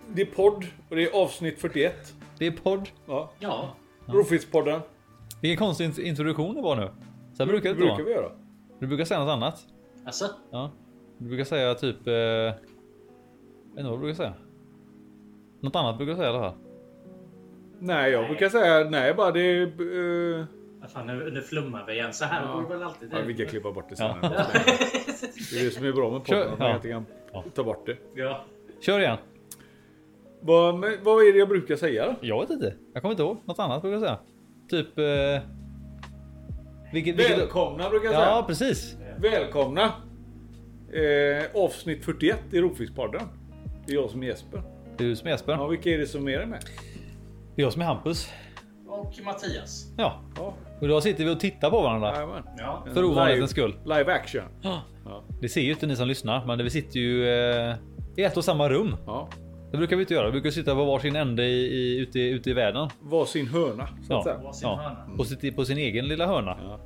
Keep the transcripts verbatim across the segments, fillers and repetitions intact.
Det är podd och det är avsnitt fyrtioett. Det är podd. Ja. Ja. Rovfiskspodden. Vilken konstig introduktion det var nu. Så här brukar det inte brukar vara. vi göra. Du brukar säga något annat. Alltså? Ja. Du brukar säga typ... Eh... Jag vet inte vad du brukar säga. Något annat brukar du säga i alla fall. Nej, jag brukar säga nej bara det är... Uh... Vad fan, nu, nu flummar vi igen. Så här Ja. går det väl alltid. Ja, vi kan klippa bort det sen. Ja. Det är det som är bra med podden. Kör. Man Ja. inte kan Ja. ta bort det. Ja. Kör igen. Vad, men, vad är det jag brukar säga då? Jag vet inte. Jag kommer inte ihåg. Något annat brukar jag säga. Typ... Eh... Vilket, vilket... Välkomna brukar jag Ja, säga. precis. Välkomna. Eh, avsnitt fyrtioett i Rovfiskspodden. Det är jag som är Jesper. Det är du som är Jesper. Ja, vilka är det som är med? Det är jag som är Hampus. Och Mattias. Ja. Ja, Och då sitter vi och tittar på varandra. jajamän. Ja. För ovanlighetens skull. Live action. Ja. Ja. Det ser ju inte ni som lyssnar. Men vi sitter ju eh, i ett och samma rum. Ja. Det brukar vi inte göra. Vi brukar sitta på varsin ände i, i, ute, ute i världen. Var sin hörna, så att Ja. säga. Var sin Ja. hörna. På, sitt, på sin egen lilla hörna. Ja.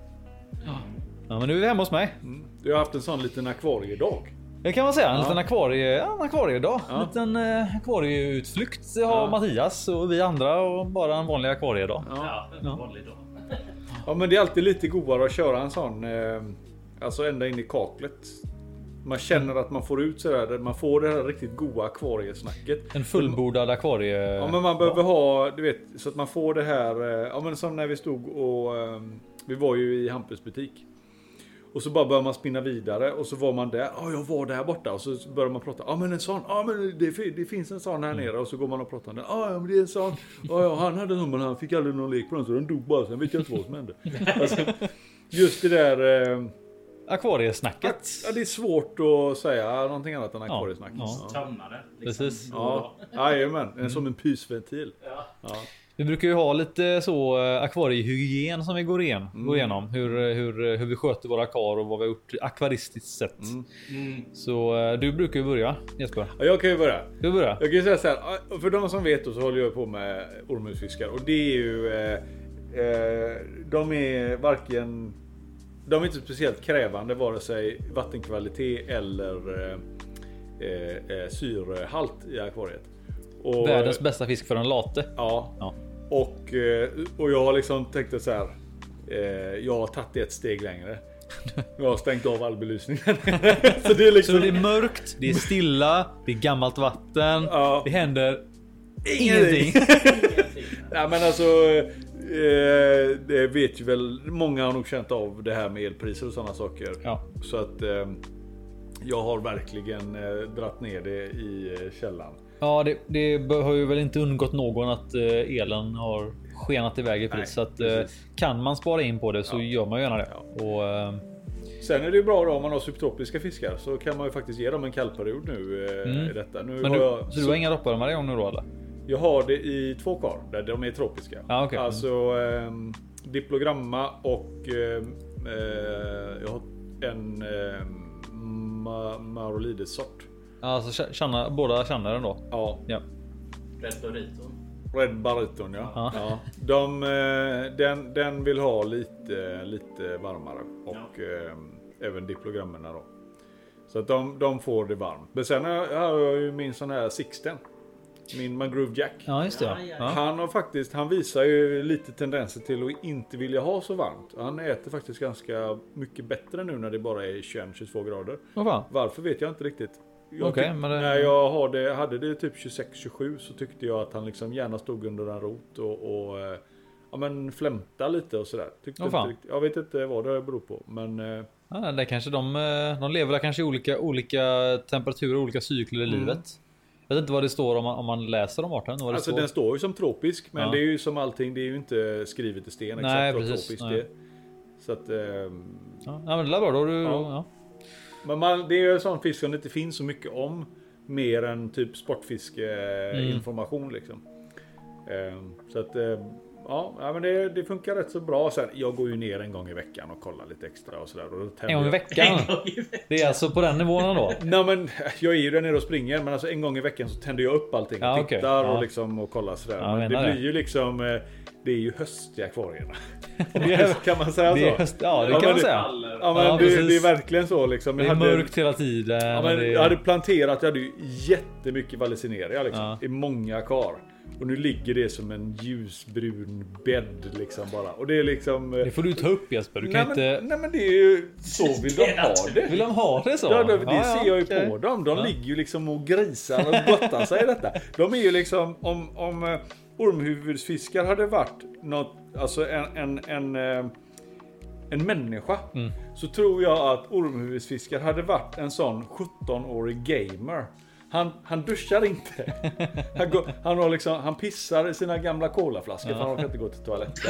Ja, men nu är vi hemma hos mig. Mm. Du har haft en sån liten akvariedag. Det kan man säga. En Ja. liten akvarie, ja, en akvariedag. Ja. En liten eh, akvarieutflykt har Ja. Mattias och vi andra och bara en vanlig akvariedag. Ja. Ja, en Ja. vanlig dag. Ja, men det är alltid lite godare att köra en sån. Eh, alltså ända in i kaklet. Man känner att man får ut sådär. Man får det här riktigt goda akvariesnacket. En fullbordad akvarie. Ja, men man behöver ha, du vet, så att man får det här. eh, Ja, men som när vi stod och eh, vi var ju i Hampus butik. Och så bara börjar man spinna vidare och så var man där. Ja, jag var där borta och så börjar man prata. Ja, men en sån. Ja, men det, det finns en sån här nere och så går man och pratar om den. Ja, men det är en sån. Ja, ja, han hade en men han fick aldrig någon lek på den så den dog bara. Sen vet jag inte vad som hände. Alltså, just det där. Eh, Akvariesnacket. ja, det är svårt att säga någonting annat än akvariesnack. Ja. Ja. Tömma det. Liksom. Precis. Ja, jajamän. En som en pysventil. Ja. Ja. Vi brukar ju ha lite så eh, akvariehygien som vi går igenom. Mm. Går igenom. Hur, hur, hur vi sköter våra akvar och vad vi har gjort akvaristiskt sett. Mm. Mm. Så eh, du brukar ju börja, Jesper. Ja, jag kan ju börja. Du börjar. Jag kan ju säga så här, för de som vet då så håller jag på med ormhusfiskar och det är ju eh, eh, de är varken de är inte speciellt krävande vare sig vattenkvalitet eller eh, eh, syrehalt i akvariet. Och, Världens bästa fisk för en late. ja. Ja. Och, eh, och jag har liksom tänkt så här. Eh, jag har tagit det ett steg längre. Jag har stängt av all belysning. Så det är liksom Så det är mörkt, det är stilla, det är gammalt vatten. Ja. Det händer ingenting. Ja, men alltså eh, det vet ju väl många har nog känt av det här med elpriser och sådana saker. Ja. Så att eh, jag har verkligen eh, dratt ner det i eh, källan. Ja, det, det har ju väl inte undgått någon att eh, elen har skenat iväg i pris. Nej, så att, eh, precis. kan man spara in på det så Ja. gör man gärna det. Ja. Och, eh, Sen är det ju bra då om man har subtropiska fiskar så kan man ju faktiskt ge dem en kallperiod nu eh, Mm. i detta. Nu men har du, jag, så du har inga droppar varje gång nu då eller? jag har det i två kar där de är tropiska. Ja, okej. Alltså eh, diplogramma och eh, eh, jag har en eh, ma- Maurolides sort. Alltså känna, båda känner den då? Ja. Ja. Red Burrito. Red Bariton, ja. Ja. ja. De, eh, den, den vill ha lite, lite varmare. Och eh, även diplogrammerna då. Så att de, de får det varmt. Men sen har jag, har jag ju min sån här Sixten. Min Mangrove Jack. Ja, just det. Ja, Ja, ja, ja. Han har faktiskt, han visar ju lite tendenser till att inte vilja ha så varmt. Han äter faktiskt ganska mycket bättre nu när det bara är tjugoett till tjugotvå grader. Vad fan? Varför vet jag inte riktigt. Jag Okej, tyck- men det- När jag hade, hade det typ tjugosex tjugosju så tyckte jag att han liksom gärna stod under en rot och, och eh, ja, men flämta lite och sådär. Tyckte Åh, fan. inte riktigt, jag vet inte vad det beror på. Men eh, Ja, det kanske de, eh, de lever där kanske i olika, olika temperaturer, olika cykler i Mm. livet. Jag vet inte vad det står om man, om man läser om arten. Vad det alltså står. den står ju som tropisk. Men Ja. det är ju som allting, det är ju inte skrivet i sten exakt Nej, vad precis. tropiskt Nej. det är. Så att... Eh, Ja, ja, men det är bra. Då, har du, Ja. ja. Men man, det är ju en sån fisk som det inte finns så mycket om. Mer än typ sportfiskeinformation Mm. liksom. Ehm, så att eh, ja, ja, men det, det funkar rätt så bra. Sen, jag går ju ner en gång i veckan och kollar lite extra och sådär. Och då tänder En gång i jag- veckan. En gång i veckan. Det är alltså på den nivån då. Nej, men jag är ju där nere och springer. Men alltså en gång i veckan så tänder jag upp allting. Och Ja, tittar okej. Ja. och, liksom, och kollar sådär. Ja, jag men det menar blir det. ju liksom eh, det är ju höstiga akvarierna. Det är, Kan man säga det så? är höst, ja, det Ja, kan men man det- säga. Ja, men Ja, det, precis. det är verkligen så liksom. Det Jag är hade, mörkt hela tiden. ja, och men det, jag hade planterat, jag hade ju jättemycket valicineria liksom, Ja. i många kar. Och nu ligger det som en ljusbrun bädd liksom bara. Och det är liksom... det får du ta upp Jesper. Du nej, kan men, inte... nej men det är ju... Så vill de ha det. Vill de ha det så? Ja, det, det Ja, ja, ser jag ju okej. på dem. De Ja. ligger ju liksom och grisar och gottar sig i detta. De är ju liksom, om, om uh, ormhuvudsfiskar hade varit något, alltså en, en, en, uh, en människa. Mm. Så tror jag att ormhuvudsfiskar hade varit en sån sjutton-årig gamer. Han, han duschar inte. Han, går, han, har liksom, han pissar i sina gamla colaflaskor för han kan inte gå till toaletten.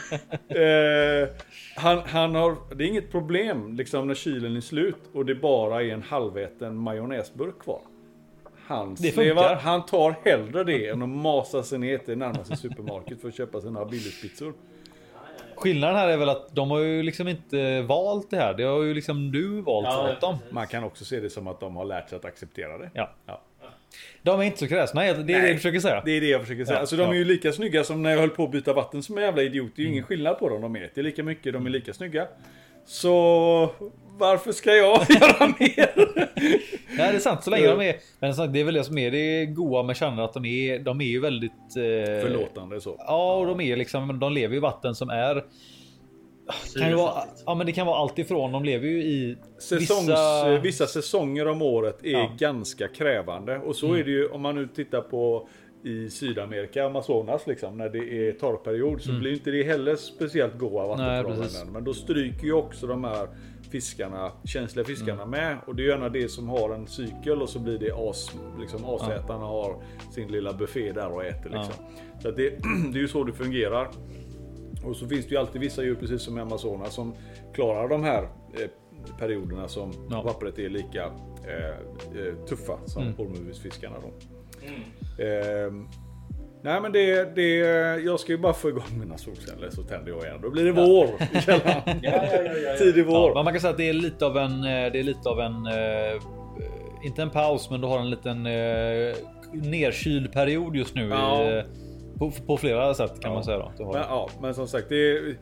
eh, han, han har, det är inget problem liksom, när kylen är slut och det bara är en halväten majonnäsburk kvar. Han, Det slevar, funkar. han tar hellre det än att masa sig ner till närmaste supermarket för att köpa sina billigpizzor. Skillnaden här är väl att de har ju liksom inte valt det här. Det har ju liksom du valt Ja, åt dem. Man kan också se det som att de har lärt sig att acceptera det. Ja. Ja. De är inte så kräsna, det är det Nej. du försöker säga. Det är det jag försöker säga. Ja, Alltså de är ja. ju lika snygga som när jag höll på att byta vatten som en jävla idiot. Det är ju ingen skillnad på dem de är. Det är lika mycket, de är lika snygga. Så varför ska jag göra mer? Nej, det är sant, så länge de är. Men det är väl det som är det goa med känner att de är, de är ju väldigt... Eh, Förlåtande så. Ja, och de är liksom, de lever i vatten som är... Kan ju vara, ja, men det kan vara allt ifrån, de lever ju i Säsongs, vissa... vissa säsonger om året är Ja. ganska krävande. Och så är det ju om man nu tittar på i Sydamerika, Amazonas liksom, när det är torrperiod så blir inte det heller speciellt goda vattenförhållanden. precis. Men då stryker ju också de här fiskarna, känsliga fiskarna med. Och det är gärna det som har en cykel och så blir det as, liksom asätarna har sin lilla buffé där och äter liksom. Så att det, det är ju så det fungerar. Och så finns det ju alltid vissa djur, precis som i Amazonas, som klarar de här eh, perioderna som Ja. vattnet är lika eh, eh, tuffa som Mm. ormhuvudsfiskarna då. Eh, nej men det, det, jag ska ju bara få igång mina solceller så tänder jag igen. Då blir det vår i källaren. Ja, ja, ja, ja, ja. Tidig vår. Ja, men man kan säga att det är lite av en, eh, det är lite av en, eh, inte en paus, men du har en liten eh, nerkyld period just nu Ja. i, på, på flera sätt kan Ja. man säga då. Du har Men, det. ja, men som sagt, det är,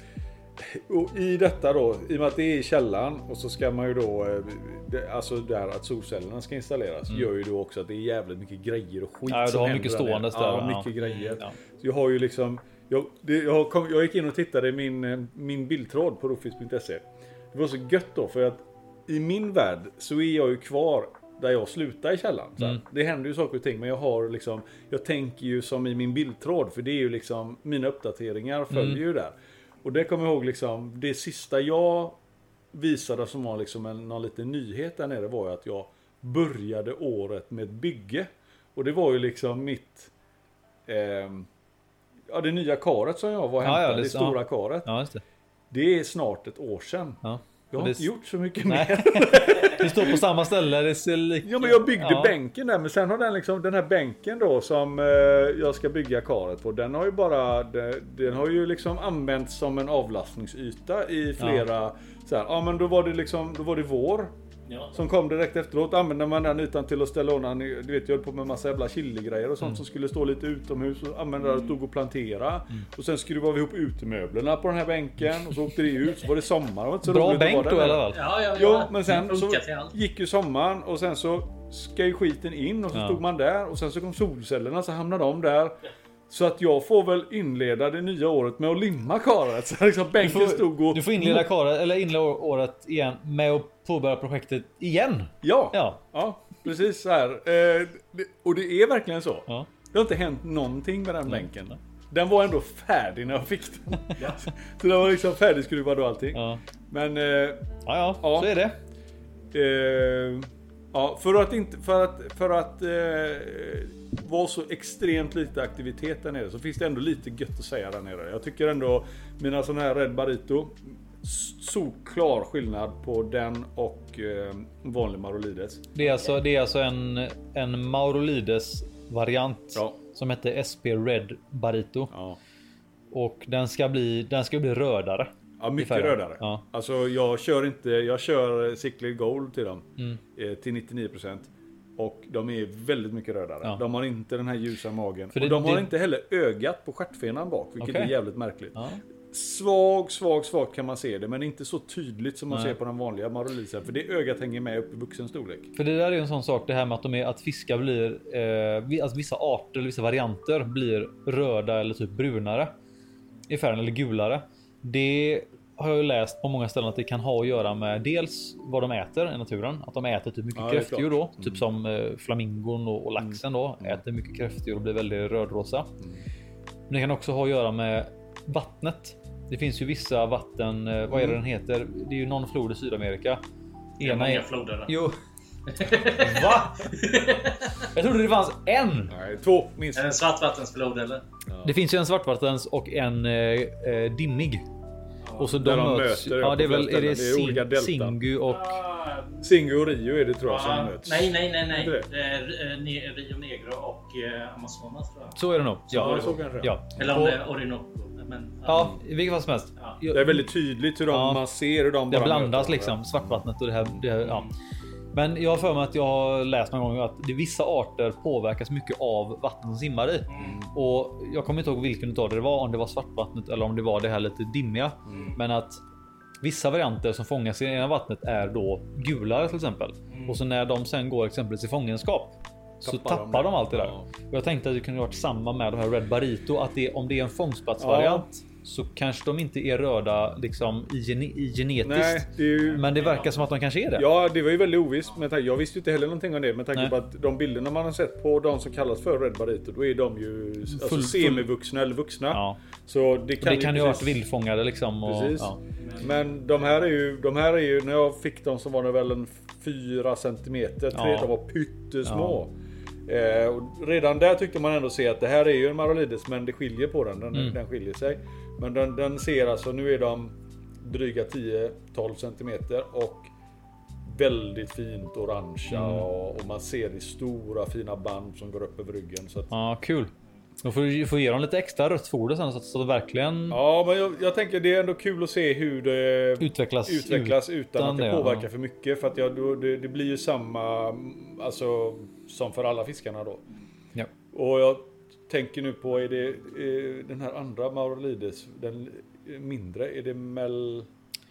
och i detta då, i och med att det är i källaren och så ska man ju då, eh, det, alltså där att solcellerna ska installeras, gör ju då också att det är jävligt mycket grejer och skit Ja, du som har händer mycket där nere. ståendes där, Ja, ja. mycket grejer. Ja. Så jag har ju liksom, jag, det, jag, kom, jag gick in och tittade i min, eh, min bildtråd på rofis punkt se. Det var så gött då, för att i min värld så är jag ju kvar där jag slutar i källaren. Så här. Mm. Det händer ju saker och ting, men jag har liksom, jag tänker ju som i min bildtråd, för det är ju liksom, mina uppdateringar följer Mm. ju där. Och det kommer jag ihåg liksom, det sista jag visade som var liksom en, någon liten nyhet där nere var ju att jag började året med ett bygge. Och det var ju liksom mitt, ehm, ja det nya karet som jag var och Ja, ja, hämtade, det- det stora ja. karet. Ja, just det. Det är snart ett år sedan. Ja. Jag har Det- inte gjort så mycket Nej. mer. Det står på samma ställe. Det ser lik... Ja men jag byggde Ja. bänken där, men sen har den liksom, den här bänken då som eh, jag ska bygga karet på, den har ju bara, den, den har ju liksom använts som en avlastningsyta i flera, så här, ja men då var det liksom, då var det vår. Ja. Som kom direkt efteråt, använde man den ytan till att ställa undan, du vet jag höll på med massa jävla chiligrejer och sånt Mm. som skulle stå lite utomhus och använda det och tog och plantera. Och sen skruvade vi ihop utemöblerna på den här bänken och så åkte det ut, så var det sommar. Det var inte så Bra roligt att bänk vara då i där. alla fall. Ja, ja, Jo, ja. men sen Det så funkar till allt. gick ju sommaren och sen så ska ju skiten in och så Ja. stod man där och sen så kom solcellerna så hamnade de där. Så att jag får väl inleda det nya året med att limma karet. Så liksom Du bänken stod får, och... du får inleda karet, eller inleda året igen med att påbörja projektet igen. Ja, ja. Ja. precis så här. Eh, det, och det är verkligen så. Ja. Det har inte hänt någonting med den Nej. bänken. Den var ändå färdig när jag fick den. Ja. Så den var liksom färdigskruvad och allting. Ja. Men... Eh, Ja, ja, Ja. så är det. Eh, ja, för att inte för att för att eh, vara så extremt lite aktivitet där nere så finns det ändå lite gött att säga där nere. Jag tycker ändå mina sådana här Red Barito, så klar skillnad på den och eh, vanlig Marolides. Det är alltså, det är alltså en, en Maurolides variant Ja. som heter S P Red Barito. Ja. Och den ska bli, den ska bli rödare. Ja, I mycket färgen. rödare. Ja. Alltså jag kör inte, jag kör Cichlid Gold till dem Mm. eh, till nittionio procent. Och de är väldigt mycket rödare. Ja. De har inte den här ljusa magen. För och det- de har det- inte heller ögat på stjärtfenan bak. Vilket Okej. är jävligt märkligt. Ja. Svag, svag, svag kan man se det. Men inte så tydligt som man Nej. ser på den vanliga marolisen. För det ögat hänger med upp i vuxen storlek. För det där är ju en sån sak, det här med att, de är, att fiskar blir, eh, vi- alltså vissa arter eller vissa varianter blir röda eller typ brunare i färgen eller gulare. Det har jag ju läst på många ställen att det kan ha att göra med dels vad de äter i naturen. Att de äter typ mycket Ja, det är kräftdjur då. klart. Mm. Typ som eh, flamingon och, och laxen då. Äter mycket kräftdjur och blir väldigt rödrosa. Mm. Men det kan också ha att göra med vattnet. Det finns ju vissa vatten, eh, vad är det den heter? Det är ju någon flod i Sydamerika. Det är många floder. Jo. Va? Jag trodde det fanns en. Nej, två minst. Är det en svartvattensflod eller? Det finns ju en svartvattens och en eh, eh, dimmig. Och så där de de möts. möter, Ja, på det är väl flera är det, ställen. Det är olika Sing, delta. Singu och Ah, Singo och Rio är det tror jag som ah, möts. nej, nej, nej, nej. Inte det? Det är eh, Ne- Rio Negro och eh, Amazonas tror jag. så är det nog. Ja, Ja, så kanske. ja. Eller om Och- det är Orinoco. Men, Ja, i vilket fall som helst. Ja. Jag- Det är väldigt tydligt hur de, Ja. man ser hur de Det bara blandas möter liksom varandra. svartvattnet och det här. Det här ja. Men jag har för mig att jag har läst någon gång att det, vissa arter påverkas mycket av vatten som simmar i. Mm. Och jag kommer inte ihåg vilken utav det var, om det var svartvattnet eller om det var det här lite dimmiga. Mm. Men att vissa varianter som fångas i det ena vattnet är då gulare till exempel. Mm. Och så när de sen går exempelvis i fångenskap så Tappar tappar de de allt det där. Ja. Och jag tänkte att det kunde varit samma med de här Red Barito, att det, om det är en fångstplatsvariant så kanske de inte är röda liksom i, gene, i genetiskt. Nej, det är ju... Men det verkar som att de kanske är det. Ja, det var ju väldigt ovisst. Men jag visste ju inte heller någonting om det. Med tanke Nej. på att de bilderna man har sett på de som kallas för Red Barito, då är de ju alltså Full- semivuxna eller vuxna. Ja. Så det kan, Det kan ju ha varit precis- vildfångade liksom. Och, Precis. ja. Men de här är ju, de här är ju, när jag fick dem så var det väl en fyra centimeter. Tre, Ja. De var pyttesmå. Eh, och redan där tyckte man ändå se att det här är ju en Marolides, men det skiljer på den. Den, Mm. den skiljer sig. Men den, den ser alltså, nu är de dryga tio till tolv centimeter och väldigt fint orangea Mm. och, och man ser det stora fina band som går upp över ryggen. Så att, Ja, kul. Då får du får ge dem lite extra rött foder sen så att så att det verkligen ja, men jag, jag tänker det är ändå kul att se hur det utvecklas, utvecklas utan, utan att det det, påverkar ja. för mycket. För att jag, då, det, det blir ju samma alltså, som för alla fiskarna då. Ja. Och jag tänker nu på, är det är den här andra Marolides, den mindre, är det mel...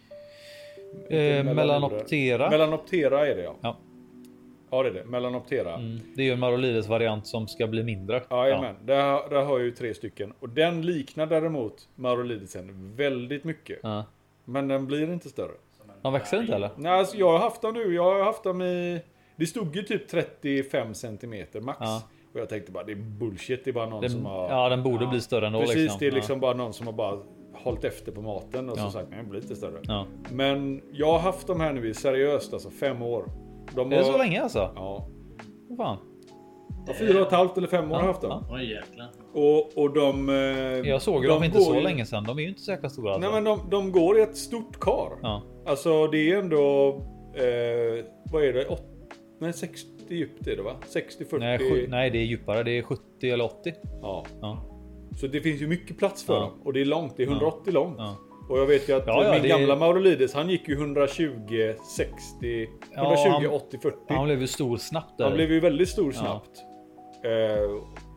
Eh, Melanoptera. Melanoptera är det ja. Ja. Ja det är det, Melanoptera. Mm. Det är ju en Marolides variant som ska bli mindre. Jajamän, där, där har jag ju tre stycken. Och den liknar däremot Marolidesen väldigt mycket. Ja. Men den blir inte större. De växer inte eller? Nej, alltså, jag har haft dem nu. Jag har haft dem i... Det stod ju typ trettiofem centimeter max. Ja. Och jag tänkte bara, det är bullshit. Det är bara någon Den, som har... ja, den borde bli större ändå. Precis, liksom. det är liksom Ja. bara någon som har bara hållit efter på maten och Ja. så sagt, nej, det blir lite större. Ja. Men jag har haft de här nu i seriöst, alltså fem år. De Är det har- så länge alltså? Ja. Vad fan? Ja, fyra och ett halvt eller fem år har jag haft dem. Ja. Oj jäklar. Och, och de... eh, Jag såg de dem för inte går så ju- länge sedan. De är ju inte så jäkla stora alltså. Nej men de, de går i ett stort kar. Ja. Alltså det är ändå... Eh, vad är det? Åt, nej sextio djupt är det va? sextio fyrtio. Nej, sju, nej, det är djupare. Det är sjuttio eller åttio. Ja. Ja. Så det finns ju mycket plats för Ja. dem. Och det är långt. Det är hundraåttio långt. Ja. Och jag vet ju att Ja, ja, min det- gamla Maurolides, han gick ju hundratjugo sextio, Ja, hundratjugo han- åttio fyrtio. Han blev ju stor snabbt där. Han blev ju väldigt stor Ja. snabbt. Eh,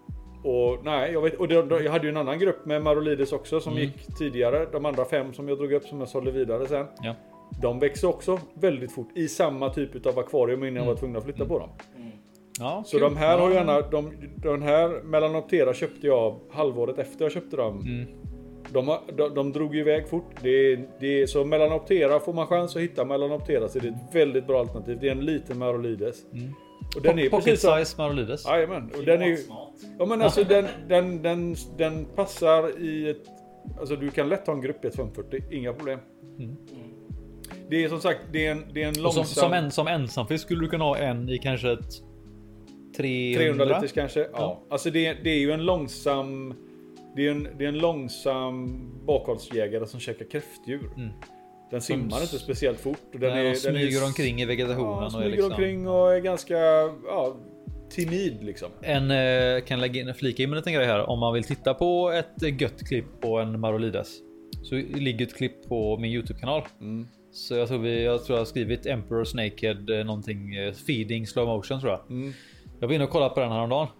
och nej, jag vet, och det, jag hade ju en annan grupp med Marolides också som Mm. gick tidigare. De andra fem som jag drog upp som jag sålde vidare sen. Ja. De växte också väldigt fort i samma typ av akvarium innan jag Mm. var tvungen att flytta på dem. Ja, Så kul. de här ja. har ju gärna, de, den här Melanoptera köpte jag halvåret efter jag köpte dem. Mm. De, har- de, de drog ju iväg fort. Det, är- det är, så Melanoptera, får man chans att hitta Melanoptera så är det ett väldigt bra alternativ. Det är en liten Marolides. Mm. Och den är Pocket precis som... size Marolides. Jajamän, och den är ju... Smart. Ja men alltså den, den, den, den passar i ett... Alltså du kan lätt ha en grupp i ett femhundrafyrtio, inga problem. Mm. Det är som sagt, det är en, det är en Och som, långsam... som, en, som ensamfisk skulle du kunna ha en i kanske ett trehundra. trehundra liters kanske. Ja. Ja. Alltså det, det är ju en långsam... Det är en, det är en långsam bakhållsjägare som käkar kräftdjur. Mm. Den simmar Som- inte speciellt fort. Och den Nej, är, de den smyger är, omkring i vegetationen. Ja, och är smyger liksom, omkring och är ganska ja, timid liksom. En eh, kan lägga in, flika in en liten grej här. Om man vill titta på ett eh, gött klipp på en Marolides. så ligger ett klipp på min YouTube-kanal. Mm. Så jag tror, vi, jag tror jag har skrivit Emperor's Naked eh, någonting eh, feeding slow motion tror jag. Mm. Jag var inne och kollade på den här om dagen.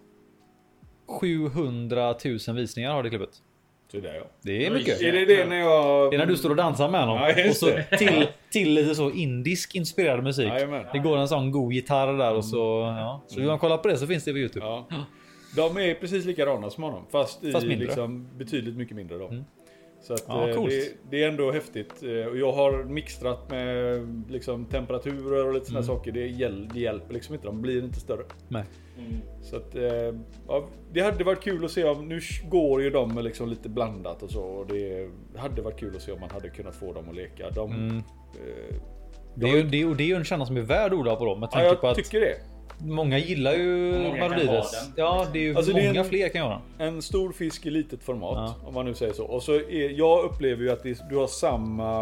sjuhundratusen visningar har det klippet. Så där, ja. Det är mycket. Är det det när jag... Det är när du står och dansar med honom. Ja, och just så till, till lite så indisk inspirerad musik. Jajamän. Det går en sån god gitarr där och så ja. Så vill man kolla på det så finns det på YouTube. Ja. De är precis likadana som honom. Fast, Fast i mindre. liksom betydligt mycket mindre då. Mm. Så att, Ja, eh, coolt. det, det är ändå häftigt. Eh, Och jag har mixtrat med liksom, temperaturer och lite såna Mm. saker. Det, hjäl det hjälper liksom inte. De blir inte större. Nej. Mm. Så att, eh, ja, det hade varit kul att se om, nu går ju de med liksom lite blandat och så. Och det hade varit kul att se om man hade kunnat få dem att leka. De, Mm. eh, Det är ju det, och det är ju en känna som är värd orda på dem. Med ja, tanke jag på att tycker det. många gillar ju Många kan Marolides. ha den. Ja, det är ju Alltså, det många är en- fler kan göra. En stor fisk i litet format, Ja. om man nu säger så. Och så är, jag upplever ju att det, du har samma...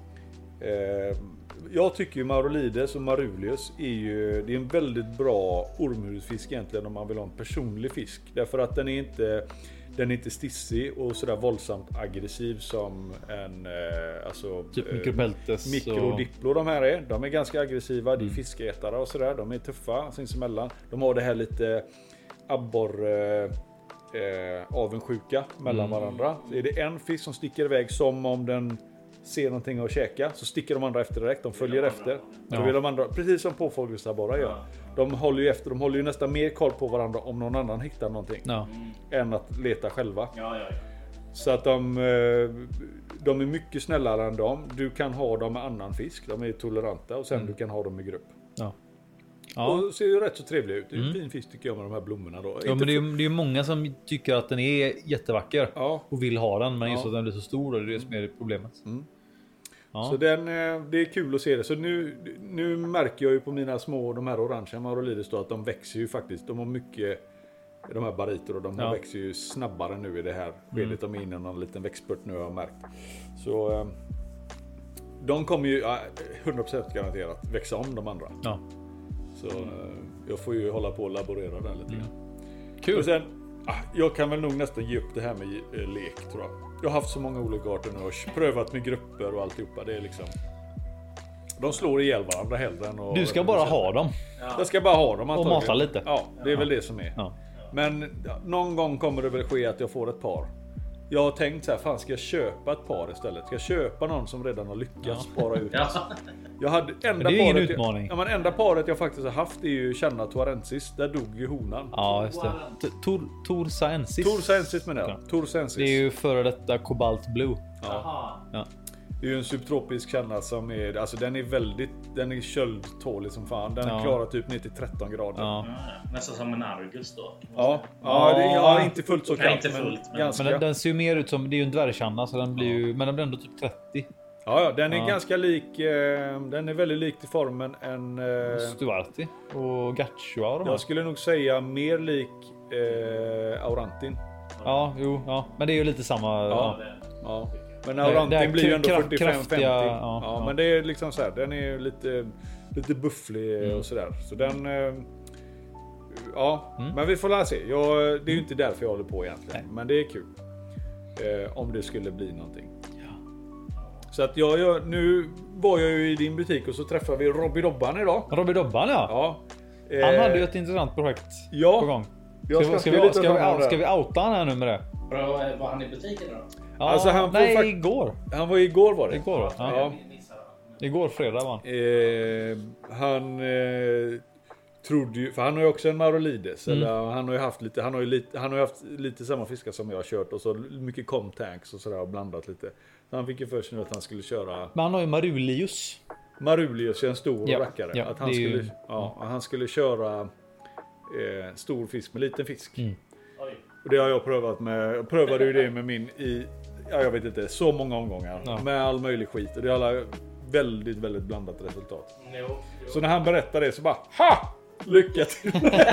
Eh, jag tycker ju Marolides och Marulius är ju... Det är en väldigt bra ormhudfisk egentligen om man vill ha en personlig fisk. Därför att den är inte... Den är inte stissig och sådär våldsamt aggressiv som en... Eh, alltså, Typ eh, mikropeltes. Mikrodiplo de här är. De är ganska aggressiva. Det är Mm. fiskätare och sådär. De är tuffa sinsemellan. De har det här lite abborr eh, eh, avundsjuka mellan Mm. varandra. Så är det en fisk som sticker iväg som om den ser någonting att käka, så sticker de andra efter direkt. De följer efter. Ja. Då vill de andra, precis som påfågelsabborrar gör. De håller ju efter. De håller ju nästan mer koll på varandra om någon annan hittar någonting. Ja. Än att leta själva. Ja, ja, ja. Så att de, eh, de är mycket snällare än dem. Du kan ha dem med annan fisk. De är toleranta och sen Mm. du kan ha dem i grupp. Ja. Ja. Och ser ju rätt så trevliga ut. Det är en Mm. fin fisk tycker jag med de här blommorna då. Ja, Inte men det är för- ju det är ju många som tycker att den är jättevacker. ja. Och vill ha den. Men just Ja. att den blir så stor. Och det är det som är problemet. Mm. Ja. Så den, eh, det är kul att se det. Så nu, nu märker jag ju på mina små, de här orangea Marolides då, att de växer ju faktiskt. De har mycket, de här bariter och de Ja. växer ju snabbare nu i det här skedet. De är inne i någon liten växtspurt nu har jag märkt. Så eh, de kommer ju ja, hundra procent garanterat växa om de andra. Ja. Så eh, jag får ju hålla på och laborera där lite grann. Kul. Och sen, ah, jag kan väl nog nästan ge upp det här med eh, lek tror jag. Jag har haft så många olika arter nu och prövat med grupper och alltihopa. Det är liksom... De slår ihjäl varandra hellre än att... Du ska bara ha dem. Jag ska bara ha dem Och antagligen. mata lite. Ja, det är väl det som är. Ja. Men ja, någon gång kommer det väl ske att jag får ett par. Jag har tänkt så här, fan ska jag köpa ett par istället? Ska jag köpa någon som redan har lyckats spara ut? Ja. Jag hade enda Men det är ju ingen paret utmaning. Jag, ja, men enda paret jag faktiskt har haft är ju Channa Tuarensis. Där dog ju honan. Ja, just det. T- Tor, Tor Saensis. Tor Sensis menar jag. Ja. Tor Sensis. Det är ju före detta Cobalt Blue. Jaha. Ja. Det är ju en subtropisk känna som är, alltså den är väldigt, den är köldtålig som fan. Den Ja. klarar typ ner till tretton grader. Ja. Ja, nästan som en Argus då. Ja, ja, det är, ja inte fullt så Nej, kallt, inte men fullt, men- ganska. Men den, den ser ju mer ut som, det är ju en dvärgkänna så den blir ju, men den blir ändå typ trettio. Ja, ja, den är Ja. ganska lik, eh, den är väldigt lik till formen en, eh, Stuarti och Gaccio och de här. jag skulle nog säga mer lik eh, Aurantin. Ja, jo, ja. Men det är ju lite samma. Ja. Ja. Ja. Men Det- det Aurantin här blir ju ändå kraf- fyrtiofem femtio. kraftiga, Ja, ja, ja. men det är liksom så här, den är ju lite, lite bufflig Mm. och sådär. Så den, eh, ja, Mm. men vi får lära se. Jag, det är ju inte därför jag håller på egentligen. Nej. Men det är kul. Eh, om det skulle bli någonting. Så att jag, jag, nu var jag ju i din butik och så träffade vi Robby Dobban idag. Robby Dobban ja. Ja. Han Eh, hade ju ett intressant projekt ja, på gång. jag Ska, vi- ska, snackade vi, lite ska, om vi, honom ska där. vi outa han här nu med det? Bra, var han i butiken då? Ja, Alltså, han får nej, fakt- igår. Han var igår var det. Igår då? Ja. Ja. Igår fredag var han. Eh, han eh, trodde ju, för han har ju också en Marolides. Mm. Eller, han har ju haft lite, han har ju lite, han har ju haft lite samma fiskar som jag har kört och så mycket comtanks och sådär och blandat lite. Så han fick ju först nu att han skulle köra Men han har ju Marulius. Marulius, en stor Ja, rackare. ja, att han det är ju- skulle, ja, han skulle köra eh, stor fisk med liten fisk. Mm. Oj. Och det har jag prövat med. Jag prövade ju det med min i, ja, jag vet inte, så många omgångar. Ja. Med all möjlig skit. Och det är alla väldigt, väldigt blandat resultat. Jo, jo. Så när han berättade det så bara, ha! Lycka till!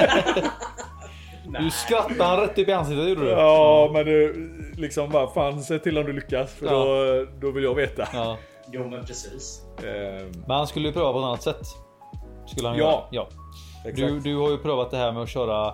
Du skrattade han rätt upp i ansiktet gjorde du? Ja, men du liksom bara, fan se till om du lyckas. För Ja. då, då vill jag veta. Ja. Jo, men precis. Ehm, Men han skulle ju pröva på ett annat sätt. Skulle han Ja. göra. Ja. exakt. Du, du har ju prövat det här med att köra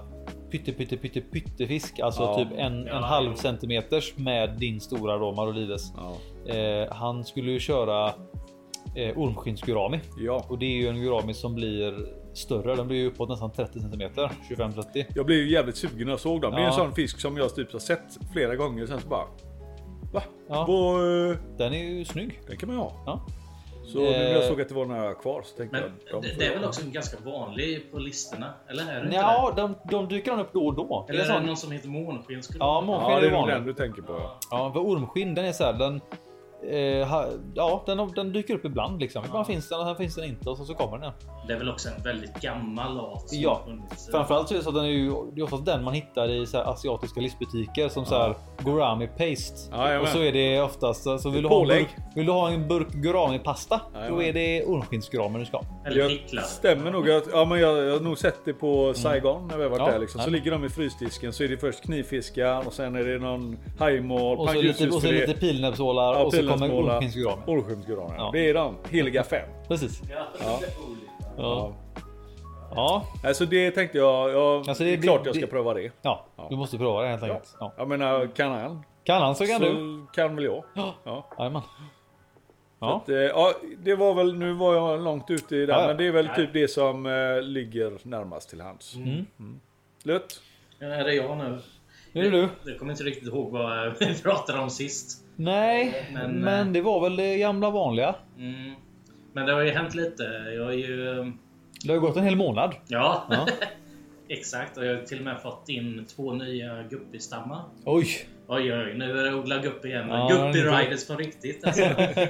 pytte pytte pytte pyttefisk, alltså Ja. typ en, Ja, en halv jo. centimeters med din stora då Marolives. Ja. Eh, han skulle ju köra eh, ormskinnsgurami Ja. och det är ju en gurami som blir större. Den blir ju uppåt nästan trettio centimeter, tjugofem till trettio. Jag blev ju jävligt sugen när jag såg dem. Det är Ja. en sån fisk som jag typ har sett flera gånger. Sen så bara... Va? Ja. Vad, eh, Den är ju snygg. den kan man ju ha. Ja. Så nu när jag Eh. såg att det var några kvar så tänkte Men jag... de det, får det är jag väl ha. också en ganska vanlig på listorna? Eller är det inte Ja, de, de dyker han upp då och då. det? Det är Eller är det sån, någon som heter månskinn? Skulle ja, det- månskinn Ja, är det ju är nog vanlig. den du tänker på. Ja. Ja, för ormskinn den är så här, den eh, ha, ja, den, den dyker upp ibland liksom. Ibland finns den och sen finns den inte och så, så kommer den. Det är väl också en väldigt gammal art som Ja, har funnits. framförallt så är det så att den är ju det är oftast den man hittar i så här asiatiska livsbutiker som så här gurami paste. Ja, jajamän. och så är det oftast så vill du ha en Pålägg. burk, vill du ha en burk gurami pasta, då Jajamän. är det ormskinnsgurami du ska. Eller Jag picklar. stämmer nog att, ja men jag, jag har nog sett det på Saigon när vi har varit Ja, där liksom. Så ja. ligger de i frysdisken så är det först knivfiskar och sen är det någon hajmal, Och så lite, och så pangussusfilé, lite pilnäbbsålar ja, och så kommer pilnäbbsmålar, ormskinnsgurami. ormskinnsgurami. Ja. Det är de heliga fem. Precis. Ja, Ja. det är roligt. Ja. Ja, Alltså det tänkte jag, jag Alltså det, det- är klart det- jag ska det- pröva det. ja, Ja. du måste prova det helt enkelt. Ja. Jag menar, kan han? Kan han så kan så du. kan väl jag. Ja. Ja. Jajamän. Så Ja. att, eh, ja, det var väl, nu var jag långt ute i det, Ja, ja. men det är väl Nej. typ det som eh, ligger närmast till hands. Mm. Lött? Ja, är det jag nu? Nu är det du. Jag kommer inte riktigt ihåg vad vi pratade om sist. Nej, Men, men, eh, det var väl det gamla vanliga. Mm. Men det har ju hänt lite. Jag är ju... Det har gått en hel månad. Ja, Ja. exakt. Och jag har till och med fått in två nya guppistammar. Oj. Oj, oj, nu är det odla guppy igen. Ja, Guppy det är riders på riktigt alltså.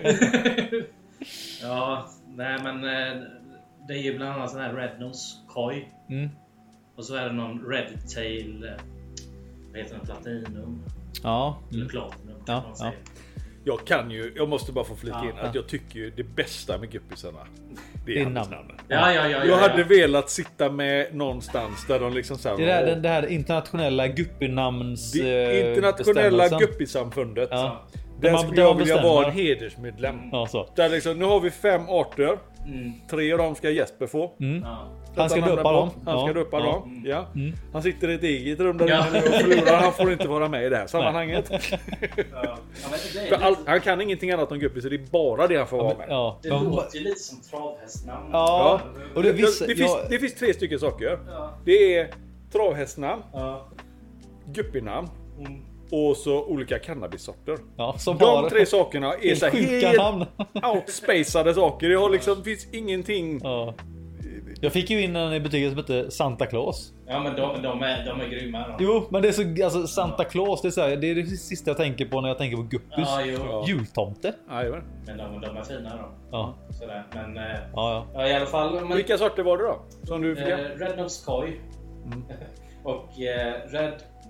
Ja, nej men eh, det är ju bland annat sån här Rednose Koi. Mm. Och så är det någon Red Tail, eh, vad heter den, Platinum? Ja. Eller Mm. Platinum Ja, kan man säga. Jag kan ju, jag måste bara få flika Ja, in ja. att jag tycker ju det bästa med guppisarna, det Det är är handelsnamnen. Ja, ja, ja, ja, Jag hade ja. velat sitta med någonstans där de liksom så här, Det är det här, det här internationella guppinamns... det eh, internationella bestämmelsen. guppisamfundet. Ja. Där man- skulle där jag man vilja bestämmer. vara en hedersmedlem. Ja, så. Där liksom, nu har vi fem arter. Mm. Tre av dem ska Jesper få. Mm. Ja. Han ska Detta döpa namnet dem. på. Han ska Ja, döpa ja. dem. Ja. Mm. Han sitter i ett eget rum där Ja. inne nu och förlorar. Han får inte vara med i det här sammanhanget. Ja. Ja, men det, är För all, lite, han kan ingenting annat om guppis, så det är bara det han får vara med. Ja. det Men- låter ju lite som travhästnamn. Ja. Och det, Det, vissa, det, finns, ja, det finns tre stycken saker. Ja. Det är travhästnamn, Ja. guppinamn Mm. och så olika cannabissorter. ja, som De har tre sakerna är helt så här sjuka helt namn. outspacade saker. Det har liksom, finns ingenting. Ja. Jag fick ju in en i butiken som heter Santa Claus. Ja, men de, de, är, de är grymma. Då. Jo, men det är så, alltså Santa Claus, det är, så här, det är det sista jag tänker på när jag tänker på guppus. Ja, jo. Ja. Jultomte. Jajamän. Men de, de är fina då. Ja, Sådär. Men eh, ja, ja. ja, i alla fall. Men, Vilka sorter var det då? Som du fick? eh, Red Nose Koi. Mm. Och eh, Red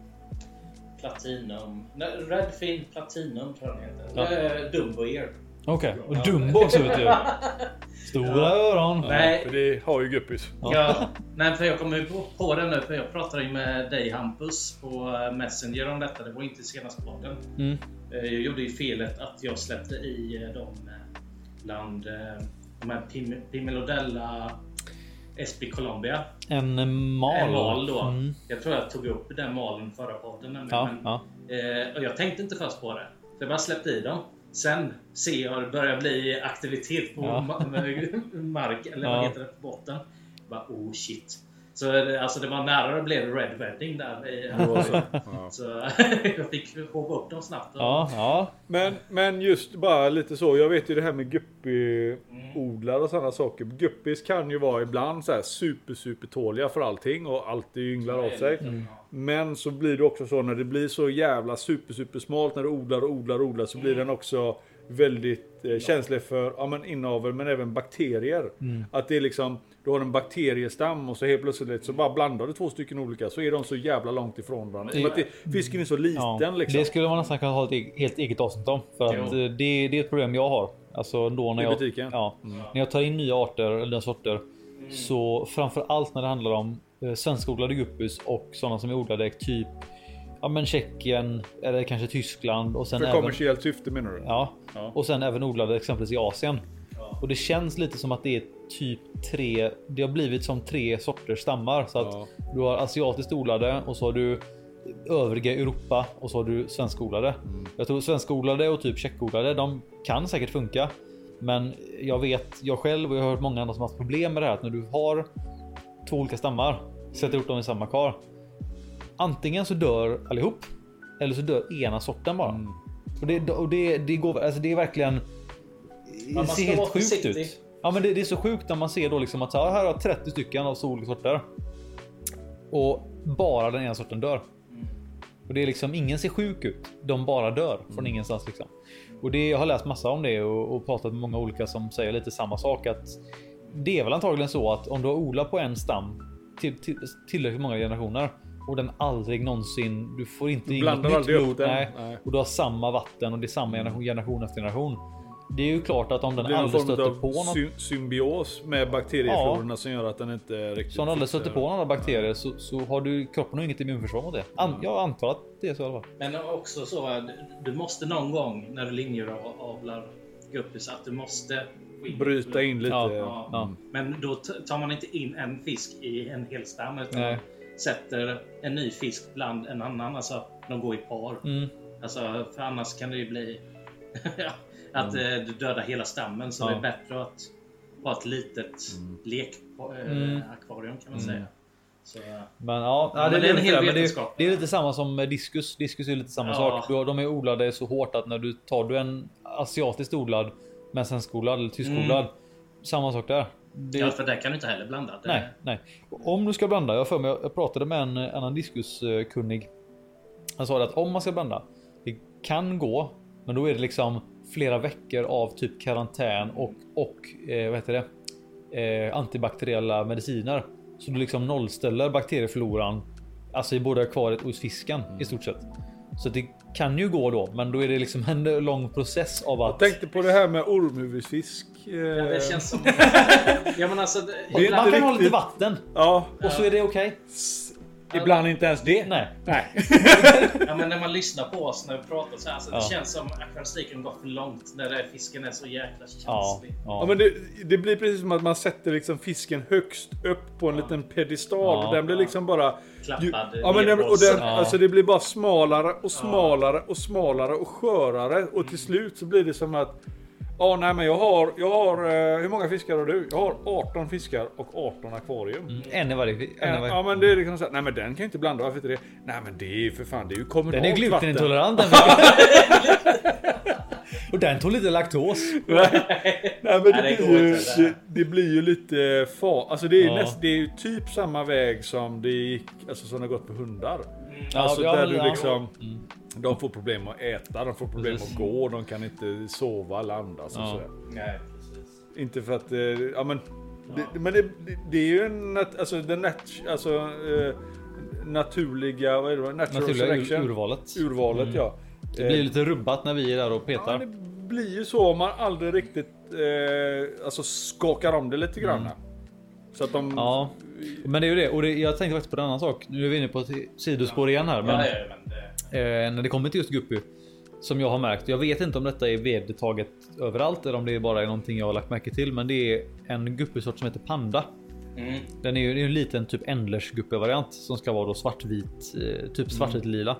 Platinum. Nej, Red Fin Platinum tror jag den heter. Eh, Dumbo Ear. Okej, och Dumbo också vet du. Stora öron. Nej. För det har ju guppis. Ja, nej, för jag kommer ju på, på det nu, för jag pratade ju med dig Hampus på eh, Messenger om detta. Det var inte senast podden. Mm. Eh, Jag gjorde ju felet att jag släppte i eh, dem eh, bland eh, de här Pim- Pimelodella S P Colombia. En mal. En mal då. Mm. Jag tror jag tog upp den malen förra podden. nämligen, Ja, men, ja. eh, och jag tänkte inte först på det. Så jag bara släppte i dem. Sen ser jag det börjar bli aktivitet på Ja. ma- mark, eller Ja. vad heter det, på botten. Jag bara, oh shit. Så det- alltså det var nära det blev Red Wedding där. I, Det var så. Ja. så jag fick hova upp dem snabbt. Ja, ja. Men, men just bara lite så. Jag vet ju det här med guppyodlare och sådana saker. Guppis kan ju vara ibland så här super super tåliga för allting och alltid ynglar av sig. Men så blir det också så när det blir så jävla super super smalt när du odlar och odlar och odlar så blir den också väldigt eh, känslig för ja, men inavel men även bakterier. Att det är liksom du har en bakteriestam och så helt plötsligt så bara blandar du två stycken olika så är de så jävla långt ifrån varandra. Det- För att det, fisken är så liten Ja, liksom. det skulle man nästan kunna ha ett eget, helt eget avsnitt om. För att Jo. eh, det, det är ett problem jag har. Alltså då när I jag, butiken? ja, när jag tar in nya arter eller nya sorter. Så framför allt när det handlar om eh, svenskodlade guppus och sådana som är odlade typ ja, men Tjeckien eller kanske Tyskland och sen För även, kommersiellt syfte menar du? ja, Ja. och sen även odlade exempelvis i Asien. Ja. Och det känns lite som att det är typ tre, det har blivit som tre sorters stammar. Så att Ja. du har asiatiskt odlade och så har du övriga Europa och så har du svenskodlade. Mm. Jag tror svenskodlade och typ tjeckodlade, de kan säkert funka. Men jag vet, jag själv och jag har hört många andra som har haft problem med det här, att när du har två olika stammar, sätter upp dem i samma kar, antingen så dör allihop eller så dör ena sorten bara. Mm. Och det, och det, det går, alltså det är verkligen, man det ska ser helt vara sjukt försiktig. ut. Ja, men det, det är så sjukt när man ser då liksom att så här, här har jag trettio stycken av så olika sorter och bara den ena sorten dör. Och det är liksom, ingen ser sjuk ut, de bara dör från Mm. ingenstans liksom. Och det, jag har läst massa om det och, och pratat med många olika som säger lite samma sak, att det är väl antagligen så att om du har odlat på en stam till, till, tillräckligt många generationer och den aldrig någonsin, du får inte Du in blandar något nytt aldrig upp blod, den. nej, Nej. och du har samma vatten och det är samma generation, generation efter generation. Det är ju klart att om den Det blir någon aldrig form stöter av på något, sy- symbios med bakterieflororna som gör att den inte riktigt så om den aldrig fixar stöter det. på några bakterier, så, så har du kroppen har inget immunförsvar mot det. An, jag antar att det är så i alla fall. Men också så att du måste någon gång när du linjeavlar guppis att du måste få in Bryta in lite. Ja, Ja. ja. Men då t- tar man inte in en fisk i en hel stam, utan Nej. sätter en ny fisk bland en annan. Alltså de går i par. Mm. Alltså, för annars kan det ju bli att Mm. eh, du dödar hela stammen. Så Ja. det är bättre att ha ett litet Mm. lekakvarium Mm. kan man säga. Så, Men ja, Ja, ja, det, men det, det är en är hel det, men det, vetenskap. det är lite samma som med diskus. Diskus är lite samma Ja. sak. Du, de är odlade så hårt att när du tar du en asiatiskt odlad men svenskodlad eller tyskodlad, Mm. samma sak där. Det, ja, för det kan du inte heller blanda. Det, nej, nej. Om du ska blanda, jag för mig, jag pratade med en annan diskuskunnig. Han sa att om man ska blanda, det kan gå, men då är det liksom flera veckor av typ karantän och och eh, vad heter det? Eh, antibakteriella mediciner. Så du liksom nollställer bakteriefloran, alltså i både akvariet och hos fisken i stort sett. Så det kan ju gå då, men då är det liksom en lång process av Jag att tänkte på det här med ormhuvudfisk. eh, Ja, det känns som... ja, men alltså, det, Det är ibland, man kan ha riktigt- lite vatten Ja, och så är det okej. ibland inte ens det. Nej. Nej. ja, men när man lyssnar på oss när vi pratar så här, så Ja. det känns som akvaristiken går för långt när det, fisken är så jäkla Ja, känslig. ja. Ja, men det, det blir precis som att man sätter liksom fisken högst upp på en liten pedestal. Ja. Och den blir liksom bara... Klappad ja, men den, och den, Ja. alltså det blir bara smalare och smalare och smalare och skörare. Och till slut så blir det som att... Ja, nej men jag har... Jag har eh, hur många fiskar har du? Jag har arton fiskar och arton akvarium. Mm, en i varje. En i varje. Ja, men det är liksom så här, nej men den kan ju inte blanda, varför inte det? Nej men det är ju för fan, det är ju kommunalt Den är vatten. glutenintolerant. Den och den tog lite laktos. Nej, nej men det, Nej, det blir går ju, inte, det. det, det blir ju lite fa, alltså det är, Ja. näst, det är ju typ samma väg som det gick, alltså som det har gått på hundar. Ja, Alltså ja, där men- du ja. liksom, Mm. de får problem att äta, de får problem Precis. att gå, de kan inte sova eller andas och Ja. sådär. Nej, precis. Inte för att, eh, ja men, det, men det, det, det är ju en, nat, alltså den nat, alltså eh, naturliga, vad är det, natural Naturliga selection. ur, urvalet. Urvalet, Mm. ja. Det blir lite rubbat när vi är där och Ja, petar. det blir ju så om man aldrig riktigt eh, alltså skakar om det lite grann. Så att de... Ja, men det är ju det. Och det, jag tänkte faktiskt på en annan sak. Nu är vi inne på ett sidospår igen här. Men Ja, ja, men det, eh, när det kommer till just guppy, som jag har märkt. Jag vet inte om detta är vedertaget överallt eller om det bara är någonting jag har lagt märke till. Men det är en guppysort som heter panda. mm. Den är ju det är en liten typ Endlers guppy variant som ska vara då svartvit, eh, typ svartvit lila.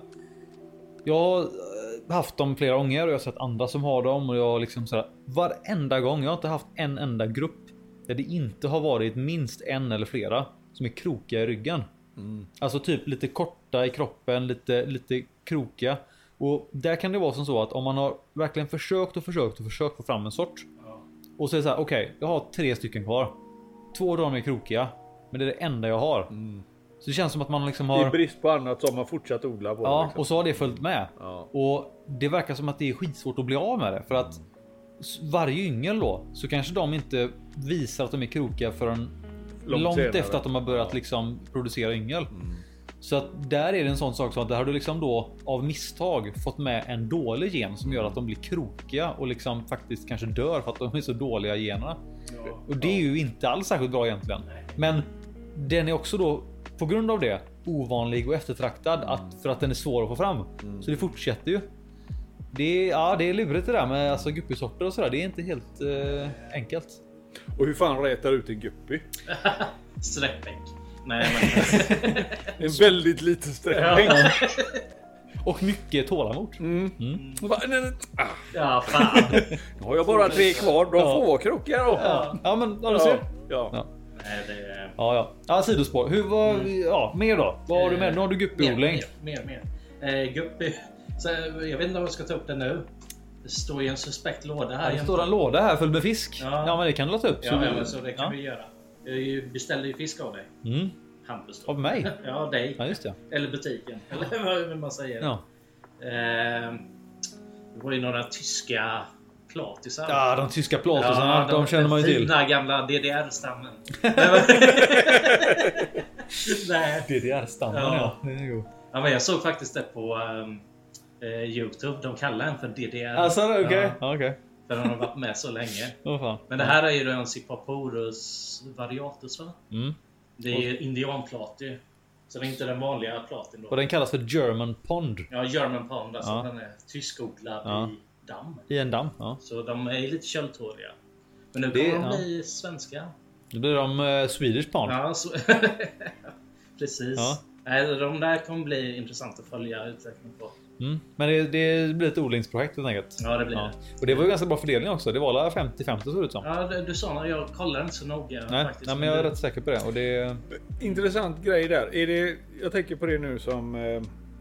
Jag har eh, haft dem flera gånger och jag har sett andra som har dem och jag har liksom sådär varenda gång. Jag har inte haft en enda grupp där det inte har varit minst en eller flera som är krokiga i ryggen. Mm. Alltså typ lite korta i kroppen, lite lite krokiga. Och där kan det vara som så att om man har verkligen försökt och försökt och försökt få fram en sort Ja. och så är det så här: okej, jag har tre stycken kvar. Två av dem är krokiga, men det är det enda jag har. Mm. Så det känns som att man liksom I har... brist på annat så har man fortsatt odla på det. Ja, Liksom. och så har det följt med. Ja. Och det verkar som att det är skitsvårt att bli av med det. För att s- varje yngel då, så kanske de inte visar att de är krokiga förrän Långt långt, senare. efter att de har börjat liksom producera yngel. Mm. Så att där är det en sån sak som att där har du liksom då av misstag fått med en dålig gen som gör att de blir krokiga och liksom faktiskt kanske dör för att de är så dåliga generna. Ja. Och det är ju inte alls särskilt bra egentligen. Men den är också då på grund av det ovanlig och eftertraktad att, för att den är svår att få fram. Mm. Så det fortsätter ju. Det är, ja, det är lurigt det där med alltså, guppysorter och sådär. Det är inte helt eh, enkelt. Och hur fan rätar ut en guppy? Sträckbänk. Nej, men... En väldigt liten sträckbänk. Och mycket tålamod. Mm. Mm. Va, nej, nej. Ah. Ja, fan. Nu har jag bara tre kvar. De Ja. får krokar då. Ja, ja men ja, du ser. Ja. Ja. Ja. Nej, det... Ja, ja. Ja, sidospår. Hur var Mm. ja, mer då? Vad har du med? Nu har du guppyodling. Mer, mer, mer. Eh, guppy. Så, jag vet inte om jag ska ta upp det nu. Det står ju en suspekt låda här. Det står en låda här full med fisk. Ja, Ja. men det kan du ta upp. Ja, ja, men så det kan ja. vi göra. Jag beställde ju fisk av dig. Mm. Hampus då. Av mig? Ja, dig. Ja, just det. Eller butiken. Eller vad vill man säger. Ja. Eh, det var ju några tyska platisar. Ja, de tyska platisarna, Ja, de känner man ju till. Den fina gamla D D R-stammen. Nej. D D R-stammen, Ja. ja. Det är god. Ja, men jag såg faktiskt det på um, eh, YouTube. De kallar den för D D R. Alltså, okej. Okay. Ja, Ja, okej. för den har varit med så länge. Åh fan. Men det här är ju då en Cypaporus variatus, va? Mm. Det är ju indianplati. Så det är inte den vanliga platin då. Och den kallas för German Pond. Ja, German Pond. Alltså Ja. den är tyskodlad Ja. i damm. I en damm, ja. Så de är lite köldtåriga. Men nu Det- kommer de ja. bli svenska. Då blir de uh, Swedish Pond. Ja, så... Precis. Ja. Nej, de där kommer bli intressant att följa utvecklingen på. Mm. Men det, det blir ett odlingsprojekt helt enkelt. Ja, det blir Ja. det. Och det var ju ganska bra fördelning också. Det var alla femtio femtio såg det ut som. Ja, det, du sa när jag kollar inte så noga Nej, faktiskt. nej, men jag är du- rätt säker på det. Och det Intressant grej där. Är det, jag tänker på det nu som eh,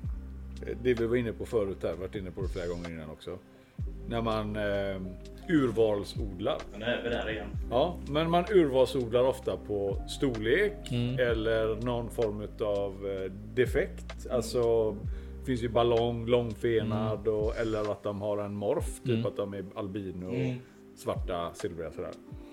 det vi var inne på förut här. Varit inne på det flera gånger innan också. När man eh, urvalsodlar. Men nu är vi där igen. Ja, men man urvalsodlar ofta på storlek Mm. eller någon form av eh, defekt. Alltså det finns ju ballong, långfenad och, eller att de har en morf, typ Mm. att de är albino, Mm. svarta, silvriga sådär.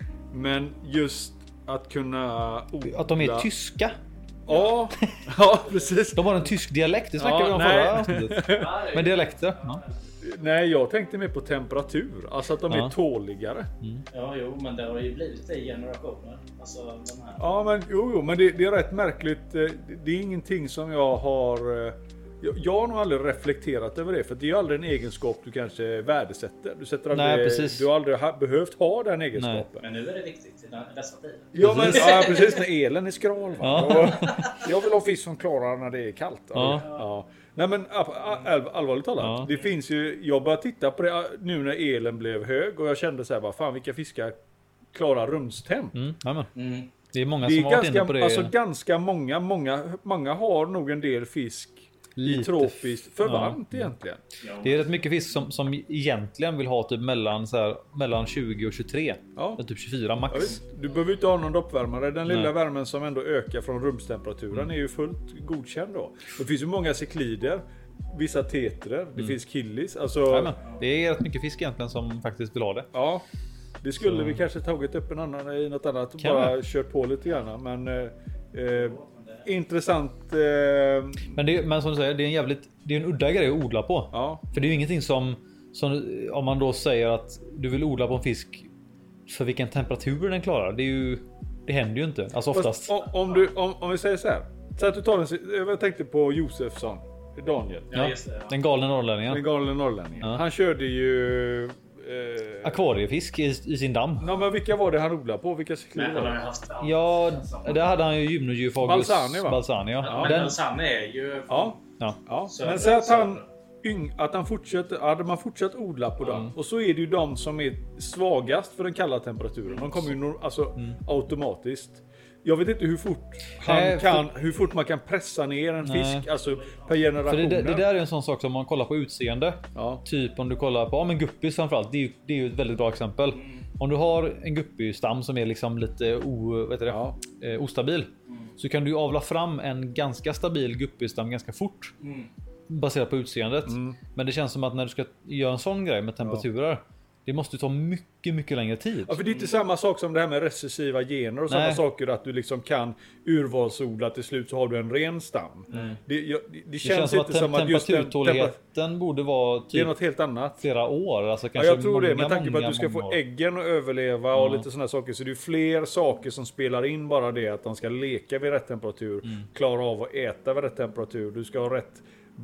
Men just att kunna odla... Att de är tyska. Ja, ja precis. De har en tysk dialekt. Det snackade Ja, vi om nej. förra avsnittet. Men dialekter. Ja. Nej, jag tänkte mer på temperatur. Alltså att de Ja. är tåligare. Ja, jo, men det har ju blivit det i generationer. Alltså de här. Ja, men jo, jo men det, det är rätt märkligt. Eh, Det är ingenting som jag har... eh, Jag, jag har nog aldrig reflekterat över det. För det är ju aldrig en egenskap du kanske värdesätter. Du, sätter aldrig, Nej, precis. du har aldrig ha, behövt ha den egenskapen. Men nu är det viktigt i den- i dessa tider. Ja, men, ja, precis. När elen är skral. Va? Ja. Och jag vill ha fisk som klarar när det är kallt. Ja. Ja. Nej, men all, allvarligt talat. Ja. Det finns ju... Jag började titta på det nu när elen blev hög. Och jag kände så här, vad fan vilka fiskar klarar rumstemp? Mm. Jajamän. Mm. Det är många Det som är har varit inne på ganska, det. alltså ganska många, många, många har nog en del fisk i Lite tropiskt för ja. varmt egentligen. Ja. Det är rätt mycket fisk som, som egentligen vill ha typ mellan, så här, mellan tjugo och tjugotre. Ja. Typ tjugofyra Jag max. vet, du behöver inte ha någon uppvärmare. Den lilla Nej. värmen som ändå ökar från rumstemperaturen Mm. är ju fullt godkänd då. Det finns ju många ciklider, vissa tetrer, det finns killis. Alltså, Jajamän. Det är rätt mycket fisk egentligen som faktiskt vill ha det. ja, det skulle Så. vi kanske tagit upp en annan, i något annat och Kan bara vi? kört på lite grann. Men eh, eh, intressant. Eh, Men, det, men som du säger, det är en jävligt, det är en udda grej att odla på. ja. För det är ju ingenting som, som om man då säger att du vill odla på en fisk för vilken temperatur den klarar. Det är ju, det händer ju inte. Alltså oftast. Fast, om, om, du, om, om vi säger så här. Så att du tar en, jag tänkte på Josefsson, Daniel. Ja, just det. Ja. Den galna norrlänningen. Den galne norrlänningen. Ja. Han körde ju... Eh, Akvariefisk i, i sin damm. ja, men vilka var det han odlade på? Vilka cykler Men var han har ju det? haft... Ja, där hade han ju Gymnogeophagus Balsani, va? Balsani, ja. Men Den, Balsani är ju... Ja, ja. ja. Södra, Men så att han... södra. Yng, att han fortsätter, hade man fortsatt odla på dem. Mm. Och så är det ju de som är svagast för den kalla temperaturen. De kommer ju no, alltså, automatiskt. Jag vet inte hur fort, han Nej, för- kan, hur fort man kan pressa ner en Nej. fisk. Alltså per För generation. det, det där är en sån sak som man kollar på utseende. Ja. Typ om du kollar på, ja men guppys framförallt. Det är ju, det är ju ett väldigt bra exempel. Om du har en guppystam som är liksom lite o, vet du det, Ja. eh, ostabil. Så kan du ju avla fram en ganska stabil guppystam ganska fort. Mm. Baserat på utseendet. Mm. Men det känns som att när du ska göra en sån grej med temperaturer. Det måste ta mycket, mycket längre tid. Ja, för det är inte samma sak som det här med recessiva gener och sådana Nej. saker, att du liksom kan urvalsodla till slut så har du en ren stam. Det, jag, det, det Det känns, känns som inte att som att just den temper- temperaturtåligheten borde vara det är typ något helt annat. flera år. Alltså Ja, kanske jag tror det, många, med tanke på att många, du ska många få år. äggen att överleva och lite sådana saker. Så det är fler saker som spelar in bara det, att de ska leka vid rätt temperatur, Mm. klara av att äta vid rätt temperatur. Du ska ha rätt bak-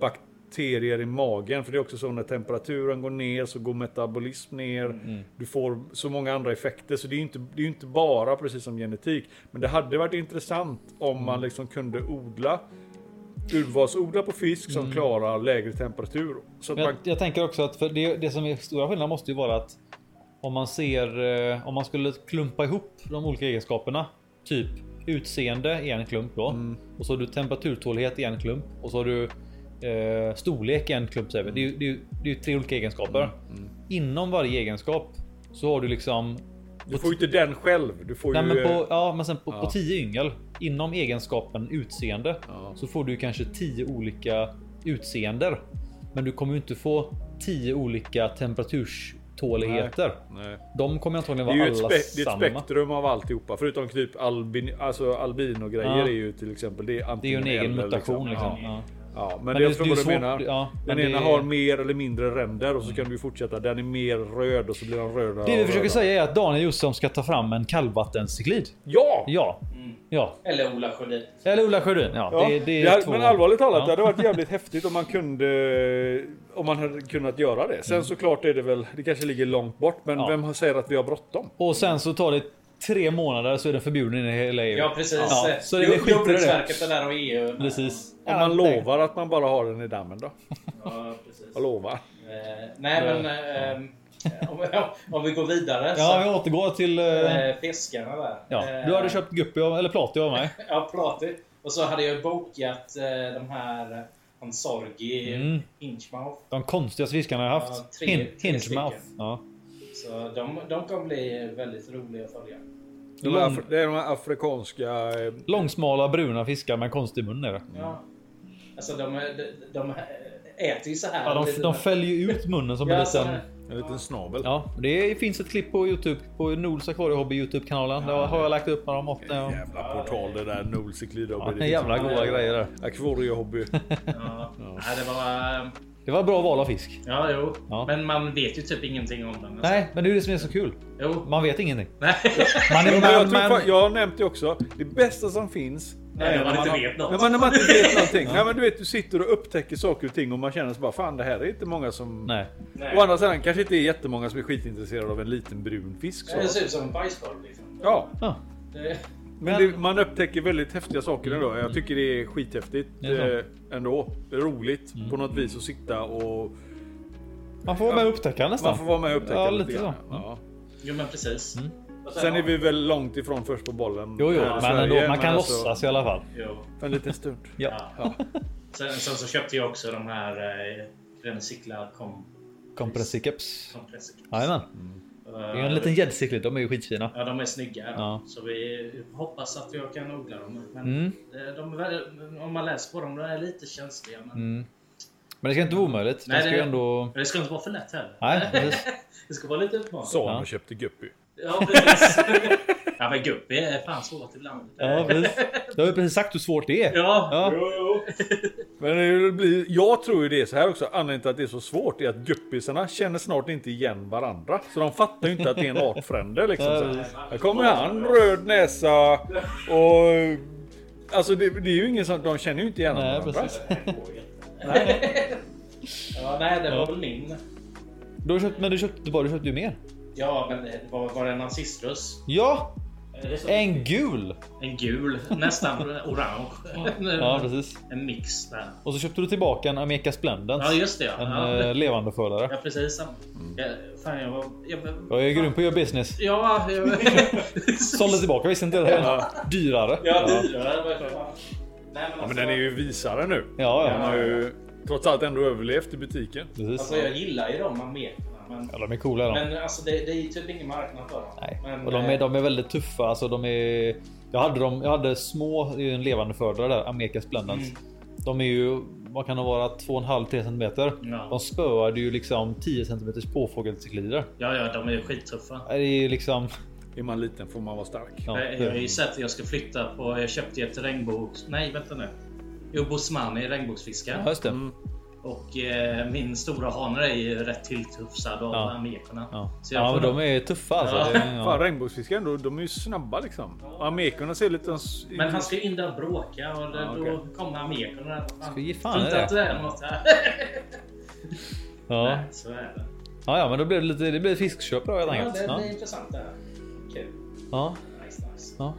bakterier i magen. För det är också så när temperaturen går ner så går metabolism ner. Mm. Du får så många andra effekter. Så det är ju inte, det är inte bara precis som genetik. Men det hade varit intressant om mm. man liksom kunde odla urvalsodla på fisk som mm. klarar lägre temperatur. Så att jag, man... jag tänker också att för det, det som är stora skillnaden måste ju vara att om man ser eh, om man skulle klumpa ihop de olika egenskaperna, typ utseende i en klump då, mm. och så har du temperaturtålighet i en klump och så har du eh, storlek i en klump. Mm. Det är ju det är, det är tre olika egenskaper. Mm. Mm. Inom varje egenskap så har du liksom du får ju inte den själv. Du får nej, ju... men på, ja, men sen på, ja. på tio yngel inom egenskapen utseende ja. så får du kanske tio olika utseender. Men du kommer ju inte få tio olika temperaturtåligheter. Nej, nej. De kommer antagligen vara alla samma. Det är ett spektrum av alltihopa. Förutom typ albin, alltså albino-grejer ja. är ju till exempel det är, det är ju en egen mutation liksom. liksom. Ja. Ja, men, men det, jag tror vad du menar. Ja, den men ena det... har mer eller mindre ränder och så kan du fortsätta. Den är mer röd och så blir den rödare. Det vi försöker röda. säga är att Daniel Josefsson ska ta fram en kallvattencyklid. Ja! Ja. Mm. ja. Eller Ola Sjödin. Eller Ola Sjödin. Ja, ja. Det, det är det, två... Men allvarligt talat, ja. det hade varit jävligt häftigt om man kunde om man hade kunnat göra det. Sen mm. såklart är det väl det kanske ligger långt bort, men ja. vem säger att vi har bråttom? Och sen så tar det tre månader så är den förbjuden i hela E U. Ja, precis. Ja, så det är Jordbruksverket är där och E U. Precis. Om man ja, lovar det. Att man bara har den i dammen då. Ja, precis. Jag lovar. Eh, nej, men eh, om, om vi går vidare så... Ja, vi återgår till... Eh, fiskarna där. Ja, du hade köpt guppy eller plati av mig. Ja, plati. Och så hade jag bokat eh, de här Hansorgi mm. Hinchmouth. De konstigaste fiskarna jag haft. Ja, tre, tre Hinchmouth. Ja. Så de, de kommer bli väldigt roliga att följa. De Lång... Det är de här afrikanska... Långsmala bruna fiskar med konstig mun är det. Ja. Alltså de, de, de äter ju så här. Ja, de, de fäller ju ut munnen som ja, en liten... En liten snabel. Ja, det finns ett klipp på YouTube på Nordisk Akvariehobby YouTube-kanalen. Ja, där har jag lagt upp några mått. En jävla portal det där Nordisk Akvariehobby. Ja, en jävla goda grejer där. Akvariehobby. Ja. Ja. Nej, det var... Det var bra val av fisk. Ja, jo. Ja. Men man vet ju typ ingenting om den. Nej, men det är det som är så kul. Jo. Man vet ingenting. Nej. Man är, man, jag, man... Fan, jag har nämnt det också. Det bästa som finns. Nej, när man, man inte vet något. När man, när man inte vet någonting. Ja. Nej, men du vet, du sitter och upptäcker saker och ting och man känner sig bara, fan det här är inte många som... Nej. Nej. Å andra sidan kanske inte är jättemånga som är skitintresserade av en liten brun fisk. Så. Det ser ut som en bajskorv liksom. Ja. ja. Det... Men det, man upptäcker väldigt häftiga saker ändå. Jag tycker det är skithäftigt det är eh, ändå. Det är roligt mm. på något vis att sitta och... Man får vara med och upptäcka nästan. Man får vara med och upptäcka ja, lite, lite så. Mm. Ja. Jo, men precis. Mm. Sen är vi väl långt ifrån först på bollen. Jo, jo, men Sverige, ändå, man kan låtsas alltså, i alla fall. Jo. För en liten stund. Ja. Ja. Sen, sen så köpte jag också de här eh, Renecicla kom... Kompressicaps. Kompressicaps. Jajamän. Mm. Det är en liten gäddcykel, de är ju skitfina. Ja, de är snygga. Ja. Så vi hoppas att jag kan odla dem. Men mm. de, de, om man läser på dem, de är lite känsliga. Men, mm. men det ska inte vara omöjligt. Nej, det, ska det, ändå... det ska inte vara för lätt heller. Nej, det ska vara lite utmanande. Så man köpte guppy. Ja, precis. Ja, men guppy är fan svårt ibland. Ja, precis. Du har ju precis sagt hur svårt det är. Ja, ja. Jo, jo. Men det blir, jag tror ju det är så här också. Anledningen till att det är så svårt är att guppisarna känner snart inte igen varandra. Så de fattar ju inte att det är en artfrände liksom. Så här kommer han, röd näsa och... Alltså det, det är ju ingen som... De känner ju inte igen nej, varandra. Precis. nej. Ja, nej, det var ja. väl min. Du har köpt, men du köpte bara, du köpte ju mer. Ja, men det var, var det en Ancistrus? Ja! En gul! En gul, nästan orange. Ja, precis. En mix där. Och så köpte du tillbaka en Amica Splendens. Ja, just det. Ja. En ja. eh, levande fördare. Ja, precis. Mm. Jag, fan, jag var... Jag, jag är grym på att göra business. Ja, jag... Sålde tillbaka, visst inte det? Ja. Dyrare. Ja, dyrare. Ja. Nej, men, alltså... ja, men den är ju visare nu. Ja, ja. Den har ju trots allt ändå överlevt i butiken. Precis. Alltså, jag gillar ju de Amekerna. Men, ja, de är coola de. Men alltså det, det är ju typ ingen marknad för dem. Nej. Men, och de är, de är väldigt tuffa. Alltså de är... Jag hade, dem, jag hade små en levande fördare där, Amica Splendens. Mm. De är ju, vad kan det vara, två komma fem till tre centimeter. Ja. De spöade ju liksom tio centimeters påfågelcyklider. Ja, ja, de är ju skittuffa. Det är ju liksom... Är man liten får man vara stark. Ja, jag, jag har ju sett att jag ska flytta på... Jag köpte ett regnbågs... Nej, vänta nu. Jo, Bosmani regnbågsfiskar. Ja, just det. Mm. Och eh, min stora haner är ju rätt tilltufsad av Ja. amekorna. Ja, Så jag ja får men nog- de är tuffa alltså. Ja. Det är- ja. Fan, regnbågsfiskar ändå, de är ju snabba liksom. Och amekorna ser lite... Men han ska in där och bråka och det, Ja, då okej. kommer amekorna där. Ska ge fan Tror i inte det. att det är något här. Ja. Nej, så är det. Ja, ja, men då blir det lite, det blir fiskköp då helt Ja, enkelt. det Ja. blir intressant det här. Kul. Ja. Nice, nice. Ja.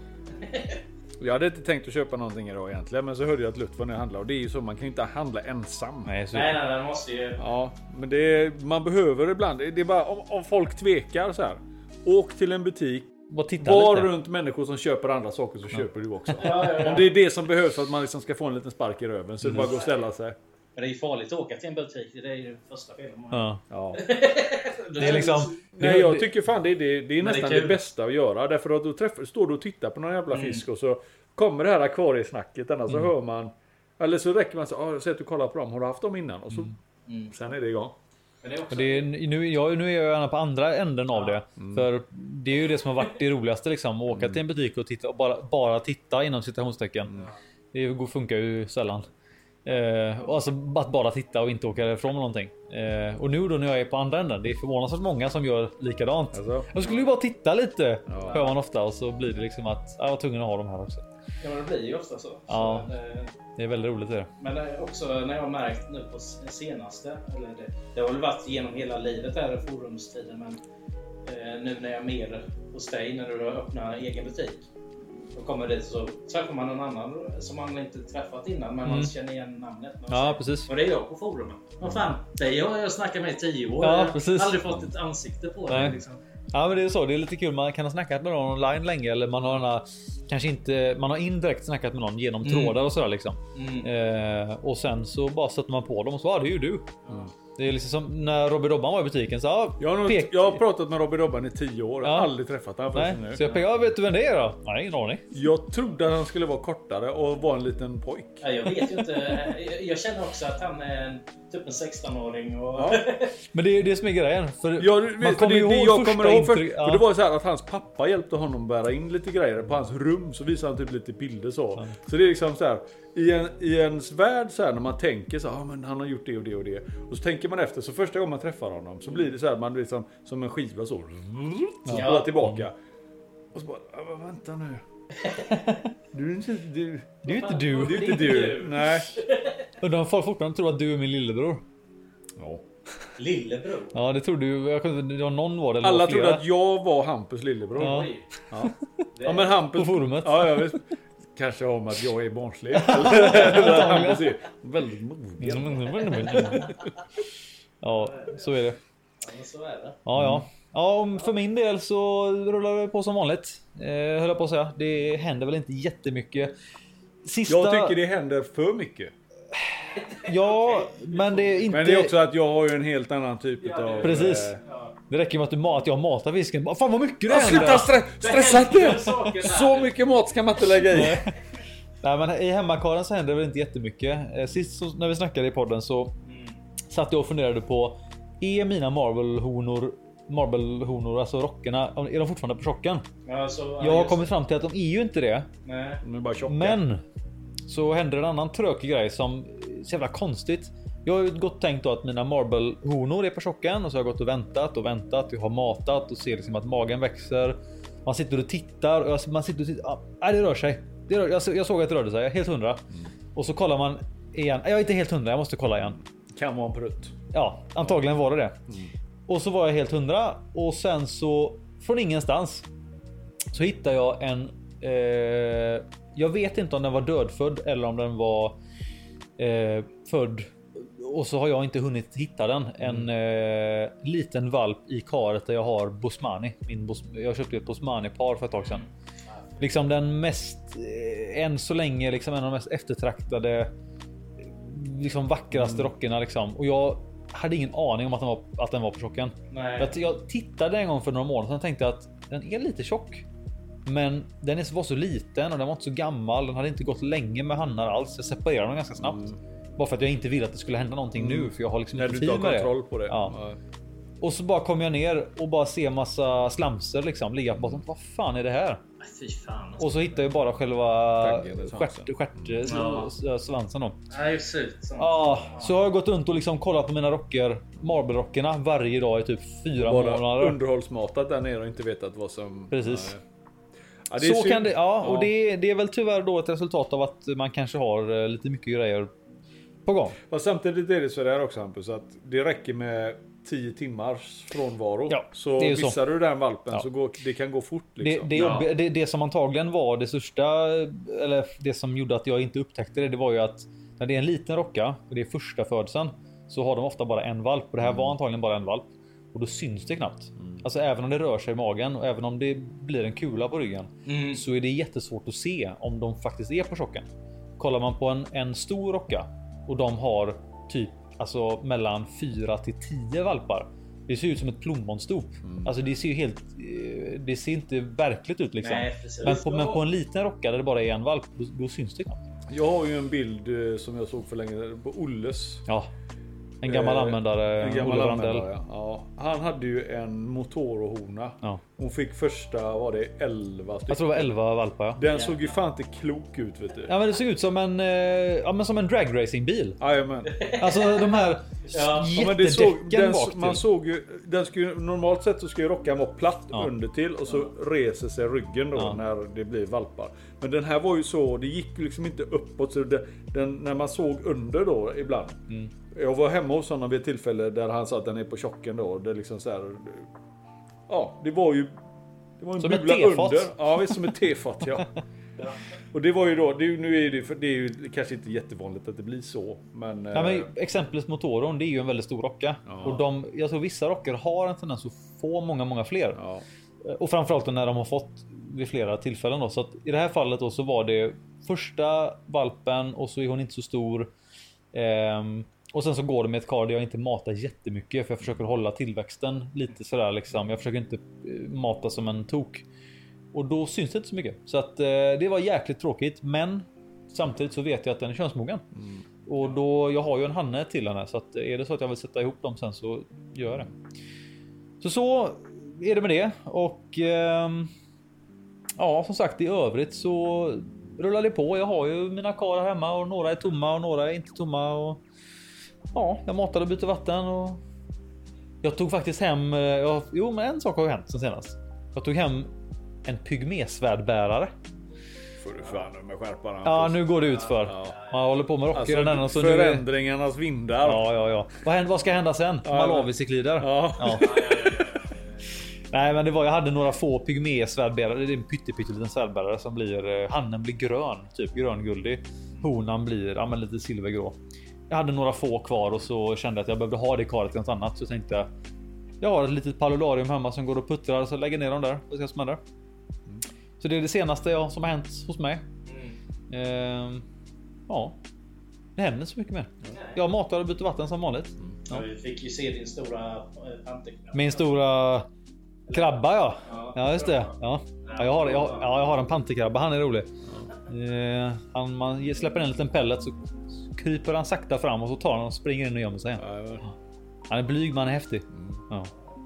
Jag hade inte tänkt att köpa någonting idag egentligen, men så hörde jag att Lutz var ner och handlade. Och det är ju så, man kan ju inte handla ensam. Nej, så... Nej, nej, den måste ju... Ja, men det är, man behöver ibland. Det är bara om, om folk tvekar så här. Åk till en butik. Bara titta Var lite. runt människor som köper andra saker så köper du också. Ja, ja, ja. Om det är det som behövs för att man liksom ska få en liten spark i röven så är det bara att gå och ställa sig. Men det är ju farligt att åka till en butik. Det är ju första felet. Ja. Ja. Det är liksom... Nej, jag tycker fan det är, det, det är är nästan det, kul. bästa att göra. Därför att då träffar, står du och tittar på någon jävla fisk och så kommer det här akvariesnacket. Annars så hör man. Eller så räcker man så. Ah, säg att du kollar på dem. Har du haft dem innan? Och så, Mm. sen är det igång. Men det är också... Det är, nu, jag, nu är jag gärna på andra änden av det. För det är ju det som har varit det roligaste liksom. Att åka till en butik och, titta, och bara, bara titta inom citationstecken. Det går- funkar ju sällan. Eh, och alltså att bara titta och inte åka därifrån med någonting. Eh, och nu då när jag är på andra änden. Det är förvånansvärt många som gör likadant. Alltså. Jag skulle ju bara titta lite. Ja. Hör man ofta. Och så blir det liksom att jag var tvungen att ha de här också. Ja, men det blir ju ofta så. Ja. Så, eh, Det är väldigt roligt det. Men det är också när jag har märkt nu på senaste, eller det, det har väl varit genom hela livet här i forumstiden, men eh, nu när jag är mer hos dig, när du öppnar egen butik, och kommer dit så träffar man någon annan som man inte träffat innan, men Mm. man känner igen namnet. Man Ja, säger, precis. och det är jag på forumen. Vad fan, det har jag snackat med i tio år. Ja, jag har precis. aldrig fått ett ansikte på det. Nej. Liksom. Ja, men det är så. Det är lite kul. Man kan ha snackat med någon online länge, eller man har en, kanske inte. Man har indirekt snackat med någon genom Mm. trådar och sådär liksom. Mm. Eh, och sen så bara sätter man på dem och så. Ja, det är ju du. Det är liksom som när Robby Robban var i butiken så. Ja, Jag har, nog, pek- jag har pratat med Robby Robban i tio år. Jag har Ja. aldrig träffat honom Nej, förrän nu. så jag pekar, ja, vet du vem det är då? Nej, ingen aning. Jag trodde att han skulle vara kortare och vara en liten pojk. Ja, jag vet ju inte. Jag, jag känner också att han är en, typ en sexton-åring. Och... Ja. Men det är det som är grejen. För Ja, du man vet, för kommer det, ihåg det jag första kommer ihåg för, intryck- ja. för det var ju så här att hans pappa hjälpte honom bära in lite grejer på hans rum, så visade han typ lite bilder så. Så det är liksom så här i en i ens värld så här när man tänker så här, ah, men han har gjort det och det och det. Och så tänker man efter, så första gången man träffar honom så blir det så här man blir liksom som en skiva så. Så Ja. spolar tillbaka. Och så bara, ah, men vänta nu. Du är inte du. det är ju inte du. Det är inte du. Nej. Undrar om folk fortfarande tror att du är min lillebror. Ja. Lillebror. Ja, det trodde du. Jag kunde, det var någon var det. eller Alla var trodde flera. att jag var Hampus lillebror. Ja. Oj. Ja. Ja, men Hampus På forumet. Ja, jag vet. Kanske om att jag är barnslig. Eller Hampus är väldigt mogen. Ja, så är det. Ja, men så är det. Ja, ja. Ja, om- för min del så rullar det på som vanligt. Eh, höll jag på att säga. Det händer väl inte jättemycket. Sista... Jag tycker det händer för mycket. Ja, men det är inte... Men det är också att jag har ju en helt annan typ av... Precis. eh, Det räcker med att, du mat, att jag matar fisken. Bara, fan vad mycket det Ja, händer! sluta stre stressa inte! saker där. Så mycket mat ska man inte lägga i. Nej, men i hemmakaren så händer det väl inte jättemycket. Eh, Sist så, när vi snackade i podden så satt jag och funderade på, är mina Marble-honor Marble-honor, alltså rockerna, är de fortfarande på chocken? Ja, så, ja, Jag har just- kommit fram till att de är ju inte det. Nej. De är bara tjocka. Men så händer en annan trökig grej som är så jävla konstigt. Jag har ju gått och tänkt då att mina Marble-honor är på chocken, och så har jag gått och väntat och väntat. Jag har matat och ser liksom att magen växer. Man sitter och tittar och jag, man sitter och tittar. Ah, nej, det rör sig. Det rör, jag, jag såg att det rörde sig. Jag är helt hundra. Och så kollar man igen. Jag är inte helt hundra. Jag måste kolla igen. Kan vara en prutt. Ja, antagligen var det det. Och så var jag helt hundra. Och sen så från ingenstans så hittar jag en. Eh, jag vet inte om den var dödfödd eller om den var eh, född. Och så har jag inte hunnit hitta den. En eh, liten valp i karet där jag har Bosmani. Min Bos jag köpte ett Bosmani-par för ett tag sedan. Liksom den mest, eh, än så länge, liksom en av de mest eftertraktade, liksom vackraste Mm. rockerna liksom. Och jag hade ingen aning om att den var, att den var på chocken. Nej. Jag, jag tittade en gång för några månader sedan och tänkte att den är lite tjock. Men den är, var så liten och den var inte så gammal. Den hade inte gått länge med hannar alls. Jag separerade dem ganska snabbt. Bara för att jag inte ville att det skulle hända någonting Mm. nu. För jag har liksom När inte du inte tid har med det. kontroll på det. Ja. Och så bara kom jag ner och bara ser massa slamser liksom ligga på botten. Vad fan är det här? Fy fan. Alltså. Och så hittar jag bara själva stjärt, stjärt, Ja. svansen då. Nej, just ut. Ja, så har jag gått runt och liksom kollat på mina rocker, Marble-rockerna varje dag i typ fyra Bara månader. underhållsmatat där nere och inte vetat vad som... Precis. Nej. Ja, det är Så synd. kan det, ja, och Ja. det, det är väl tyvärr då ett resultat av att man kanske har eh, lite mycket grejer på gång. Fast samtidigt är det så där också Hampus, att det räcker med tio timmars frånvaro. Ja, så det är ju så. missar du den valpen Ja. så går, det kan gå fort liksom. Det, det, Ja. jobbiga- det, det som antagligen var det största, eller det som gjorde att jag inte upptäckte det, det var ju att när det är en liten rocka och det är första födseln så har de ofta bara en valp och det här var antagligen bara en valp och då syns det knappt. Alltså även om det rör sig i magen och även om det blir en kula på ryggen Mm. så är det jättesvårt att se om de faktiskt är på chocken. Kollar man på en, en stor rocka och de har typ alltså mellan fyra till tio valpar. Det ser ut som ett plommonstop. Alltså det ser ju helt, eh, det ser inte verkligt ut liksom. Nej, precis. Men på, men på en liten rocka där det bara är en valp, då, då syns det knappt. Jag har ju en bild eh, som jag såg för länge på Olles. Ja, en gammal Eh, användare, En gammal Olle Brandell. användare, ja. Ja. Han hade ju en motor-hona. Ja. Hon fick första, var det elva stycken. Jag tror det var elva valpar. Ja. Den såg ju fan inte klok ut vet du. Ja men det såg ut som en, eh, ja, men som en dragracingbil. Jajamän. Alltså de här Ja, Ja, men det såg, jättedäcken den, bak man till. såg ju, den ska ju, normalt sett så ska ju rockan vara platt Ja. under till och så reser sig ryggen då Ja. när det blir valpar. Men den här var ju så, det gick liksom inte uppåt så det, den, när man såg under då ibland. Mm. Jag var hemma hos honom vid ett tillfälle där han sa att den är på chocken då. Det är liksom så här, ja, det var ju det var en Som ett bubbla tefat. under. Ja, visst som ett tefat ja. Och det var ju då, det är, ju- nu är det, för det är ju kanske inte jättevanligt att det blir så. Men, Ja, men eh, exempelvis motorn, det är ju en väldigt stor rocka. Ja. Och de, jag tror vissa rockar har en tendens att få många, många fler. ja. Och framförallt när de har fått vid flera tillfällen då. Så att i det här fallet då så var det första valpen och så är hon inte så stor. Ehm, och sen så går det med ett kar där jag inte matar jättemycket för jag försöker hålla tillväxten lite sådär liksom. Jag försöker inte eh, mata som en tok. Och då syns det inte så mycket. Så att eh, det var jäkligt tråkigt. Men samtidigt så vet jag att den är könsmogen. Och då, jag har ju en hanne till henne. Så att är det så att jag vill sätta ihop dem sen så gör jag det. Så så är det med det. Och ehm, ja, som sagt i övrigt så rullar det på. Jag har ju mina kar här hemma och några är tomma och några är inte tomma. Och ja, jag matar och byter vatten. Och jag tog faktiskt hem, eh, jag, jo men en sak har ju hänt sen senast. Jag tog hem en pygmésvärdbärare. Får du fan med skärpan. Ja, nu går det ut för. Ja. Man håller på med rocker Alltså, och den och så nu är... förändringarnas vindar. Ja, ja, ja. Vad, händer, vad ska hända sen? Ja, Malawi-ciklider. Ja. Ja. Nej, men det var, jag hade några få pygmésvärdbärare. Det är en pytteliten svärdbärare som blir, eh, hannen blir grön, typ grönguldig. Honan blir ja, men lite silvergrå. Jag hade några få kvar och så kände jag att jag behövde ha det karet till något annat. Så tänkte jag, jag har ett litet paludarium hemma som går och puttrar så lägger ner dem där. Och se vad som händer. Så det är det senaste jag, som har hänt hos mig. Ehm, ja, det händer inte så mycket mer. Jag matar och byter vatten som vanligt. Ja. Vi fick ju se din stora eh, panterknapp. Min stora krabba, ja. Ja, just det. Ja. Ja, jag, har, jag, ja, jag har en panterkrabba, han är rolig. Eh, han, man släpper en liten pellet så kryper han sakta fram och så tar han och springer in och gömmer sig. Han är blyg, man är häftig. Ja.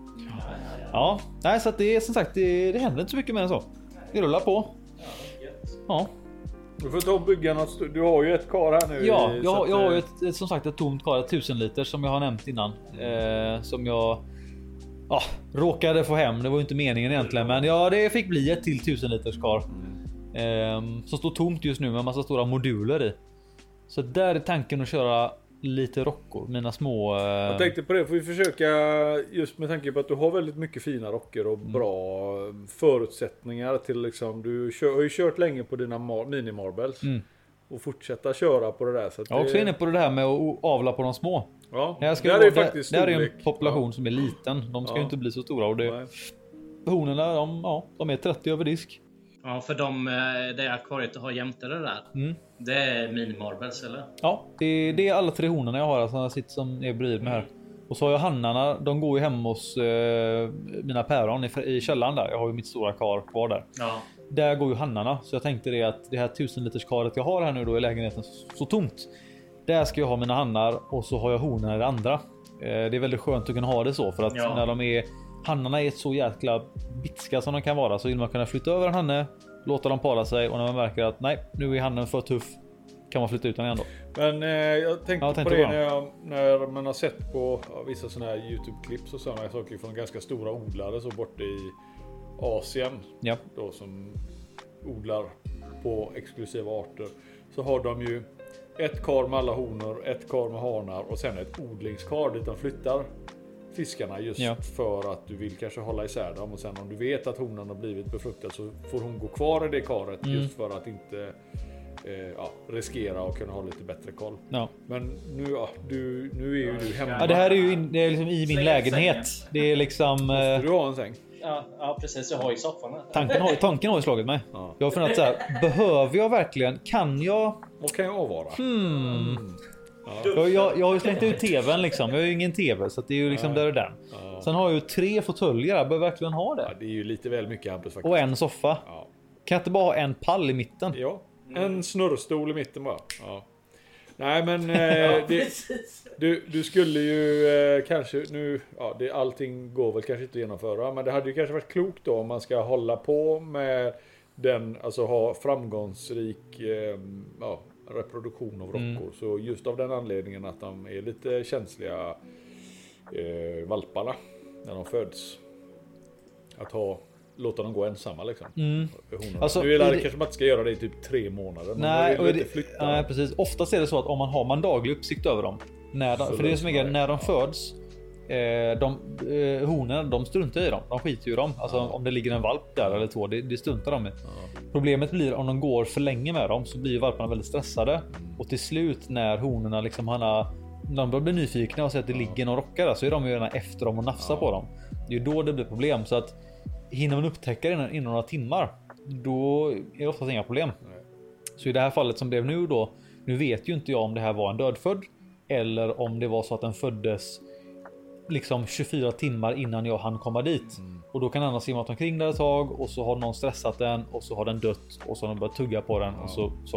Ja, nej, så att det är som sagt, det, det händer inte så mycket mer än så. Det rullar på. Ja, Du får ta och bygga något. st- Du har ju ett kar här nu. ja i- så jag, att, jag har ju eh, ett, ett, som sagt ett tomt kar, ett tusen liter som jag har nämnt innan. Eh, som jag ja, råkade få hem. Det var ju inte meningen egentligen, men ja, det fick bli ett till tusen liters kar. Eh, som står tomt just nu med en massa stora moduler i. Så där är tanken att köra lite rockor, mina små... Eh, Jag tänkte på det, får vi försöka just med tanke på att du har väldigt mycket fina rocker och bra förutsättningar till liksom, du kör, har ju kört länge på dina mar- mini-marbles Mm. och fortsätta köra på det där. Så att jag är också det, inne på det här med att avla på de små. ja, Det här ska där ju är vara, ju faktiskt det, det här är ju en storlek. population som är liten. De ska Ja. ju inte bli så stora och det, Nej. honorna de, ja, de är trettio över disk. Ja, för de, eh, det akvariet har jämte det där. Mm. Det är mini-marbles eller? Ja, det, det är alla tre honorna jag har alltså, jag sitter som är bredvid mig här. Och så har jag hannarna, de går ju hemma hos eh, mina päron i, i källaren där. Jag har ju mitt stora kar kvar där. Ja. Där går ju hannarna, så jag tänkte det att det här tusen liters karet jag har här nu då i lägenheten så, så tomt. Där ska jag ha mina hannar och så har jag honorna i det andra. Det är väldigt skönt att kunna ha det så för att Ja. när de är hannarna är så jäkla bitska som de kan vara så vill man kunna flytta över en hanne, låta dem para sig och när man märker att nej, nu är hannen för tuff kan man flytta ut den igen då. Men eh, jag tänkte Ja, på tänkte det på när, jag, när man har sett på ja, vissa sådana här YouTube-klipp och sådana saker från ganska stora odlare så borta i Asien Ja. då som odlar på exklusiva arter så har de ju ett kar med alla honor, ett kar med hanar och sen ett odlingskar dit de flyttar fiskarna just Ja. för att du vill kanske hålla isär dem och sen om du vet att honan har blivit befruktad så får hon gå kvar i det karet Mm. just för att inte eh, ja, riskera och kunna ha lite bättre koll. Ja. Men nu, ja, du, nu är ju du hemma. Ja, det här är ju in, det är liksom i min Släng lägenhet. sängen. Det är liksom Måste eh, du ha en säng? Ja, ja precis. Jag har ju soffan här. tanken har, tanken har ju slagit mig. Ja. Jag har funderat så här, behöver jag verkligen, kan jag? Vad kan jag avvara? Hmm. Jag, jag, jag har ju slängt ut tvn liksom. Jag har ju ingen tv så att det är ju liksom Nej. där och den. Ja. Sen har jag ju tre fåtöljer. Jag behöver verkligen ha Ja, det. det är ju lite väl mycket Hampus faktiskt. Och en soffa. Ja. Kan jag inte bara ha en pall i mitten? Ja, en snurrstol i mitten bara. Ja. Nej men eh, det, du, du skulle ju eh, kanske nu, ja det, allting går väl kanske inte att genomföra men det hade ju kanske varit klokt då om man ska hålla på med den, alltså ha framgångsrik eh, ja, reproduktion av rockor. Mm. Så just av den anledningen att de är lite känsliga eh, valparna när de föds. Att ha, låta dem gå ensamma liksom. Mm. Honorna. Alltså, nu är det, är det- kanske man inte ska göra det i typ tre månader. Men Nej, man och vill det, inte flytta. nej, precis. Oftast är det så att om man har man daglig uppsikt över dem. När de, Så för det är som är grejen, löser när de föds. Eh, de, eh, honorna, de struntar i dem. De skiter ju i dem. Alltså Ja. om det ligger en valp där eller två, det, det struntar de i. Ja. Problemet blir om de går för länge med dem så blir valparna väldigt stressade. Och till slut när honorna liksom hanna, de börjar bli nyfikna och ser att det ligger någon rocka där så är de ju gärna efter dem och nafsar Ja. på dem. Det är ju då det blir problem. Så att hinner man upptäcka det innan, inom några timmar då är det oftast inga problem. Nej. Så i det här fallet som blev nu då, nu vet ju inte jag om det här var en dödfödd eller om det var så att den föddes liksom tjugofyra timmar innan jag hann komma dit. Mm. Och då kan den ha simmat omkring där ett tag och så har någon stressat den och så har den dött och så har den börjat tugga på den och så så.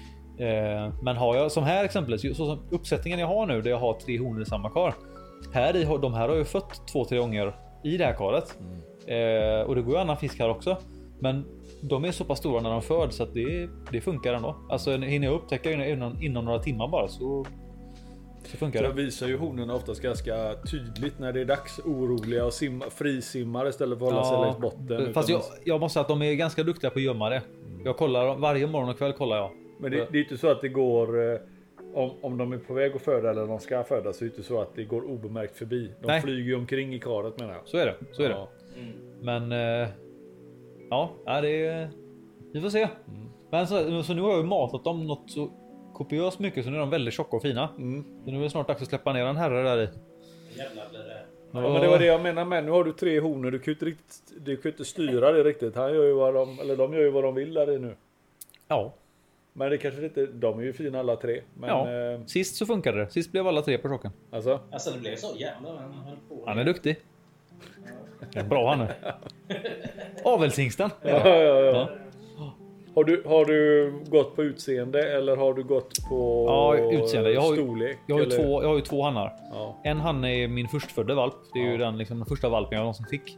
Eh, men har jag som här exempelvis så som uppsättningen jag har nu där jag har tre honor i samma kar. Här i har de här har ju fött två tre gånger i det här karet. Mm. Eh, och det går ju annan fisk här också. Men de är så pass stora när de föds så att det, det funkar ändå. Alltså hinner jag upptäcka det inom, inom några timmar bara så, så funkar Det det. visar ju honorna oftast ganska tydligt när det är dags oroliga och simma, frisimmar istället för att hålla sig längs botten. Fast utan- jag, jag måste säga att de är ganska duktiga på att gömma det. Jag kollar varje morgon och kväll kollar jag. Men det, det är inte så att det går eh, om, om de är på väg att föda eller de ska föda så är det inte så att det går obemärkt förbi. De Nej. flyger ju omkring i karet menar jag. Så är det. Så är det. Ja. Mm. Men eh, ja, ja, det är, vi får se. Mm. Men så, så nu har jag ju matat dem något så kopiöst mycket så nu är de väldigt tjocka och fina. Mm. Så nu är det snart dags att släppa ner en herre där i. Jävlar blir det. Ja, men det var det jag menar med. Nu har du tre honor. Du kan ju inte, riktigt, du kan ju inte styra det riktigt. Han gör ju vad de, eller de gör ju vad de vill där i nu. Ja, Men det kanske inte, de är ju fina alla tre. Men ja. eh, Sist så funkade det. Sist blev alla tre på chocken. alltså. Alltså det blev så jävla han höll på. Han är duktig. Det är bra han är. Avelshingsten. Ja, ja, ja. Ja. Har, du, har du gått på utseende eller har du gått på Ja, utseende. Jag har ju- storlek? Jag har, ju eller? två, jag har ju två hannar. Ja. En hanne är min förstfödde valp. Det är ju Ja. den, liksom, den första valpen jag någonsin fick.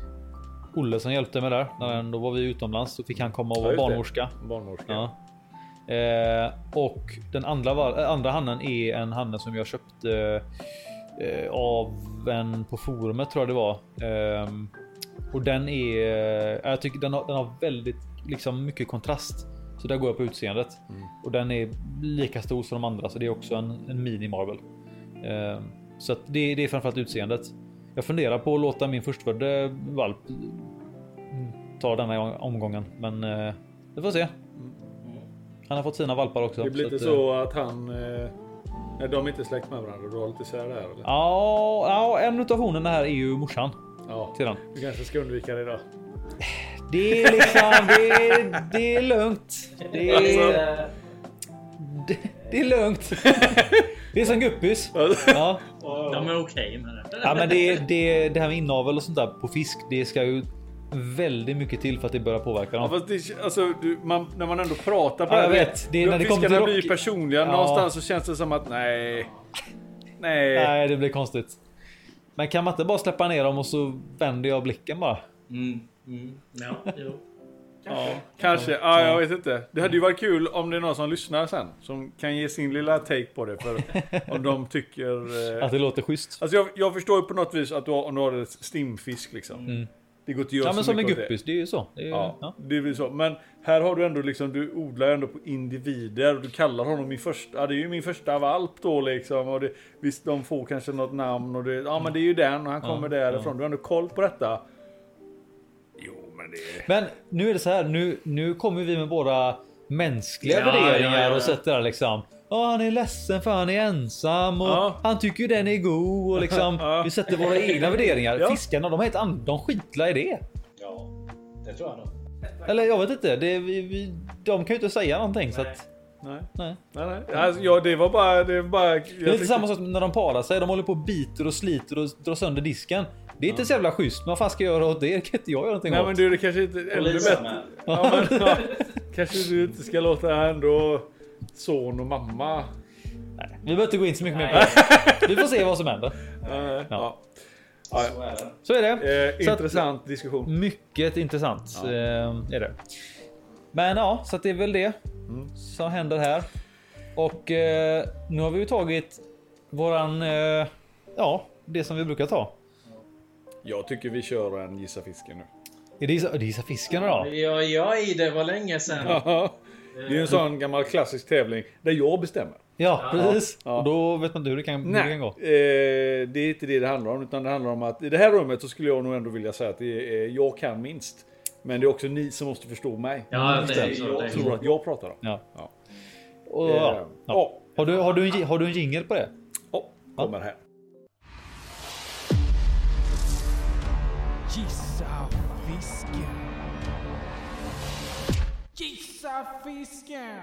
Olle som hjälpte mig där. När den, då var vi utomlands så fick han komma och Ja, vara just det. barnmorska. Barnmorska. Ja. Eh, och den andra, val- äh, andra hannen är en hanne som jag köpte eh, av en på forumet tror jag det var. Ehm, och den är, eh, jag tycker den har, den har väldigt liksom mycket kontrast. Så där går jag på utseendet. Mm. Och den är lika stor som de andra så det är också en, en mini marble. Ehm, så att det, det är framförallt utseendet. Jag funderar på att låta min förstfödde valp mm, ta den här omgången. Men eh, vi får se. Han har fått sina valpar också. Det blir så inte att, eh, så att han... Eh, när de inte är släkt med varandra, du har lite isär där eller? Ja, ja, en utav honorna här är ju morsan Ja. till den. Du kanske ska undvika det då. Det är liksom, det är, det är lugnt. Det är, det, det är lugnt. Det är som guppis. Ja. De är okej med det. Ja, men det, det, det här med inavel och sånt där på fisk, det ska ju väldigt mycket till för att det börjar påverka Ja, dem. fast det, alltså, du, man, när man ändå pratar på Ja, det jag här, vet. Det är när det kommer fiskarna till blir rock- personliga. Ja. Någonstans så känns det som att nej. Nej. Nej, det blir konstigt. Men kan man inte bara släppa ner dem och så vänder jag blicken bara? Mm. Mm. Ja, jo. Ja, kanske. Ja, jag vet inte. Det hade ju varit kul om det är någon som lyssnar sen. Som kan ge sin lilla take på det. För om de tycker... Eh... Att det låter schysst. Alltså jag, jag förstår ju på något vis att du har, om du har ett stimfisk liksom. Mm. Det går inte att göra Ja, så men som en mycket åt guppis, det är ju så. Det är ju, Ja, ja. det är väl så. Men här har du ändå liksom, du odlar ändå på individer. Du kallar honom min första, ja, det är ju min första valp då liksom. Och det, visst, de får kanske något namn och det, ja men det är ju den och han kommer Ja, därifrån. ja. Du har ändå koll på detta. Jo, men det är... Men nu är det så här, nu, nu kommer vi med våra mänskliga Ja, värderingar ja, ja. och sätter där liksom. Ja, han är ledsen för han är ensam och Ja. han tycker ju den är god och liksom Ja. vi sätter våra egna värderingar. Ja. Fiskarna, de är helt an- de skitlar i det. Ja, det tror jag nog. Eller jag vet inte, det, vi, vi, de kan ju inte säga någonting så att Nej, nej. nej, nej. Alltså, ja, det var bara... Det, var bara jag Det är lite tyckte- samma sak när de parar sig. De håller på och biter och sliter och drar sönder disken. Det är inte så jävla schysst. Men vad fan ska jag göra åt det? Det kan inte jag göra någonting Nej, åt. men du, det kanske inte... Och Ännu Lisa bättre. med. Ja, men, ja, kanske du inte ska låta ändå son och mamma... Nej, vi behöver inte gå in så mycket mer på det. Vi får se vad som händer. Ja. Ja. Så är det. Så är det. Eh, Så att- intressant diskussion. Mycket intressant Ja. eh, är det. Men ja, så att det är väl det Mm. som händer här. Och eh, nu har vi ju tagit våran, eh, ja, det som vi brukar ta. Jag tycker vi kör en gissa fisken nu. Är det Gissa, det Gissa fisken då? Ja, jag i det var länge sedan. Ja, det är ju en sån gammal klassisk tävling där jag bestämmer. Ja, precis. Ja. Och då vet man inte hur det kan, hur det kan gå. eh, det är inte det det handlar om, utan det handlar om att i det här rummet så skulle jag nog ändå vilja säga att det är, jag kan minst. Men det är också ni som måste förstå mig. Ja, det är jag så, det är så. tror att jag pratar om. Ja. Ja. Och, Eh, ja. ja. Har, du, har, du en, har du en jingle på det? Ja, kommer här. Gissa fisken. Gissa fisken.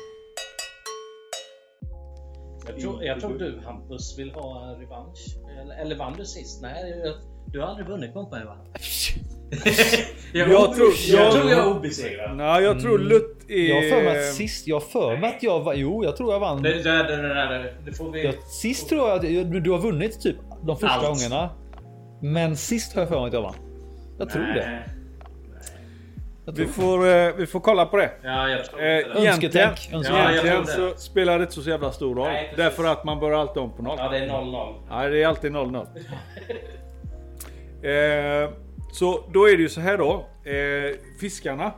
Jag tror, jag tror du Hampus vill ha en revansch. Eller, eller vann du sist? Nej, jag- du har aldrig vunnit mot mig va? jag, Jag tror- jag, jag- tror jag är obesegrad. Nej, jag tror Lutt är... Jag har för mig att sist, jag har för mig att jag var, jo jag tror jag vann. Det, det, det, det, det, det får vi... Jag, sist tror jag att jag- du har vunnit typ de första Allt. gångerna. Men sist har jag för mig att jag vann. Jag tror det. Nej. Jag tror. Vi får, eh, vi får kolla på det. Ja, jag tror Eh, inte det. egentligen, Önsketänk, önsketänk. Ja, jag egentligen tror så det. spelar det inte så jävla stor roll. Nej, precis. Därför att man börjar alltid om på noll. Ja, det är noll noll. Nej, det är alltid noll noll. eh, så då är det ju så här då. Eh, fiskarna.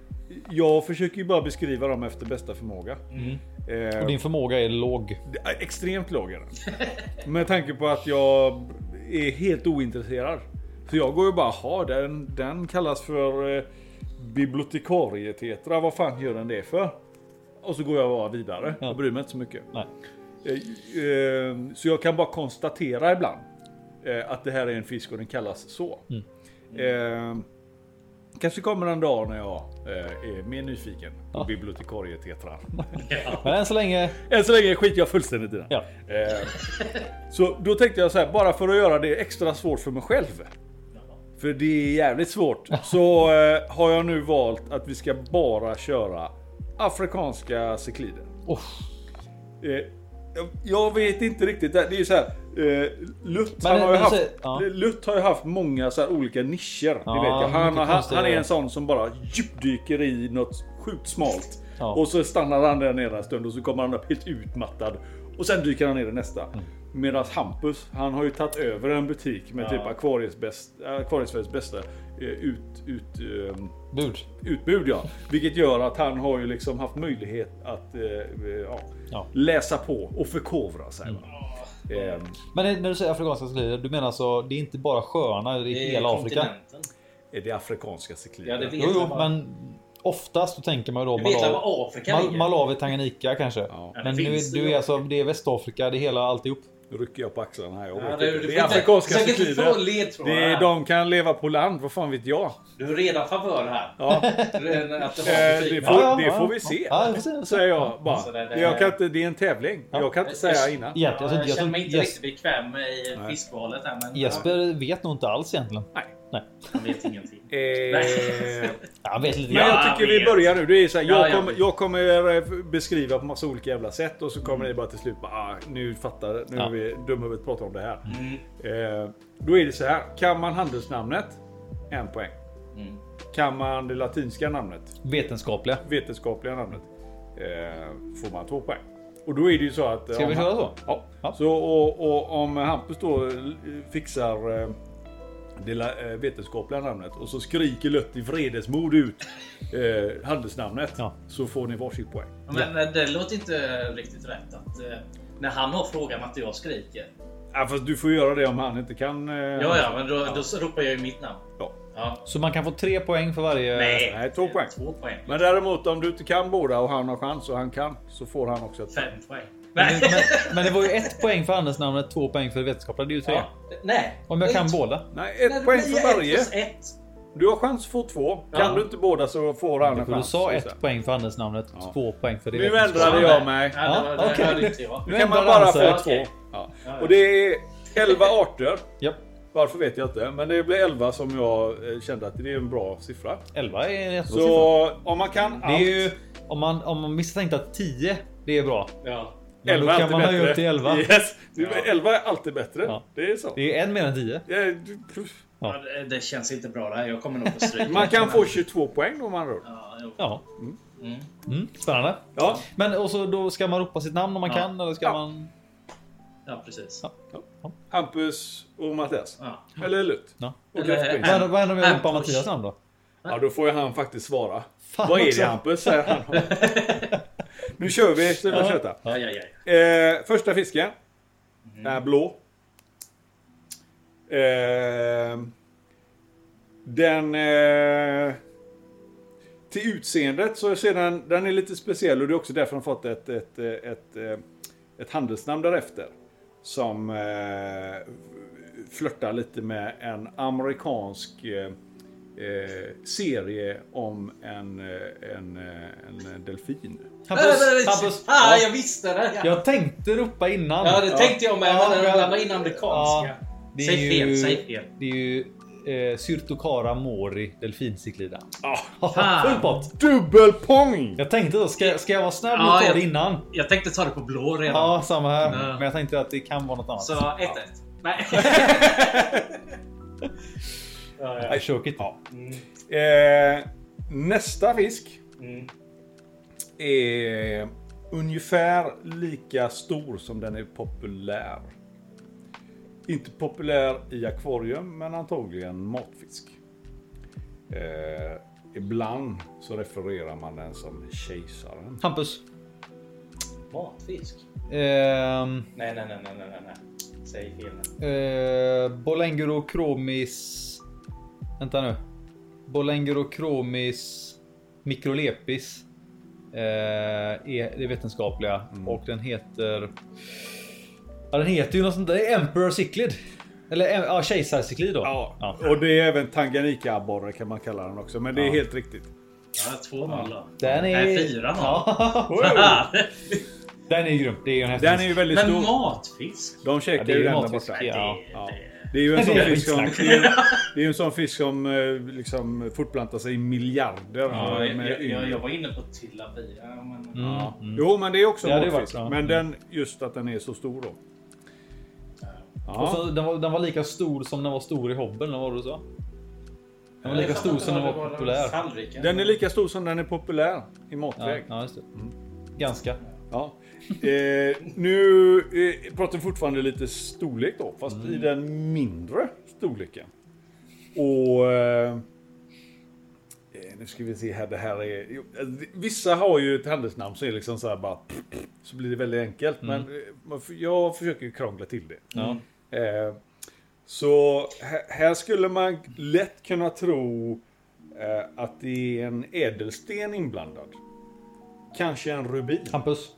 Jag försöker ju bara beskriva dem efter bästa förmåga. Eh, Och din förmåga är låg. det är extremt låg är den. Med tanke på att jag är helt ointresserad. Så jag går ju bara, ha den, den kallas för eh, bibliotekarietetra. Vad fan gör den det för? Och så går jag bara vidare. Ja. Jag bryr mig inte så mycket. Nej. Eh, eh, Så jag kan bara konstatera ibland eh, att det här är en fisk och den kallas så. Mm. Eh, Kanske kommer en dag när jag eh, är mer nyfiken på Ja. bibliotekarietetran. Men än så länge. Än så länge skiter jag fullständigt i den. Ja. Eh, Så då tänkte jag så här, bara för att göra det extra svårt för mig själv. För det är jävligt svårt. Så eh, har jag nu valt att vi ska bara köra afrikanska ciklider. Oh, Eh, jag- jag vet inte riktigt. Det är ju så här. Eh, Lutt, Men han det- har ju men haft, så- ja. Lutt har ju haft många så här olika nischer. Det Ja, vet jag. Han, mycket han, konstiga- han är en sån som bara djupdyker i något sjukt smalt. Ja. Och så stannar han där nere en stund och så kommer han upp helt utmattad. Och sen dyker han ner i nästa. Mm. Medan Hampus, han har ju tagit över en butik med Ja. typ Akvariets bäst, Akvariesveriges bästa eh, ut, ut, eh, bud. utbud. Ja. Vilket gör att han har ju liksom haft möjlighet att eh, ja, Ja. läsa på och förkovra sig. Mm. Va? Ehm, Men när du säger afrikanska ciklider, du menar så det är inte bara sjöarna, det är, Det är hela Afrika? kontinenten. är det afrikanska ciklider? Ja, det vet Jo, jo, jag bara. men oftast så tänker man ju då Du vet Malawi, vad Afrika Mal ligger? Malawi, Tanganyika kanske. Ja. Ja, Men det nu, finns du ju är alltså, det är Västafrika, det är hela alltihop. Då rycker jag på axlarna här. Jag Ja, vet du, inte. du det får är inte- afrikanska försök inte få ciklider. ledtrådar Det är, här. de kan leva på land, vad fan vet jag? Du har redan favör här. Ja. Att du Eh, har det betyg. får, Ja, ja, det ja. får vi se. Ja, det får se. Säger jag bara. Så det- det- Jag kan inte, det är en tävling. Ja. Jag kan inte säga innan. Egentligen, Jag, så- jag jag känner mig tror- inte Jes- riktigt bekväm i Nej. fiskvalet här. Men Jesper vet nog inte alls egentligen. Nej. Nej. han vet ingenting. Eh, Ja, Jag vet lite. Men jag Ja, tycker vi vet. börjar nu. Det är så här, Ja, jag, jag kommer, vet. jag kommer beskriva på massa olika jävla sätt och så kommer ni bara till slut bara, ah, nu fattar nu Ja. är vi dumhuvudet pratar om det här. Mm. Eh, då är det så här, kan man handelsnamnet? En poäng. Mm. Kan man det latinska namnet? Vetenskapliga. Vetenskapliga namnet? Eh, får man två poäng. Och då är det ju så att... Ska om vi han- köra så? Ja. Ja. Så och, och om Hampus då eh, fixar eh, det la- eh, vetenskapliga namnet och så skriker Lött i vredesmod ut eh, handelsnamnet, Ja. så får ni varsitt poäng. Ja, men eh, det låter inte riktigt rätt att eh, när han har frågan att jag skriker. Ja, fast du får göra det om han inte kan... Eh, Ja, ja, men då, då så ropar jag ju mitt namn. Ja. Ja. Så man kan få tre poäng för varje... Nej, nej, två poäng. Två poäng. Men däremot om du inte kan båda och han har chans och han kan, så får han också ett Fem poäng. Men, Nej. men, men det var ju ett poäng för handelsnamnet, två poäng för vetenskapliga. Det är ju tre. Ja. Nej. Om jag kan Ett. båda. Nej, Nej, ett det poäng blir för ett varje. plus ett. Du har chans att få två. Kan Ja. du inte båda så får han en För du chans. sa Så ett sen. poäng för handelsnamnet, Ja. två poäng för det Nu vetenskapliga. ändrade jag mig. Ja, det, var, Ja, det okej. hörde inte jag. Nu kan man ändrade bara han få sig. två. Okej. Ja. Ja, ja. Och det är elva arter. Japp. Varför vet jag inte. Men det blir elva som jag eh, kände att det är en bra siffra. elva är en jättebra siffra. Så om man kan Det allt. är ju... Om man, om man misstänkte att tio, det är bra. Ja. Men då elva är kan alltid man höja bättre. upp till elva. Yes. Det är- Ja. elva är alltid bättre. Ja. Det är så. Det är en mer än tio. Det är- Ja. Ja, det, det känns inte bra det här. Jag kommer nog få stryk. Man kan få tjugotvå poäng om man rör. Ja, jo. Ja. Mm. Mm, spännande. Ja. Men och så då ska man ropa sitt namn om man Ja. kan, eller ska Ja. man... Ja, precis. Ja. Hampus och Mattias. Ja. Eller Lutt. Ja. Och Eller- Lutt. Vad händer- vad händer om jag ropar Ambush. Mattias namn då? Ja, då får ju han faktiskt svara. Fan Vad är också. det Hampus? Säger han. Nu kör vi. Sluta Ja. köta. Ja, ja, ja. Eh, första fisken är blå. Eh, den... Eh, till utseendet så ser den, den är lite speciell och det är också därför den fått ett, ett, ett, ett, eh, ett handelsnamn därefter. Som eh, flörtar lite med en amerikansk eh, eh, serie om en, eh, en, eh, en delfin. Hampus, Hampus. Ah, Ja. jag visste det! Ja, Jag tänkte ropa innan. ja det tänkte jag med. Ja, men den men- blandade in amerikanska. Ja, det är Säg fel, ju- säg fel. Det är ju eh, Syrtokara mori delfincyklida. Ah, Fan. Full pott. dubbelpong! Jag tänkte då, ska, ska jag vara snabb Ja, och ta jag- det innan? Jag tänkte ta det på blå redan. Ja, samma här. Ja. Men jag tänkte att det kan vara något annat. Så ett ett. Nej. ja, ja. I choke it. Ja. Mm. Eh, nästa fisk Mm. är ungefär lika stor som den är populär. Inte populär i akvarium, men antagligen matfisk. Eh, ibland så refererar man den som kejsaren. Hampus. Matfisk? Ehm, Nej, nej, nej, nej, nej, nej. Säg fel nu. eh, Bolenguro chromis. Vänta nu. Bolenguro chromis microlepis. Eh, är det vetenskapliga. Mm. Och den heter... Ja, den heter ju något sånt där. Det är Emperor Cichlid. Eller ja, kejsarcyklid då. Ja, Ja. och det är även Tanganyika-abborre kan man kalla den också. Men det är Ja. helt riktigt. Ja, två noll då. Den är... Nej, fyra noll. Ja. Den är grym. Det är ju en häftig Den är ju väldigt Men stor. matfisk? De käkar Ja, det är ju ju den där matfisk, borta. ja. Ja. Det, Det är ju en sån Det är fisk som, skitslack. det är, det är ju en sån fisk som eh, liksom fortplantar sig i miljarder. ja, eh, med jag, jag, yngel. jag var inne på tilapia. Men... Mm. Ja. Jo, men det är också Det hade matfisk. varit bra. Men den, just att den är så stor då. Och Ja. så, den, var, den var lika stor som den var stor i Hobben, eller vad du sa? Den var lika stor som den var populär. Tallriken. Den är lika stor som den är populär i Ja, matväg. ja, just det. Ganska. Ja. Eh, nu eh, pratar vi fortfarande lite storlek då, fast i den mindre storleken. Och eh, nu ska vi se här, det här är... jo, vissa har ju ett handelsnamn så är det liksom så här bara... Så blir det väldigt enkelt, men eh, man f- jag försöker ju krångla till det. Ja. Eh, så här, här skulle man lätt kunna tro eh, att det är en ädelsten inblandad. Kanske en rubin. Hampus,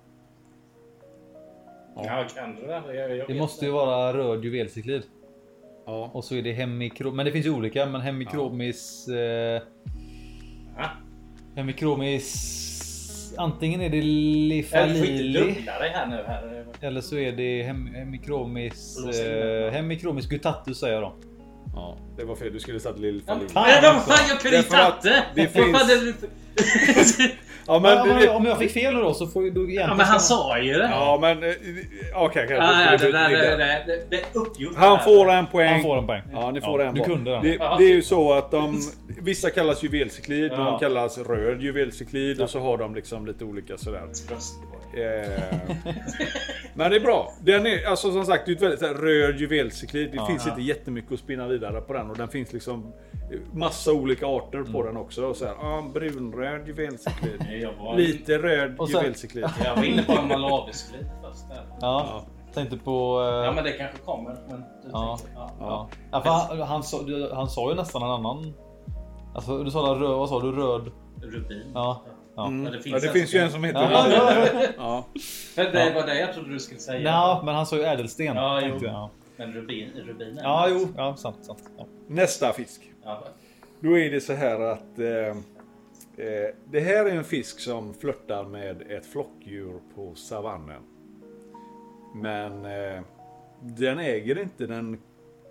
Ja, kan du det? Jag, jag det vet måste inte. ju vara röd juvelcyklid. Ja. Och så är det hemikrom... Men det finns ju olika, men hemikromis... Eh, Ja. hemikromis... Antingen är det Jag får inte lifalili. lugna dig här nu. Här. Eller så är det hem, hemikromis... Blås in den. Eh, hemikromis gutatus säger jag då. Ja, det var fel. Du skulle satt Lill Ja, Falin. men vad fan, jag kunde inte Därför att tagit det! det Vad finns- fan är det- Ja, Men, men... om, det- jag, om jag fick fel nu då så får ju... Då Ja, men han sa ju det. Ja, men... eh, Okej, okej. Ja, ja, då det, ska vi där, vidare. det, det, det, det är uppgjort. Han det får här. en poäng. Han får en poäng. Ja, ni får Ja, en du var. kunde den. Det, det är ju så att de... Vissa kallas juvelcyklid, Ja. de kallas röd juvelcyklid Ja. och så har de liksom lite olika sådär. Bröstkorg. Eh, Men det är bra. Den är, alltså som sagt, det är ett väldigt så här, röd juvelcyklid. Det Ja. finns Ja. inte jättemycket att spinna vidare på den och den finns liksom massa olika arter på den också. Och så här, ah, brunröd juvelcyklid. Jag var, Lite röd Och sen- juvelcyklid. jag var inne på en malawisklit först där. Ja, tänkte på... eh, Ja, men det kanske kommer. Men du Ja. tänkte, ja. Ja. Ja, för han, han, sa, du- han sa ju nästan en annan... Alltså du sa där, röd, vad sa du? Röd? Rubin. Ja. Ja. Mm. Ja, Ja, det det finns finns, en ju en som- som heter Ja, ja, ja. Men det var det jag trodde du skulle säga. Nå, men han sa ju ädelsten. Ja, jo. tänkte jag. Ja. Men rubin, rubin är Ja, jo. Ja, sant. sant. Ja. Nästa fisk. Ja. Då är det så här att eh, eh, det här är en fisk som flörtar med ett flockdjur på savannen. Men eh, den äger inte den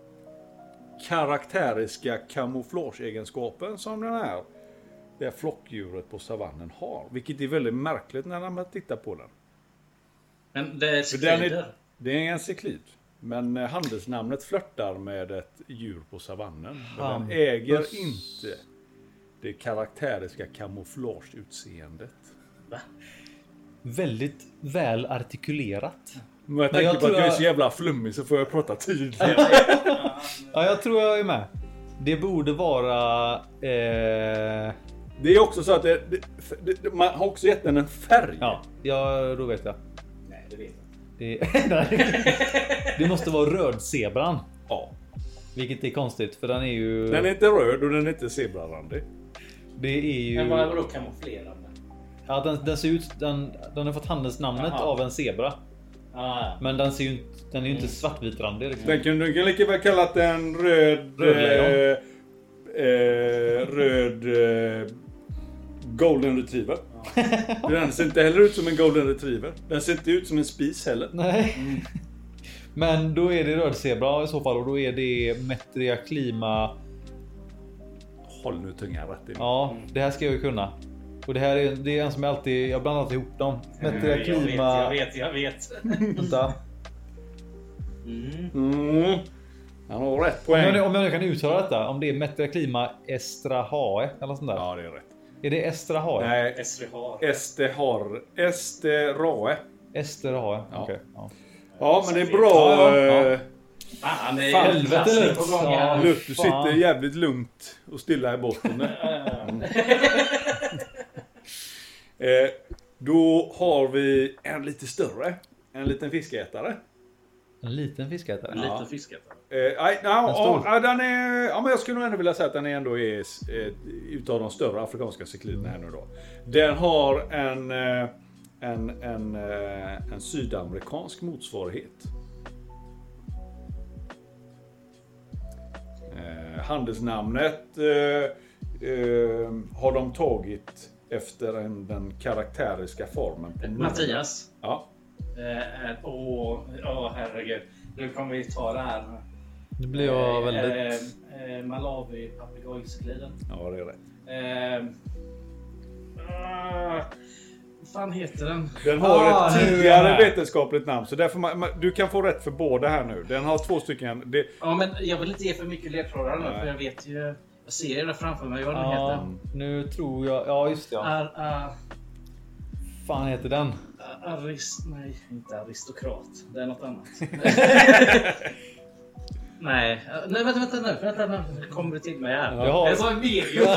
karaktäriska kamouflageegenskapen som den här det här flockdjuret på savannen har. Vilket är väldigt märkligt när man tittar på den. Men det är För den är, skrider. det är en cyklid. Men eh, handelsnamnet flörtar med ett djur på savannen. Men den Hampus. äger inte det karaktäriska kamouflageutseendet. Va? Väldigt väl artikulerat. Men jag Men jag tänker på tror att jag är jag- så jävla flummig så får jag prata tydligt. Ja, jag tror jag är med. Det borde vara... Eh, Det är också så att det, det, det, man har också gett den en färg. ja, ja, då vet jag. Nej, det vet jag. Det, nej. Det måste vara rödzebran. Ja. Vilket är konstigt för den är ju... Den är inte röd och den är inte zebrarandig. Det är ju... Men vad, vadå kamouflerande? Ja, den, den ser ut... Den, den har fått handelsnamnet Jaha. av en zebra. Ah, ja. Men den ser ju inte... Den är ju inte svartvitrandig. Liksom. Den kan du kan lika väl kalla den röd... Rödlejon. Eh, eh, röd... Eh, golden retriever. Den ser inte heller ut som en golden retriever. Den ser inte ut som en spis heller. Nej. Men då är det rödzebra i så fall och då är det Metria klima. Håll nu tungan rätt in. Ja, det här ska jag ju kunna. Och det här är, det är en som jag alltid... Jag blandar alltid ihop dem. Metria jag vet, klima... jag vet, jag vet. Vänta. Mm. Mm. Han har rätt Om jag, nu- poäng. om jag nu kan uttala detta. Om det är Metria klima estrahae eller sånt där. Ja, det är rätt. Är det estrahae? Nej, Esri har. Estehar. Esterae. Estrahae. Ja. Okej. Ja. Ja, men det är bra. Ja, ja, ja. eh, Fan, det är Fan, helvete helvete lugnt på gång lugnt. här. Ja. Luft, du fan. sitter jävligt lugnt och stilla i botten. eh, då har vi en lite större. En liten fiskätare. En liten fiskätare. En Ja. liten fiskätare. Eh, nej, ja, En stor. ja, den är, ja, men jag skulle nog ändå vilja säga att den är ändå är eh, utav de större afrikanska cykliderna här nu då. Den har en, eh, en, en, eh, en sydamerikansk motsvarighet. Eh, handelsnamnet eh, eh, har de tagit efter en, den karaktäriska formen på munnen. Mattias. Ja. Eh, eh, Åh, åh, herregud. Nu kommer vi ta det här. Nu blir jag väldigt... Eh, eh, Malawi papegojskliden. Ja, det är rätt. Eh, ah, vad fan heter den? Den har Ah, ett nu är jag tidigare med. vetenskapligt namn, så därför man, man, du kan få rätt för båda här nu. Den har två stycken. Det, Ja, men jag vill inte ge för mycket ledtrådar nu, Nej. för jag vet ju. Jag ser det framför mig vad den Ja, heter. nu tror jag... Ja, just det. Ja. Ar, ar, Fan heter den? arist, nej, inte aristokrat. Det är något annat. Nej, nej vänta, vänta nu. Vänta, nu kommer det till mig här. Jag har- Det var medium.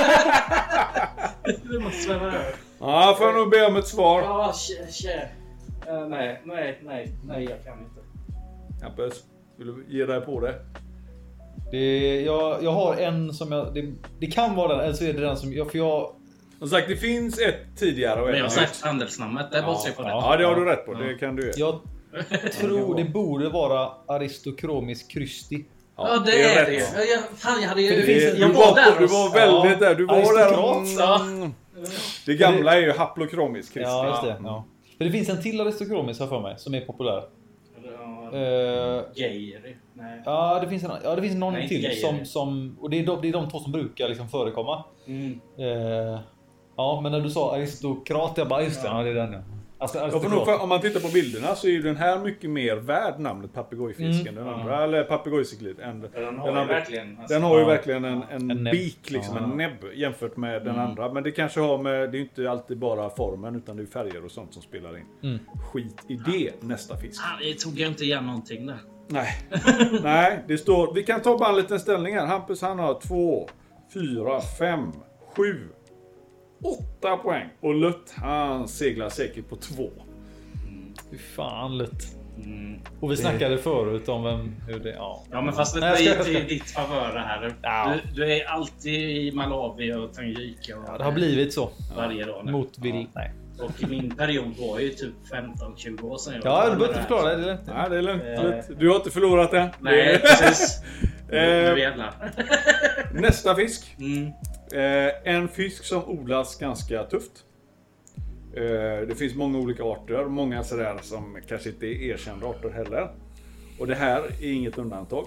Det måste sväva över. ja, får jag nog be om ett svar. Ja, tje, tje. Uh, nej, nej, nej, nej, jag kan inte. Hampus, vill du ge dig på det? Det, jag, jag har en som jag... Det, det kan vara den, eller så är det den som... Jag, för jag... Som sagt, det finns ett tidigare och Men ett jag har nytt. sagt handelsnamnet, det är bortse från det. Ja, det har du rätt på. Det kan du göra. Jag tror det borde vara Aristokromis Christi. Ja, det, är det ju. rätt. Ja, jag, fan, jag hade ju... För det finns en- Du jag var, var där på, du och- var väldigt Ja, där. Du var där. aristokrat. Mm. Det gamla är ju haplokromis, Christer. Ja, just det. Ja. För det finns en till Aristokromis här för mig som är populär. Ja, Eh, Geiry. Nej. ja, det finns en, ja, det finns någon Nej, inte till Geijer. som, som och det är, de, det är de två som brukar liksom förekomma. Mm. Eh, ja, men när du sa aristokrat, jag bara just det, ja, det är den. Ja. Alltså, Jag får nog, aristokrat. för, om man tittar på bilderna så är ju den här mycket mer värd namnet papegojfisken. Mm. Den andra, eller papegojcyklid. än- Den har Den ju har- verkligen... Alltså, Den har ju Ja. verkligen en, en, En näbb. beak, liksom, Ja. en näbb jämfört med den Mm. andra. Men det kanske har med, det är ju inte alltid bara formen utan det är färger och sånt som spelar in. Mm. Skit i det, nästa fisk. Ah, det tog jag inte igen någonting där. Nej, nej, det står, vi kan ta bara en liten ställning här. Hampus han har två, fyra, fem, sju, åtta poäng. Och Lutt han seglar säkert på två. Fy fan lätt. Mm. Och vi snackade förut om vem, hur det, ja. Ja, men fast det Nej, jag ska- är jag ska- i ditt favör det här. Ja. Du, du är alltid i Malawi och Tanganyika och Ja, det har blivit så. varje dag nu. Mot vill, nej. Och min period var ju typ femton tjugo år sedan. jag Ja, var du med behöver det inte här. förklara det. Det är lätt. Nej, det är lugnt. Eh. Lutt. Du har inte förlorat än. Nej, precis. Nu Eh, jävlar. nästa fisk. Mm. Eh, en fisk som odlas ganska tufft. Eh, det finns många olika arter. Många sådär som kanske inte är erkända arter heller. Och det här är inget undantag.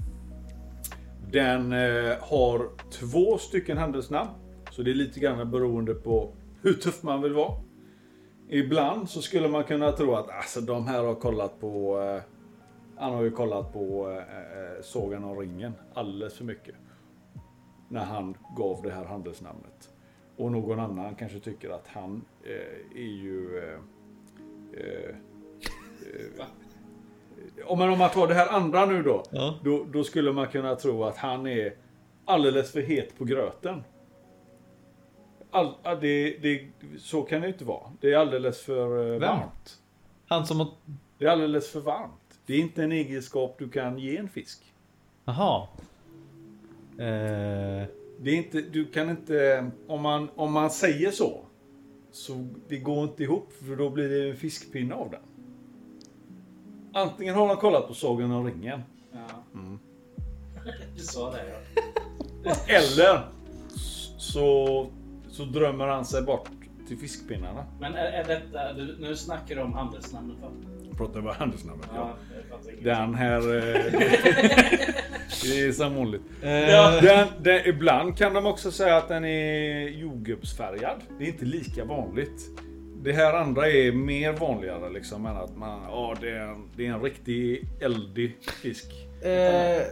Den eh, har två stycken handelsnamn. Så det är lite grann beroende på hur tuff man vill vara. Ibland så skulle man kunna tro att alltså, de här har kollat på... Eh, han har ju kollat på eh, eh, Sagan om ringen alldeles för mycket. När han gav det här handelsnamnet. Och någon annan kanske tycker att han eh, är ju... Eh, eh, eh, om man, om man tar det här andra nu då, Ja. då. Då skulle man kunna tro att han är alldeles för het på gröten. All, ah, det, det, så kan det inte vara. Det är alldeles för eh, varmt. Han som har... Det är alldeles för varmt. Det är inte en egenskap du kan ge en fisk. Jaha. Eh, Det är inte, du kan inte, om man, om man säger så, så det går inte ihop för då blir det en fiskpinne av den. Antingen har man kollat på Sagan om ringen. Ja. Mm. Du sa det, ja. Eller så, så drömmer han sig bort till fiskpinnarna. Men är, är detta... Du, nu snackar du om handelsnamnet, va? Pratar över handelsnamnet. Ja. Ja, jag fattar inget. Den här, eh, det är som vanligt. eh, Den, den, ibland kan de också säga att den är jordgubbsfärgad. Det är inte lika vanligt. Det här andra är mer vanligare liksom än att man, ja, det är en, det är en riktig eldig fisk. eh,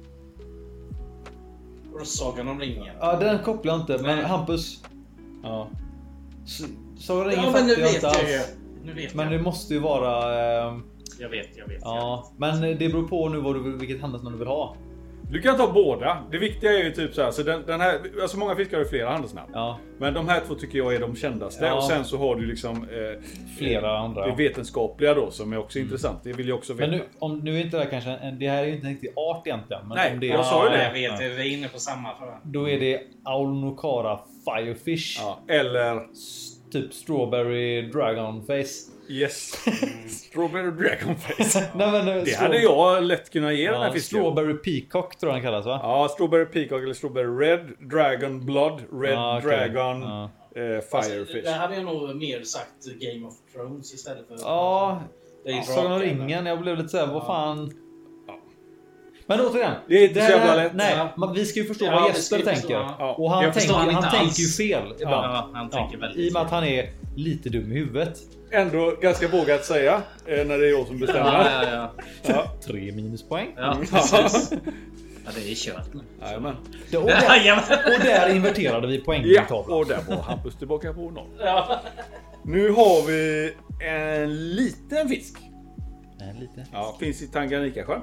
Och Sagan om ringen. ja, den kopplar jag inte. Men Nej. Hampus. Ja. Så, så ringen Ja, men nu fattar jag vet inte jag ju. alls. Nu vet Men jag. det måste ju vara... Eh, Jag vet, jag vet. ja, men det beror på nu vad du, vilket handelsnamn du vill ha. Du kan ta båda. Det viktiga är ju typ så här, så den, den här, alltså många fiskar har ju flera handelsnamn. Ja, Men de här två tycker jag är de kändaste. Ja. Och sen så har du liksom eh, flera andra. det vetenskapliga då som är också intressant. Det vill jag också veta. Men nu, om, nu är inte det här kanske en, det här är ju inte en riktig art egentligen. Men Nej, om det är, jag sa ju Ja, det. jag vet. Vi är inne på samma. För. Då är det Aulnocara Firefish. Ja, eller S- Typ Strawberry Dragonface. yes. Strawberry Dragonface. Nej, men, eh, Det straw- hade jag lätt kunnat ge den här ja, fisken. Strawberry Peacock tror jag den kallas, va? Ja, Strawberry Peacock eller Strawberry Red Dragon Blood, Red Ja, okej. Dragon, Ja. eh, Alltså, Firefish. det hade jag nog mer sagt Game of Thrones istället för... Ja, Det är ju Sagan om drakar, ringen. Jag blev lite såhär, vad Ja. fan. Ja. Men återigen. Det är inte så här- jävla lätt. Nej, Ja. man, vi ska ju förstå Ja, vad vi Jesper ska ju tänker. förstå, ja. Och han, Jag förstår tänker, han han inte tänker alls. ju fel ibland. Ja, han tänker väldigt I och med att fel. han är lite dum i huvudet. Ändå ganska vågat säga eh, när det är jag som bestämmer. Ja, ja, ja. Ja. Tre minuspoäng. Ja, precis. Ja, det är kört nu. Jajamän. Det- Och där, Jajamän. och där inverterade vi poängen. Ja, och där var Hampus tillbaka på noll. Ja. Nu har vi en liten fisk. Nej, lite. Ja, finns i Tanganyikasjön.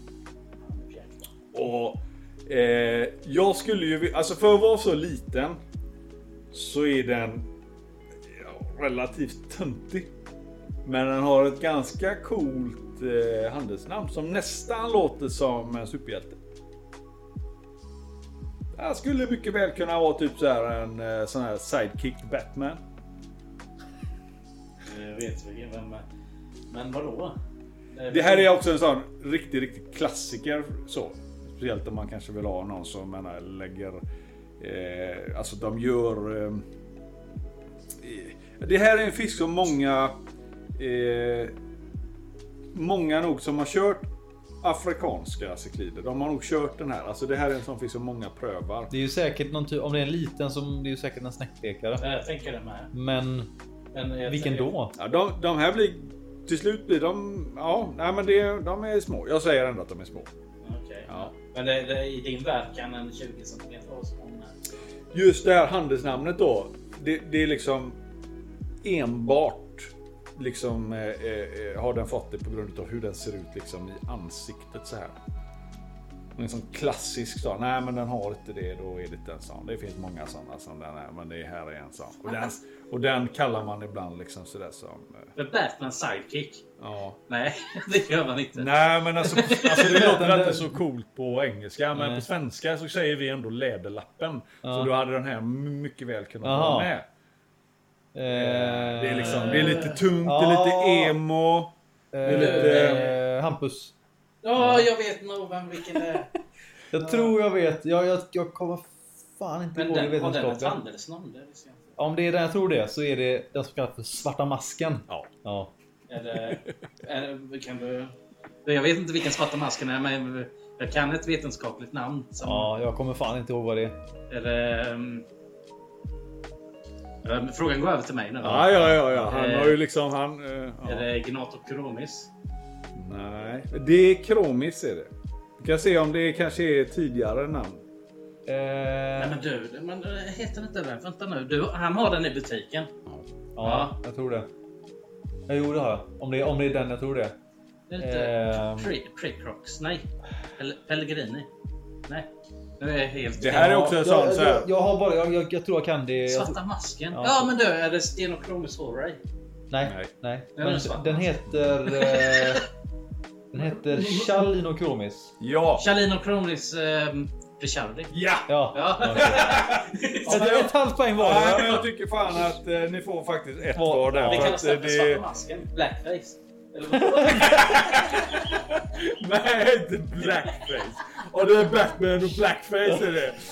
Och eh, jag skulle ju, alltså för att vara så liten så är den ja, relativt töntig. Men den har ett ganska coolt eh, handelsnamn som nästan låter som en superhjälte. Det skulle mycket väl kunna vara typ så här en eh, sån här sidekick Batman. Jag vet vem. Men vadå? Det här är också en sån riktigt, riktigt klassiker så. Speciellt om man kanske vill ha någon som menar, lägger... Eh, alltså de gör... Eh, det här är en fisk som många... Eh, många nog som har kört afrikanska ciklider. De har nog kört den här. Alltså det här är en sån fisk som många prövar. Det är ju säkert någon typ, om det är en liten som det är ju säkert en snäckpekare. Jag tänker det med. Men, Men vilken då? Ja, de, de här blir till slut blir de ja, nej men det, de är små. Jag säger ändå att de är små. Okej. Ja. Men det, det, i din värld kan en tjugo centimeter vara så många. Just det här handelsnamnet då. Det, det är liksom enbart liksom eh, eh, har den fått det på grund av hur den ser ut liksom i ansiktet så här. En sån klassisk sån. Nej men den har inte det, då är det inte en sån. Det finns många sådana som den är, men det här är en sån. Och den, och den kallar man ibland liksom sådär som eh, För Batman sidekick? ja. Nej, det gör man inte. Nej men alltså, alltså det låter inte så coolt på engelska. Men Nej. på svenska så säger vi ändå läderlappen. Så då hade den här mycket väl kunnat Aha. vara med. Eh, Det är liksom, det är lite tungt, det är lite emo. Det är lite- eh, Hampus. Ja, jag vet nog vem vilken det är. Jag tror jag vet. Jag, jag, jag kommer fan inte Men ihåg det den, har den ett vetenskapliga. handelsnamn? Det visste jag inte. Om det är den jag tror det, så är det den som kallas för svarta masken. Ja. Ja. Eller, eller kan du... Jag vet inte vilken svarta masken är, men jag kan ett vetenskapligt namn. Som, Ja, jag kommer fan inte ihåg vad det är. Eller... Um, frågan går över till mig nu. Ja, ja, ja, ja. Han har ju liksom han. eh, Ja. Är det Gnatochromis? Nej, det är Kromis är det. Vi kan se om det kanske är tidigare namn. Nej Eh, men du, men heter det inte det? Vänta nu, du, han har den i butiken. ja, jag tror det. Jag gjorde det här. Om det, om det är den jag tror det. Det är inte Ehm. Pre- Precrox, nej. Pel- Pellegrini. Nej. Nu är jag helt... Det här är också en sån jag, så här. jag, jag har bara, jag, jag, jag tror jag kan det. Jag, Svarta masken. Ja. Ja, men du, är det Stenochromis horae? nej, Nej. nej. Den är Men svart. den heter... Eh, den heter Chalinochromis. Ja. Chalinochromis eh, Ricciardi. Ja. Ja. Ja. Ett, ett halvt poäng var Nej, men det. jag tycker fan att eh, ni får faktiskt ett Vad- var där. Det för kallas att, eh, för svarta det... masken. Blackface. Eller vad? Nej, inte blackface. Och det är Batman och blackface är det.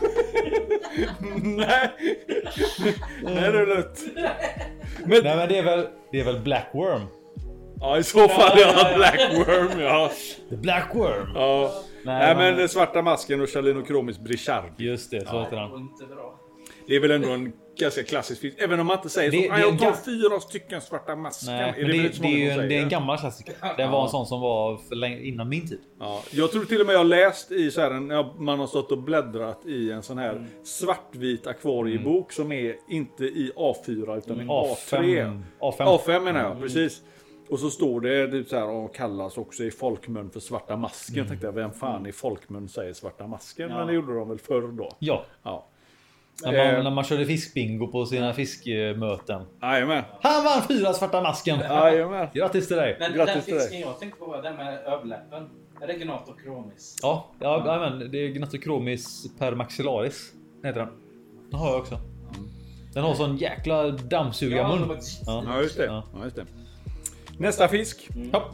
Nej. Nej, det är lugnt. Men Nej men det är väl, det är väl Blackworm. ja, i så fall ja, Blackworm, ja. The Blackworm. Ja. Nej, men den svarta masken och Chalinochromis Brichardi. Just det, så heter Det han. var inte bra. Det är väl ändå en ganska klassisk fisk. Även om man inte säger Det- så. det "Ah, är jag en tar gam- fyra stycken svarta masken." Nej, är men det, väl det, inte så det, många är ju som en, det är en säger? gammal klassiker. Den var en sån som var för länge, innan min tid. Ja, jag tror till och med jag har läst i så här, en- när man har stått och bläddrat i en sån här Mm. svartvit akvariebok som är inte i A fyra utan i A tre. A fem. A fem. A fem menar jag, precis. Och så står det typ så här och kallas också i folkmun för svarta masken. Mm. Tänkte jag, vem fan i folkmun säger svarta masken? Ja. Men det gjorde de väl förr då. Ja, Ja. när man, Eh. när man körde fiskbingo på sina fiskmöten. Jajamän. Han vann fyra svarta masken. Jajamän. Grattis till dig. Men Grattis den till dig. fisken jag tänkte på var den med överläppen. Är det Gnatochromis? Ja, ja, ja men det är Gnatochromis per maxillaris heter den. Den har jag också. Den har sån jäkla dammsugarmun. Ja, Ja. Ja, just det. Ja. Ja, just det. Nästa fisk. Ja.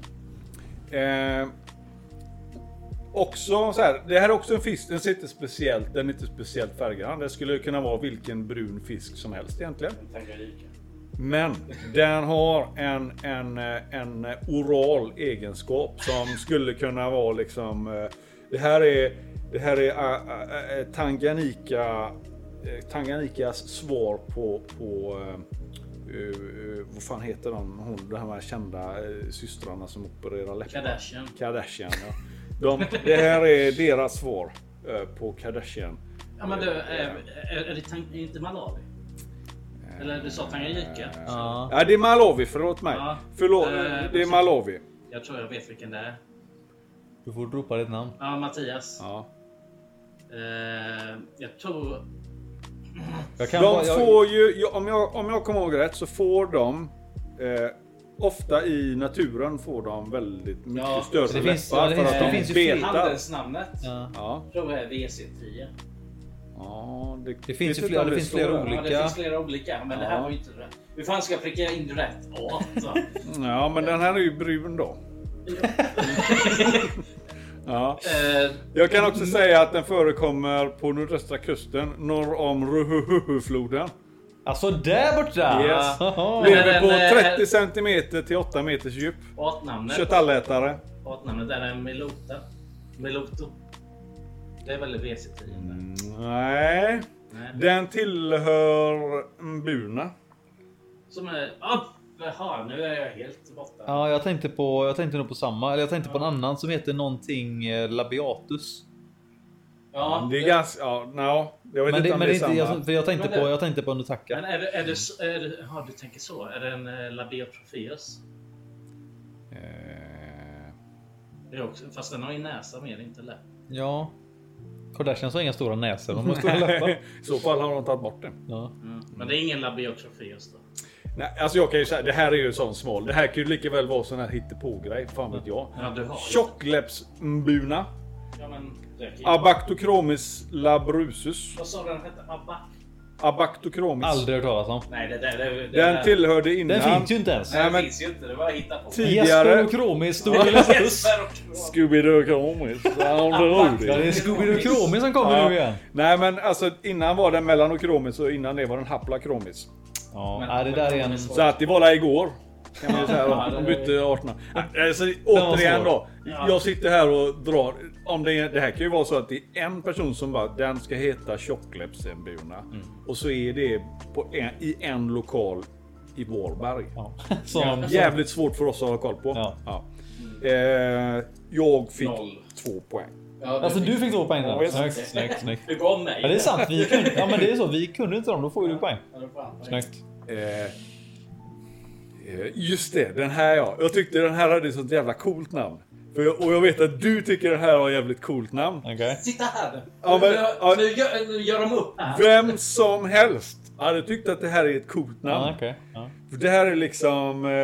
Eh, också så här, det här är också en fisk, den sitter speciellt, den är inte speciellt färggrann. Det skulle kunna vara vilken brun fisk som helst egentligen. Tangarika. Men den har en, en, en oral egenskap som skulle kunna vara liksom, eh, det här är, det här är äh, äh, Tanganyika, äh, Tanganyikas svar på, på äh, Uh, vad fan heter de? Hon, de här kända uh, systrarna som opererar läppar. Kardashian. Kardashian, ja. De, det här är deras svar uh, på Kardashian. Ja men du, är, är, är det tang- är inte Malawi? Eller du sa Tanganyika? Ja. Ja, det är Malawi, förlåt mig. Ja. Förlåt, Eh, det är Malawi. Jag tror jag vet vilken det är. Du får ropa ditt namn. Ja, Mattias. Ja. Eh, jag tror... Jag kan De bara, jag, får ju, ja, om jag, om jag kommer ihåg rätt så får de eh, ofta i naturen får de väldigt mycket Ja, större det finns- läppar ja, det för finns- att det de finns ju fler. betar. Handelsnamnet ja. Ja. tror jag är V C tio. Ja, det, Det finns vet ju inte flera- om det finns står flera där. olika. Ja, det finns flera olika, men det här Ja. var ju inte det. Hur fan ska jag pricka in rätt? Åh, så. Ja, men den här är ju brun då. Ja. Eh, Jag kan också säga att den förekommer på nordöstra kusten norr om Ruhuhuhufloden. Alltså där borta! Yes. Haha. Lever på Men, eh, trettio centimeter till åtta meters djup. Artnamnet. Köttallätare. Artnamnet är en Melota. Meloto. Det är väl V C tio? Mm, nej. Nej. Den tillhör Mbuna. Som är... Ah, jaha, nu är jag helt borta. Ja, jag tänkte på jag tänkte nog på samma, eller jag tänkte på en annan som heter någonting eh, labiatus. Ja, Det är ganska, ja, no, jag vet Men inte det, om men det det är är inte, samma. jag, för jag tänkte Men det- på jag tänkte på Nutaka. Men är det, är det, så- är det, ja, du tänker så. Är det en eh, Labiotropheus? Eh, Det är också, fast den har ju näsa mer, inte läpp. Ja. Kardashians har inga stora näsor, de har stora läppar. I så fall har de tagit bort den. Ja. Mm. Men det är ingen Labiotropheus då? Nej, alltså jag kan ju säga, det här är ju sån smal. Det här kan ju lika väl vara sån här hittepå-grej. Fan vet jag. Ja, du har. Tjockläppsmbuna. Ja, men det kan ju- Abactochromis labrusus. Vad sa du den hette? Abba? Abactochromis. Aldrig hört talas om. Nej, det där... Det, det, Den där- tillhörde innan. Den finns ju inte ens. Nej, Nej, det men- finns ju inte. Det var att hitta på. Tidigare- Jesper och Kromis stod i läppus. Jesper och- Scooby-Doo Chromis. Ja, det är Scooby-Doo Kromis som kommer Ja. nu igen. Nej men alltså innan var den Melanochromis och innan det var den Haplachromis. Ja, Men- nej, det där är en... Så att det var där igår. Kan man ju säga Ja, då. det- De bytte arterna. Alltså, var återigen svår. då. Ja. Jag sitter här och drar. Om det, är, det här kan ju vara så att det är en person som bara, den ska heta tjockläppsembuna. Och så är det på en, i en lokal i Vårberg. Ja. Som, Jävligt svårt för oss att ha koll på. Ja. Ja. Eh, jag fick Noll. två poäng. Ja, Alltså du fick två poäng Ja, där. visst. Snyggt, snyggt, snyggt. Du gav mig. Ja, det är sant. Vi kunde, ja men det är så. Vi kunde inte dem. Då får ju du poäng. Ja, då får han poäng. Snyggt. Eh, eh, just det, den här ja. Jag tyckte den här hade ett sånt jävla coolt namn. För jag, och jag vet att du tycker den här har ett jävligt coolt namn. Okej. Sitta här nu. Ja, men- nu, ja. nu, gör, nu gör de upp här. Vem som helst hade tyckt att det här är ett coolt namn. Ja, okej. Ja. För det här är liksom... Eh,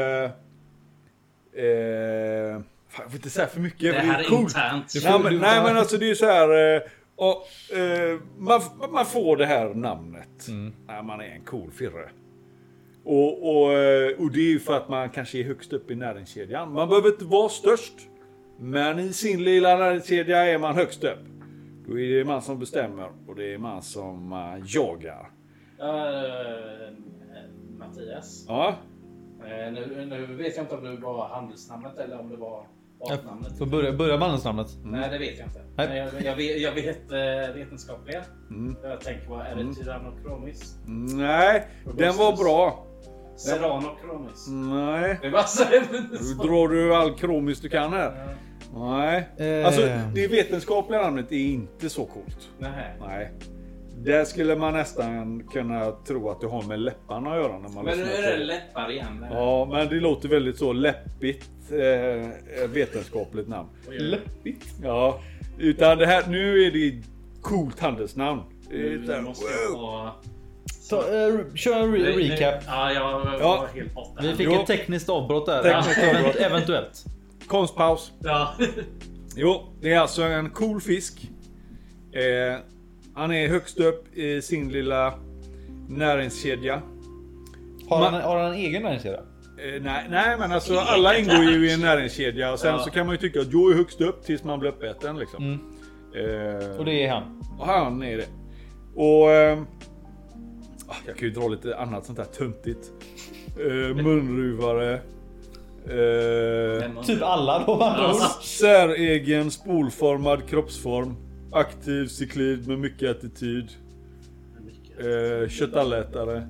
eh, fan, jag får inte säga för mycket. Det för här är coolt. internt. Nej men, nej men alltså det är ju så här. Eh, och, eh, man, man får det här namnet när man är en cool firre. Och, och, eh, och det är ju för att man kanske är högst upp i näringskedjan. Man behöver inte vara störst. Men i sin lilla näringskedja är man högst upp. Då är det man som bestämmer och det är man som uh, jagar. Ja, eh, Mattias. Ja. Eh, nu, nu vet jag inte om det var handelsnamnet eller om det var artnamnet. Får börja, börja med namnet. Nej, det vet jag inte. Nej. Men jag, jag, vet, jag vet eh, vetenskapliga. Mm. Jag tänker på, är det Tyrannochromis? Nej, den var bra. Serranochromis? Nej. Det var så... Nu drar du all kromis du kan här. Nej. Eh. Alltså det vetenskapliga namnet är inte så coolt. Nej. Nej. Där skulle man nästan kunna tro att det har med läpparna att göra när man Men nu lyssnar är det på- läppar igen. Ja, men det låter väldigt så läppigt eh, vetenskapligt namn. Läppigt. Ja, utan det här nu är det coolt handelsnamn. Det är så Nu här, måste jag wow. ha... Så, eh, kör en re- Nu- recap. Ja, jag var Ja. helt borta. Vi fick Jo. ett tekniskt avbrott där. Tekniskt Ja, avbrott. event- Eventuellt. Konstpaus. Ja. Jo, det är alltså en cool fisk. Eh, han är högst upp i sin lilla näringskedja. Har Ma- han, har han en egen näringskedja? Eh, nej, nej, men alltså alla ingår ju i en näringskedja och sen Ja. så kan man ju tycka att jag är högst upp tills man blir uppäten liksom. Mm. Eh, Och det är han. och han är det. Och ehm, ah, jag kan ju dra lite annat sånt där töntigt. Eh, munruvare. Eh, Typ alla då med andra ord. Säregen spolformad kroppsform. Aktiv cyklid med mycket attityd. Eh, köttallätare.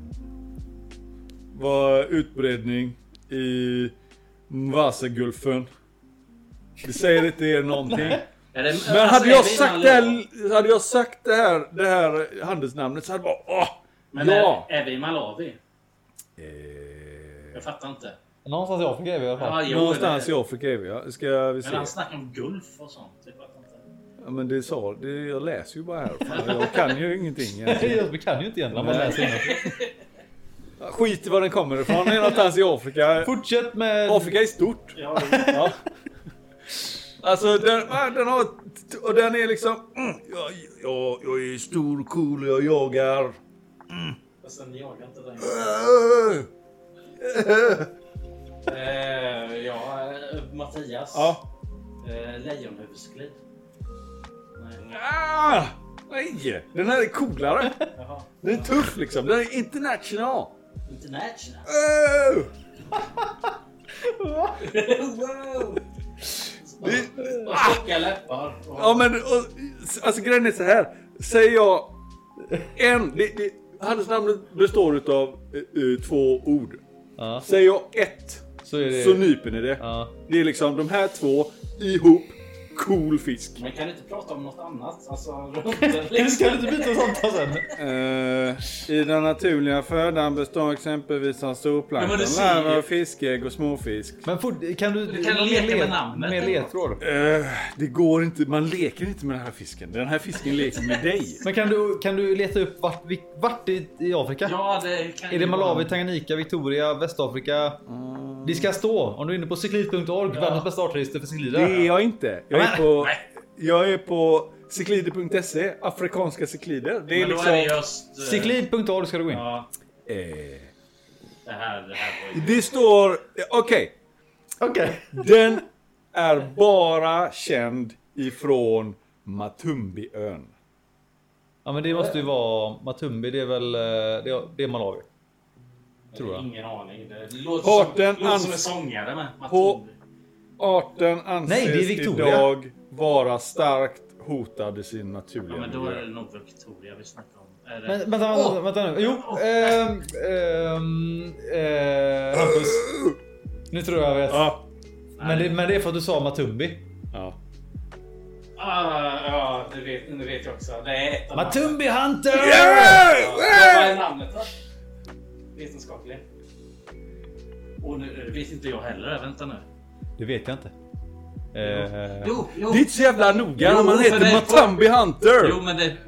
Var utbredning i Vasagulfen. Det säger inte er någonting. Är det, Men alltså, hade är jag det sagt innan det lov? här, hade jag sagt det här, det här handelsnamnet så hade jag bara åh! Men Ja! är, är vi i Malawi? Eh, Jag fattar inte. Någonstans i Afrika är vi i alla fall. Ja, jo, någonstans det- i Afrika är vi, ja. Ska vi se. Men han snackar om Gulf och sånt. Jag fattar inte. Ja, men det sa, det, jag läser ju bara här. Fan, jag kan ju ingenting. egentligen. Vi kan ju inte egentligen. Man läser innantill. Skit i var den kommer ifrån. Det är någonstans i Afrika. Fortsätt med... Afrika är stort. Ja, Ja. Alltså den, ah, den har, och den är liksom, mm, jag, jag, jag är stor, cool, jag jagar. fast den jagar inte den. Uh, Eh, ja, eh, Mattias. ja. Eh, Lejonhuvudskliv. Nej. Ah, Nej, den här är coolare. Jaha. Den är tuff liksom. Den är international. International. Oh! Wow! Det- Tjocka läppar. Och... Ja men och, alltså grejen är så här. Säger jag en, det, det, handelsnamnet består utav uh, två ord. Ja. Säger jag ett Så är det... så nyper ni det. Ja. Det är liksom de här två ihop. Cool fisk. Men kan du inte prata om något annat? Alltså, Du ska inte byta samtal sen. Uh, I den naturliga födan består exempelvis av Men storplankton, vad du säger- larver, fiskägg och småfisk. Men fort, kan du... Du kan någon leka mer med led- namnet. Mer ledtråd. Uh, det går inte, man leker inte med den här fisken. Den här fisken leker med dig. Men kan du, kan du leta upp vart, vi- vart i, i Afrika? Ja, det kan Är det ju Malawi, vara- Tanganyika, Victoria, Västafrika? Det ska stå. Om du är inne på cyklid punkt org, världens bästa artregister för cyklider. Det är jag inte. Jag är Men- på, Nej. jag är på cyklider punkt se, afrikanska cyklider. Det är Men då liksom... är det just... eh, cyklid punkt org ska du gå in. Ja, Eh, det här, det här var ju... det står... Okej. Okej. Den är bara känd ifrån Matumbiön. Ja men det måste ju vara Matumbi, det är väl... eh, Det är, det är Malawi. Tror jag. Ingen aning. Det låter Arten som, låter som en ans- sångare med. På- Matumbi. Arten anses Nej, det är Victoria. idag vara starkt hotad i sin naturliga Ja, men då är miljö. det nog Victoria vi snackar om. Är det... Men, vänta, vänta, vänta nu. Jo, ehm... ehm... eh, Hampus. Nu tror jag jag vet. Ja. Men det, men det är för att du sa Matumbi. Ja. Ah, ja, det vet, det vet jag också. Det är ett av Matumbi Hunter! Yeah! Vad är namnet då? Vetenskapligen. Och nu det vet inte jag heller. Vänta nu. Det vet jag inte. Eh, Jo, jo. Det är inte så jävla noga Jo, när man för heter det är- Matumbi Hunter. Jo, men det...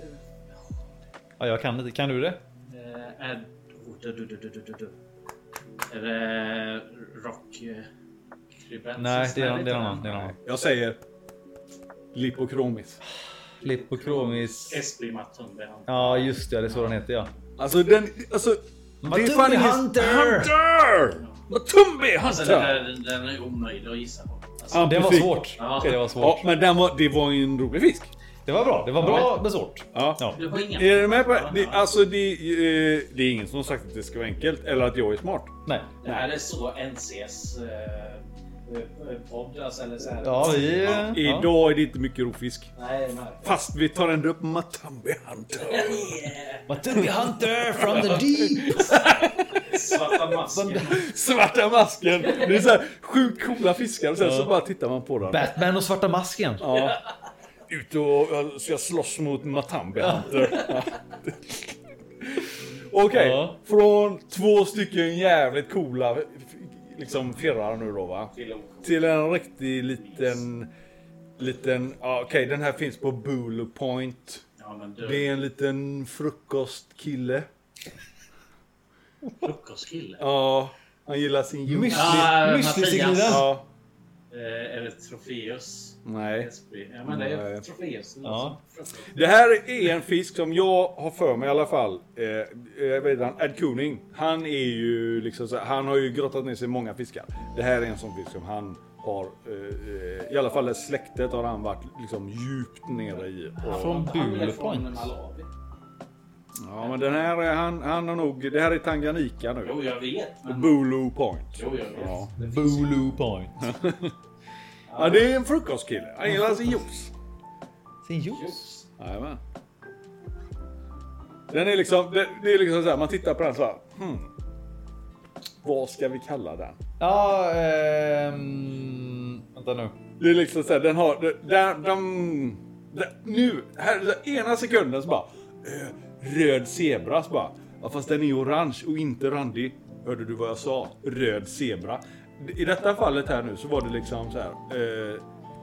ja, jag kan inte. Kan du det? eh, Är... oh, du, du, du, du, du, du. Är det rock... eh, Krybens? Nej, det är, det är inte en den. annan. Det är en annan. Jag säger Lipokromis. Lipokromis. Esby Matumbi. han. Ja, just det. Det är så den heter, ja. Alltså den... Alltså... det är Matumbi fan ingen- Hunter! Hunter! Matumbi Alltså, den, Hunter! är, den är omöjlig att gissa på. Alltså, Ja. Det var Fick- svårt. Ja. Det var svårt. Ja, men den var, det var ju en rolig fisk. Det var bra. Det var bra men svårt. Ja. Ja. Du har ingen... Är du med på det? det? Alltså det, eh, det är ingen som har sagt att det ska vara enkelt eller att jag är smart. Nej. Det här är så N C's eh, podd, alltså, eller så här. Ja, vi... Ja. Idag är det inte mycket rovfisk. Nej, men... Fast vi tar ändå upp Matumbi Hunter. Matumbi Hunter from the deep! Svarta masken. Svarta masken. Det är så här sjukt coola fiskar och sen så bara tittar man på dem. Batman och svarta masken. Ja. Ut och jag ska slåss mot Matumbi Hunter. Ja. Okej, Ja. från två stycken jävligt coola liksom firrar nu då va? Till Till en riktig liten liten, ja, okej den här finns på Bulu Point. Ja, men du. Det är en liten frukostkille. Frukostkille. Ja, han gillar sin juice. Ah, Müsli- Mattias. Müsli-cykliden. Ja, Eh, är det Trofeus? nej. Esby. Ja, men det är Nej. Trofeus. Ja. Det här är en fisk som jag har för mig i alla fall. Eh, jag vet inte, Ed Cooning. Han är ju liksom så, han har ju grottat ner sig i många fiskar. Det här är en sån fisk som han har, eh, i alla fall i släktet har han varit liksom djupt nere i. Och, Från Han är Bulu från Point. Malawi. ja men den här, är- han, han har nog, det här är Tanganyika nu. Jo, jag vet. Men... Bulu Point. Jo, jag vet. Ja. Bulu Point. Ja, det är en frukostkille. Han gillar sin juice. Sin juice? Just. Jajamän. Den är liksom, det, det är liksom så här, man tittar på den så här. Hmm. Vad ska vi kalla den? Ja, ehm... Vänta nu. Det är liksom så här, den har, den, den, den, den nu, här, den ena sekunden så bara, eh, röd zebra så bara, ja, fast den är orange och inte randig. Hörde du vad jag sa? Röd zebra. I detta fallet här nu så var det liksom så här, eh,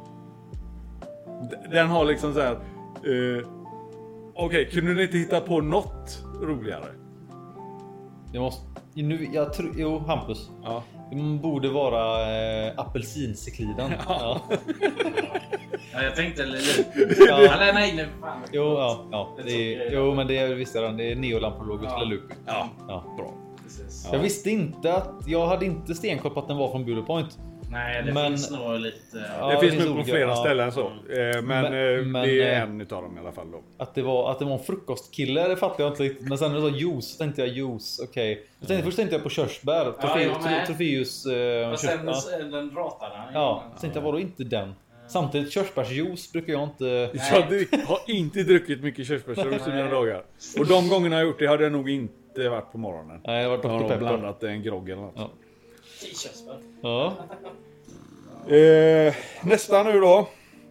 d- den har liksom så här, eh, okej, kunde ni inte hitta på något roligare? Jag måste... Nu, jag tror... Jo, Hampus. Ja. Det borde vara eh, apelsincykliden. Ja. Ja, jag tänkte lite... Ja. Eller nej, nu fan. Jo, ja, ja. Det är, jo, men det är visst är den. Det är Neolampologus Ja. Lelupi. Ja, Ja. bra. Precis. Jag visste inte att... Jag hade inte stenkoll på att den var från Bulu Point. Nej, det Men- finns nog lite... Ja, det det finns finns nog på olika, flera ja. ställen så. Eh, Men, Men- eh, men, det är eh, en utav dem i alla fall då. Att det var att det var en frukostkille, det fattade jag inte riktigt. Men sen när det var juice så tänkte jag juice, okej. Okay. Tänkte, först tänkte jag på körsbär, jag Trofeus, med. Trofeus eh, Och sen körsbär. den, den ratade han. Ja, så tänkte jag, vadå inte den? Samtidigt körsbärsjuice brukar jag inte... Jag drick- har inte druckit mycket körsbärsjuice i mina dagar. Och de gångerna jag gjort det hade jag nog inte varit på morgonen. Nej, det var Jag har doktor nog Pepper. blandat en grogg eller något. Ja. Körsbär. Ja. Eh, nästa nu då.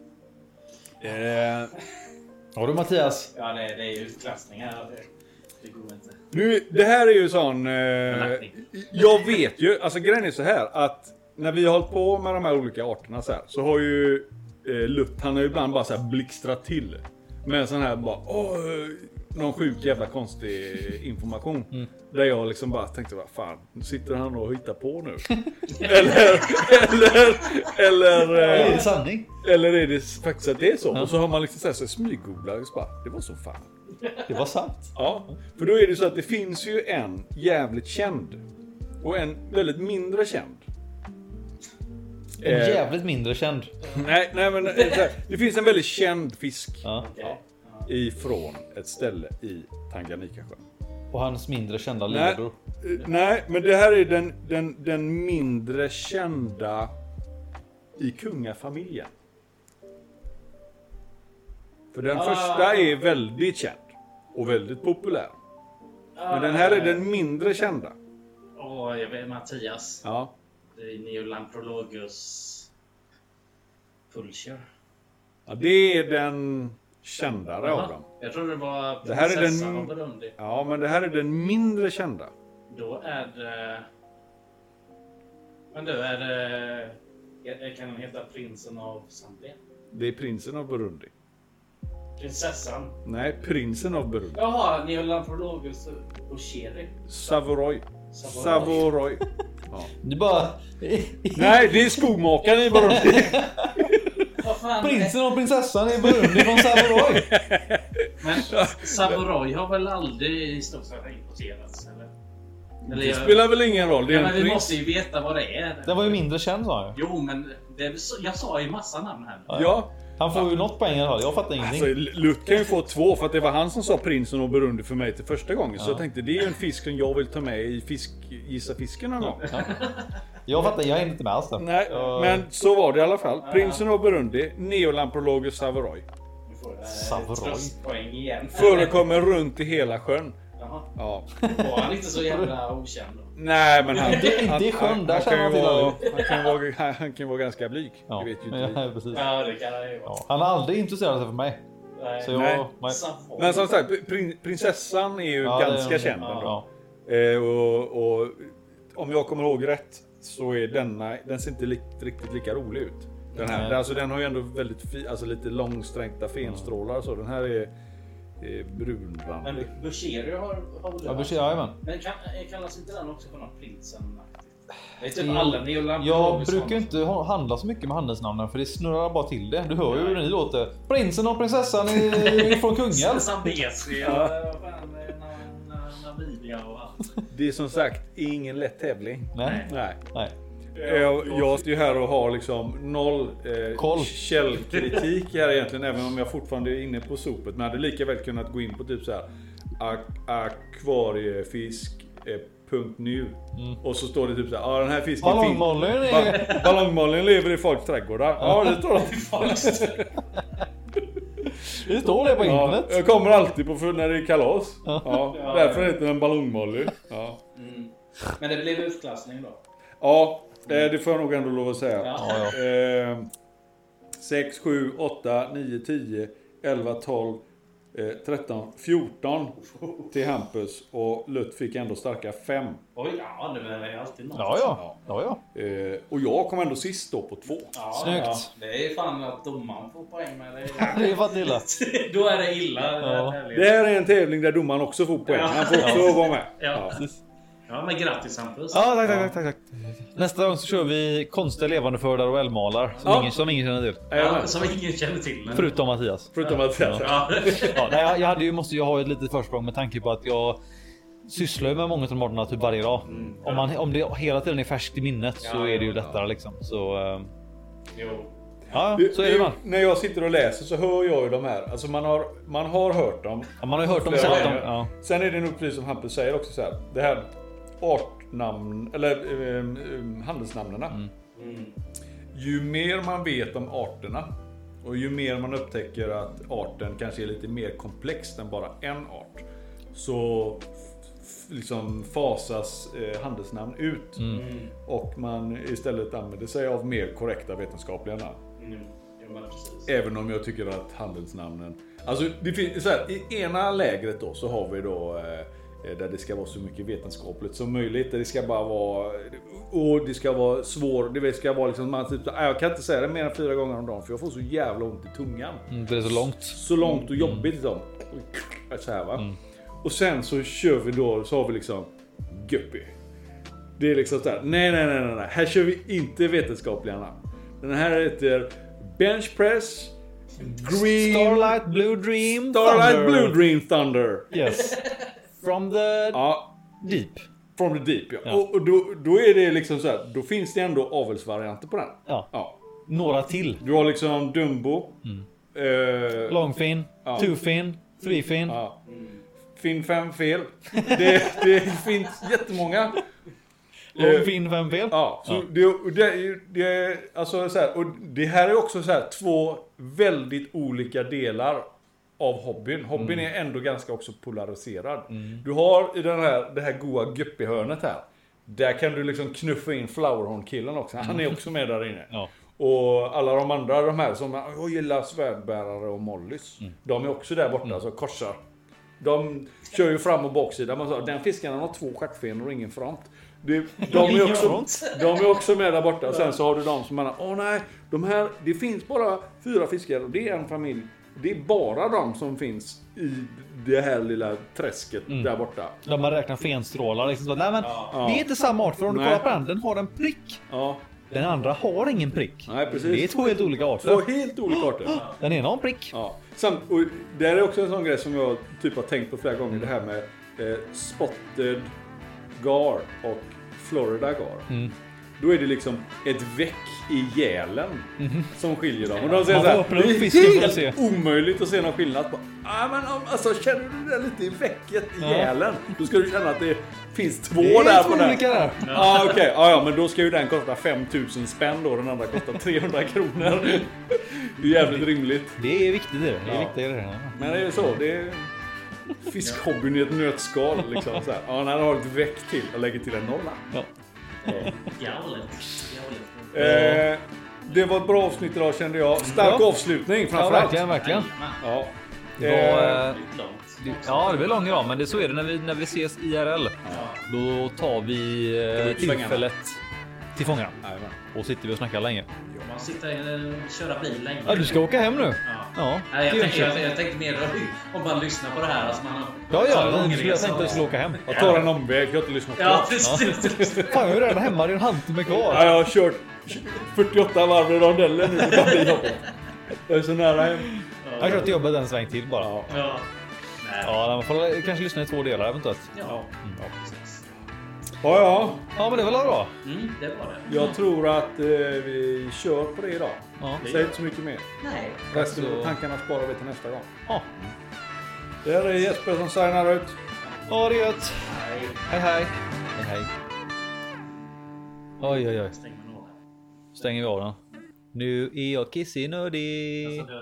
Eh, Har du Mattias? Ja, det, det är ju utklassningar. Det, det går inte. nu, det här är ju sån... Eh, Nackning. jag vet ju, alltså grejen är så här att när vi har hållit på med de här olika arterna så här, så har ju eh, Lutt, han har ju ibland bara så här blixtrat till. Med en sån här bara, åh, någon sjuk jävla konstig information. Mm. Där jag liksom bara tänkte, vad fan, nu sitter han och hittar på nu. eller, eller, eller, Eller är eh, det sanning? eller är det faktiskt att det är så? Ja. Och så har man liksom så här, så smyggooglat och så bara, det var så fan. Det var sant. Ja, för då är det så att det finns ju en jävligt känd och en väldigt mindre känd. En Eh, jävligt mindre känd. Nej, nej men eh, så här, det finns en väldigt känd fisk Ja. Okej. ifrån ett ställe i Tanganyikasjön. Och hans mindre kända Nej, lillebror. eh, nej, men det här är den, den, den mindre kända i kungafamiljen. För den Ah. första är väldigt känd och väldigt populär. Men den här är den mindre kända. Åh, jag vet Mattias. Ja. Det är Neolamprologus Pulcher. Ja, det är den kändare av dem. Jag tror det var Det här är prinsessan den- av Burundi. Ja, men det här är den mindre kända. Då är det... Men då är det... Kan den heta prinsen av Zambia? Det är prinsen av Burundi. Prinsessan? Nej, prinsen av Burundi. Jaha, Neolamprologus Osheri. Savoy. Savoy. Savoy. Ja. Du bara... Nej, det är skomakaren i Burundi. Vad fan? Prinsen och prinsessan i Burundi från Savoy. Men Savoy har väl aldrig i stort sett importerats? Eller? Eller Det jag- spelar väl ingen roll. Det är Ja, en men vi prins. måste ju veta vad det är. Den var ju mindre känd sa jag. Jo, men det, jag sa ju massa namn här. Ja, Han får ju något poäng i alla fall. Jag fattar ingenting. alltså Lutt kan ju få två för att det var han som sa prinsen av Burundi för mig till första gången. Så jag tänkte, det är ju en fisk som jag vill ta med i fisk, gissa fisken någon gång. Ja. Jag fattar, jag är inte med alls där. Nej, Jag- men så var det i alla fall. Prinsen av Burundi, Neolamprologus Savoy. Nu får jag Savoy. tröstpoäng igen. Förekommer runt i hela sjön. Jaha. Ja. Var han inte så jävla okänd då? Nej, men han... Inte- inte han- i sjön, där han kan känner ju han till vara, alla. han kan vara, han, han kan vara ganska blyg. Ja, Det vet ju inte men, vi. ja, precis. Ja, det kan det ju vara. Ja. Han har aldrig intresserat sig för mig. Nej. Så jag, Nej. nej. Savoy. Men som sagt, prin, prinsessan är ju Ja, det är ganska hon. känd Ja. ändå. Eh, och, och om jag kommer ihåg rätt så är denna, den ser inte li, riktigt lika rolig ut. Den här, Nej. alltså den har ju ändå väldigt fi, alltså lite långsträckta fenstrålar och så. Den här är, är brunrandig. Men Busheri har, har väl Ja, besked, jajamän. Men kan, kallas inte den också för något prinsen-aktigt? Det är typ Mm. alla Neolamprologus. Jag brukar inte ha- handla så mycket med handelsnamnen för det snurrar bara till det. Du hör ju hur det låter. Prinsen och prinsessan i- från Kungälv. Zambesi och vad fan, Na- Na- Namibia och allt. Det är som sagt ingen lätt tävling. Nej. Nej. Nej. Jag, jag står ju här och har liksom noll eh, Koll. källkritik här egentligen, även om jag fortfarande är inne på sopet. Men hade lika väl kunnat gå in på typ så här ak- akvariefisk eh, punkt nu och så står det typ så här, ja den här fisken finns. Ballongmollen är... Ba- Ballongmollen lever i folks trädgårdar. Ja, det står det. Det står det på Ja, internet. jag kommer alltid på för när det är kalas. Ja. Ja, därför heter den ballongmolly. Ja. Mm. Men det blev utklassning då? Ja, det, det får jag nog ändå lov att säga. Ja. Ja, Eh, sex, sju, åtta, nio, tio, elva, tolv, eh, tretton, fjorton till Hampus och Lutt fick ändå starka fem. Oj, ja, det är alltid något. Ja, ja. Ja, ja. Eh, och jag kom ändå sist då på två. Ja, Snyggt. Ja. Det är fan att domaren får poäng med det. Det är fan illa. Då är det illa. Ja. Det här är en tävling där domaren också får poäng. Han får också vara med. Ja. Ja, men grattis Hampus. Ja, tack, tack, tack, tack. Nästa gång så kör vi konstiga levande fördar och älgmalar som, Ja. ingen, som ingen känner till. Ja, som ingen känner till. Men... Förutom Mattias. Förutom att säga Ja. Ja, nej, jag, jag, hade ju, måste ju ha ett litet försprång med tanke på att jag sysslar ju med många av de arterna typ varje dag. Mm. Om, man, om det hela tiden är färskt i minnet så Ja, är det ju ja, ja. lättare liksom. Så eh, Jo. ja, Det- så är det man. När jag sitter och läser så hör jag ju de här. Alltså man har, man har hört dem. Ja, man har ju hört dem och Flera sett dem. gånger. Ja. Sen är det nog precis som Hampus säger också så här. Det här artnamn, eller um, um, handelsnamnena. Mm. Ju mer man vet om arterna och ju mer man upptäcker att arten kanske är lite mer komplex än bara en art, så f- liksom fasas eh, handelsnamn ut Mm. och man istället använder sig av mer korrekta vetenskapliga namn. Mm. Jo, men precis. Även om jag tycker att handelsnamnen, alltså det finns så här, i ena lägret då så har vi då eh, där det ska vara så mycket vetenskapligt som möjligt. Där det ska bara vara, och det ska vara svårt, det ska vara liksom, man typ, jag kan inte säga det mer än fyra gånger om dagen för jag får så jävla ont i tungan. Mm, det är så långt. Så långt och jobbigt liksom. Så här, va? Och sen så kör vi då, så har vi liksom Guppy. Det är liksom så här, nej nej nej nej, här kör vi inte vetenskapliga namn. Den här heter Bench Press Green Starlight Blue Dream Starlight Thunder. Blue Dream Thunder. Yes. From the Ja, deep. from the deep ja. Ja. Och, och då, då är det liksom så här, då finns det ändå avelsvarianter på den. Ja. Ja. Några till. Du har liksom Dumbo. Eh, Longfin, Ja. twofin, threefin. ja. Fin fem fel. Det, det finns jättemånga. Longfin, fem fel. Ja, så Ja. Det, det, det, alltså så här, och det här är också så här två väldigt olika delar av hobbyn. Hobbyn är ändå ganska också polariserad. Du har i den här, det här goa guppihörnet här. Där kan du liksom knuffa in Flowerhorn-killen också. Han är också med där inne. Ja. Och alla de andra, de här som jag gillar svärdbärare och mollys. De är också där borta, alltså korsar. De kör ju fram och baksida. Man sa, den fiskaren har två stjärtfenor och ingen front. Det, de, är också, de är också med där borta. Och sen så har du de som menar, åh nej, de här, det finns bara fyra fiskare och det är en familj. Det är bara de som finns i det här lilla träsket där borta. De har räknat fenstrålar liksom så. Nej men Ja. det är inte samma art för om du Nej. kollar på den, den har en prick. Ja, Den andra har ingen prick. nej precis. Det är två helt olika Två arter. helt olika arter. Den ena har en prick. Ja. Samt, och det är också en sån grej som jag typ har tänkt på flera gånger. Det här med eh, spotted gar och Florida gar. Mm. Då är det liksom ett veck i gälen som skiljer dem. Och de säger Man så här, får öppna upp det fisken för är att helt se." omöjligt att se någon skillnad. Ah, men om- alltså, känner du det lite i vecket i Ja. gälen? Då ska du känna att det finns två Det är där två på den. olika där. Ja okej, ja, ja men då ska ju den kosta fem tusen spänn då, den andra kostar trehundra kronor. Det är jävligt rimligt. Det är viktigt det. Det är Ja. viktigt det. Men det är så, det är fiskhobbyn i ett nötskal liksom så här. Ja, när du har ett veck till och lägger till en nolla. Ja. Galet. Galet. Eh, det var ett bra avsnitt idag kände jag. Stark Ja. avslutning Ja, framförallt. verkligen, verkligen. Ja. Det var, Eh, eh, Lite långt. det- ja, det blir lång idag, men det så är det när vi, när vi ses I R L. Då tar vi Tar vi eh, ut svängarna. tillfället till fångarna. jajamän. Och sitter vi och snackar länge. Man sitter och köra bil länge. Ja, du ska åka hem nu? Ja. Ja, Nej, jag, det tänkte, gör jag, jag. jag tänkte mer om man lyssnar på det här. Alltså man har, Ja, ja, tar jag, lång skulle, jag resa tänkte att jag skulle åka hem. Jag tar en omväg, jag har inte lyssnat Ja, klart. precis. Fan, jag är redan hemma, det är en halvtimme kvar. Ja, jag har kört fyrtioåtta varv i rondellen nu. Det bara blir jobbigt. Jag är så nära hem. Jag har kört till jobbet en sväng till bara. Ja, Ja. Ja. Nej. man får kanske lyssna i två delar eventuellt. Ja. Ja, precis. Ja, ja. Ja, men det var väl bra. Mm, det var det. Jag tror att eh, vi kör på det idag. Ja. Säg inte så mycket mer. Nej. Resten Så- av tankarna sparar vi till nästa gång. Ja, Det här är Jesper som signar ut. ja det är gött. Nej. Hej, hej. Hej, hej. Oj, oj, oj. Stäng med några. Stänger vi av den. Nu är jag kissnödig. Alltså,